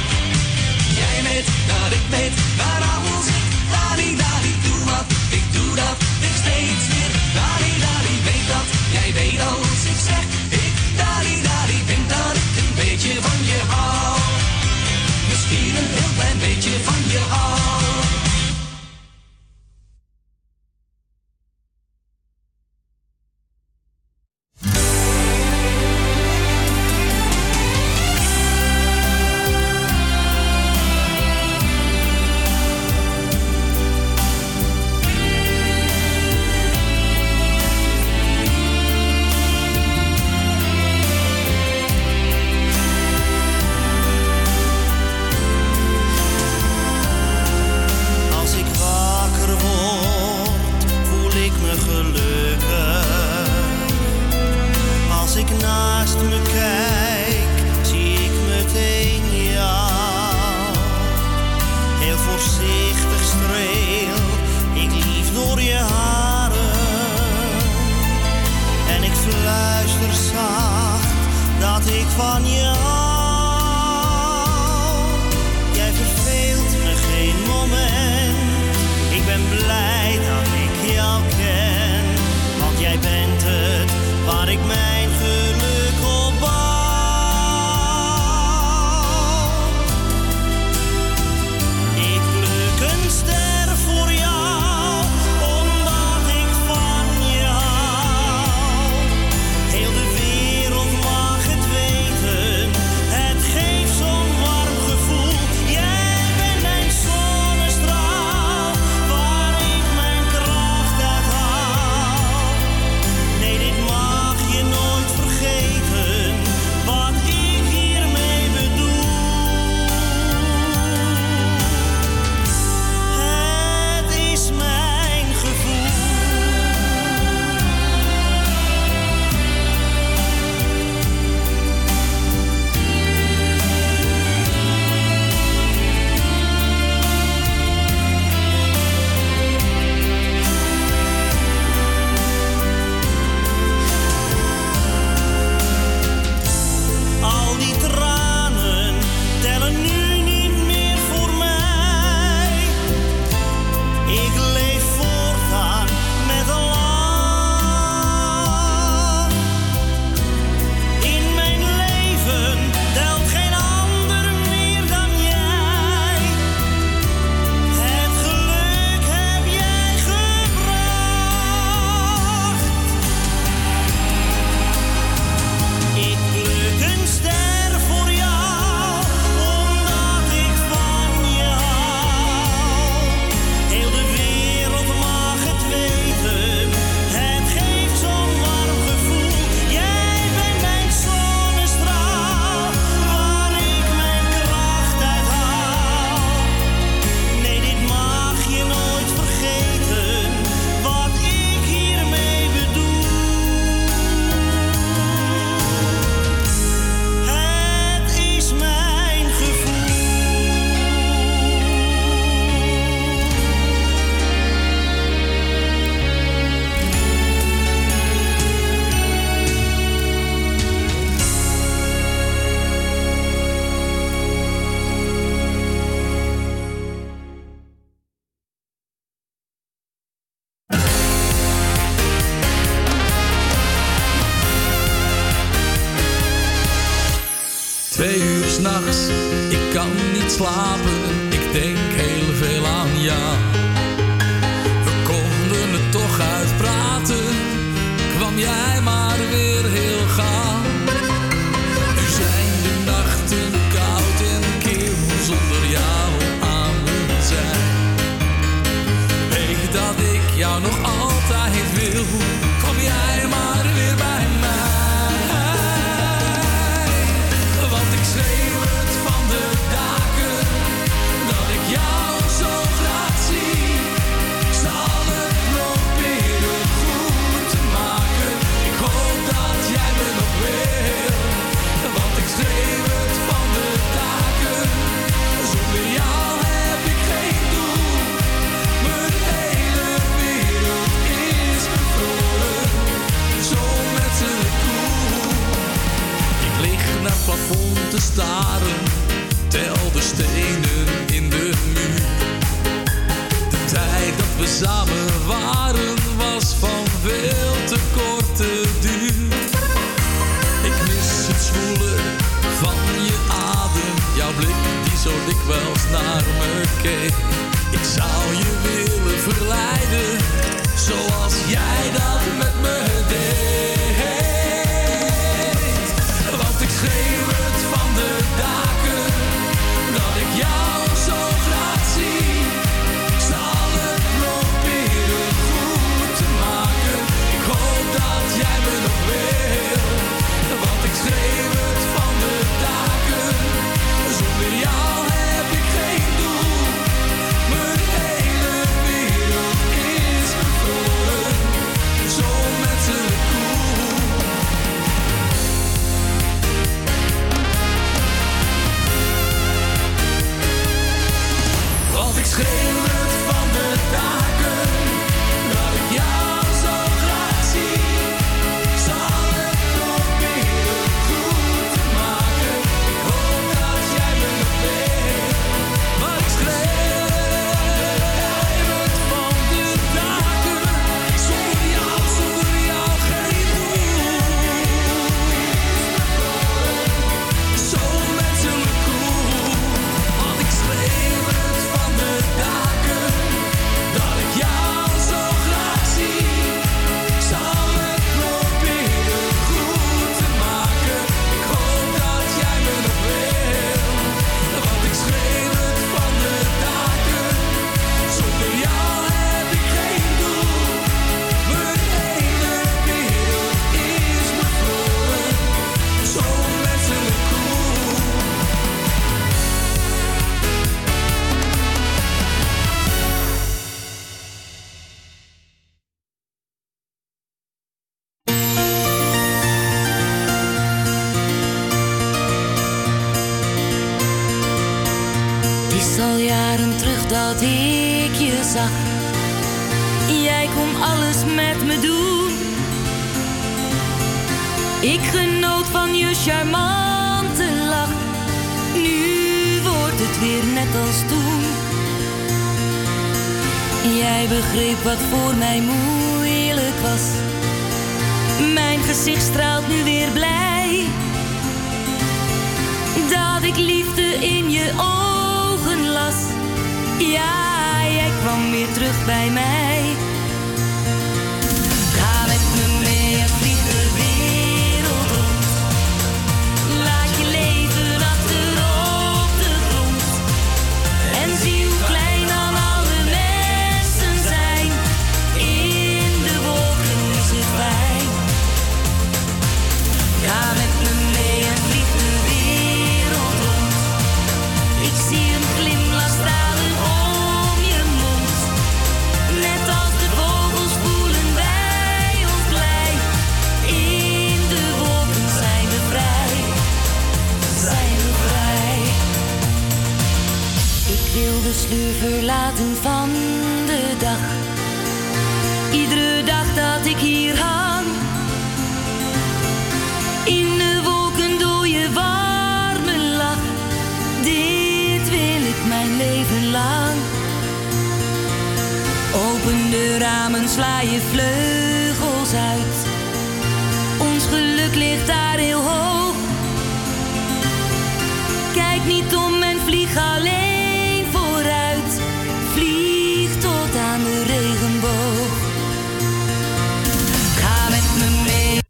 Jij weet dat ik weet, dat als ik dali doe wat ik doe, dat ik steeds weer dali weet dat jij weet als ik zeg. Ik dali denk dat ik een beetje van je hou. Misschien een heel klein beetje van je hou. Vergeten. s'nachts, ik kan niet slapen, ik denk heel veel aan jou. We konden het toch uitpraten, kwam jij maar weer heel gauw. Nu zijn de nachten koud en kil zonder jou aan mijn zij. Weet dat ik jou nog altijd wil, kom jij maar weer bij mij. Want ik schreeuw het van de daken, dat ik jou zo graag zie. Ik zal het proberen goed te maken, ik hoop dat jij me nog wil. Want ik schreeuw het van de daken, zonder jou heb ik geen doel. Mijn hele wereld is bevroren, zo met z'n koel. Ik lig naar het plafond te staren, tel de stenen in de muur. De tijd dat we samen waren was van veel te korte duur. Ik mis het zwoelen van je adem, jouw blik die zo dikwijls naar me keek. Ik zou je willen verleiden, zoals jij dat met me deed. Want ik schreeuw het van de daken, dat ik jou zo graag zie. Ik zal het proberen goed te maken, ik hoop dat jij me nog wil. Want ik schreeuw het van de daken, zonder jou heb ik geen doel. Mijn hele wereld is bevroren, zo met z'n koel. Want ik schreeuw het van de daken, dat ik jou zo graag zie. Ik zal het proberen goed te maken, ik hoop dat jij me nog wil. Want ik schreeuw het van de daken, zonder jou geen doel. Zo met z'n koel. Want ik schreeuw het van de daken, dat ik jou zo graag zie. Ik zal het proberen goed te maken, ik hoop dat jij me nog wil. Want ik schreeuw het van de daken, zonder jou heb ik geen doel. Mijn hele wereld is bevroren, zo met z'n koel. Het is al jaren terug dat ik je zag. Jij kon alles met me doen. Ik genoot van je charmante lach. Nu wordt het weer net als toen. Jij begreep wat voor mij moeilijk was. Mijn gezicht straalt nu weer blij. Dat ik liefde in je ogen las. Ja, jij kwam weer terug bij mij. Ga met me mee en vlieg de wereld rond. Laat je leven achter op de grond. En zie hoe klein dan alle mensen zijn. In de wolken is het fijn. Ga met me mee en vlieg de wereld rond. Ik zie een glimlach stralen om je mond. Net als de vogels voelen wij ons blij. In de wolken zijn we vrij. Zijn we vrij. Ik wil de sleur verlaten van de dag. Iedere dag dat ik hier hang. In de wolken door je warme lach. Dit wil ik mijn leven lang. Open de ramen, sla je vleugels uit. Ons geluk ligt daar heel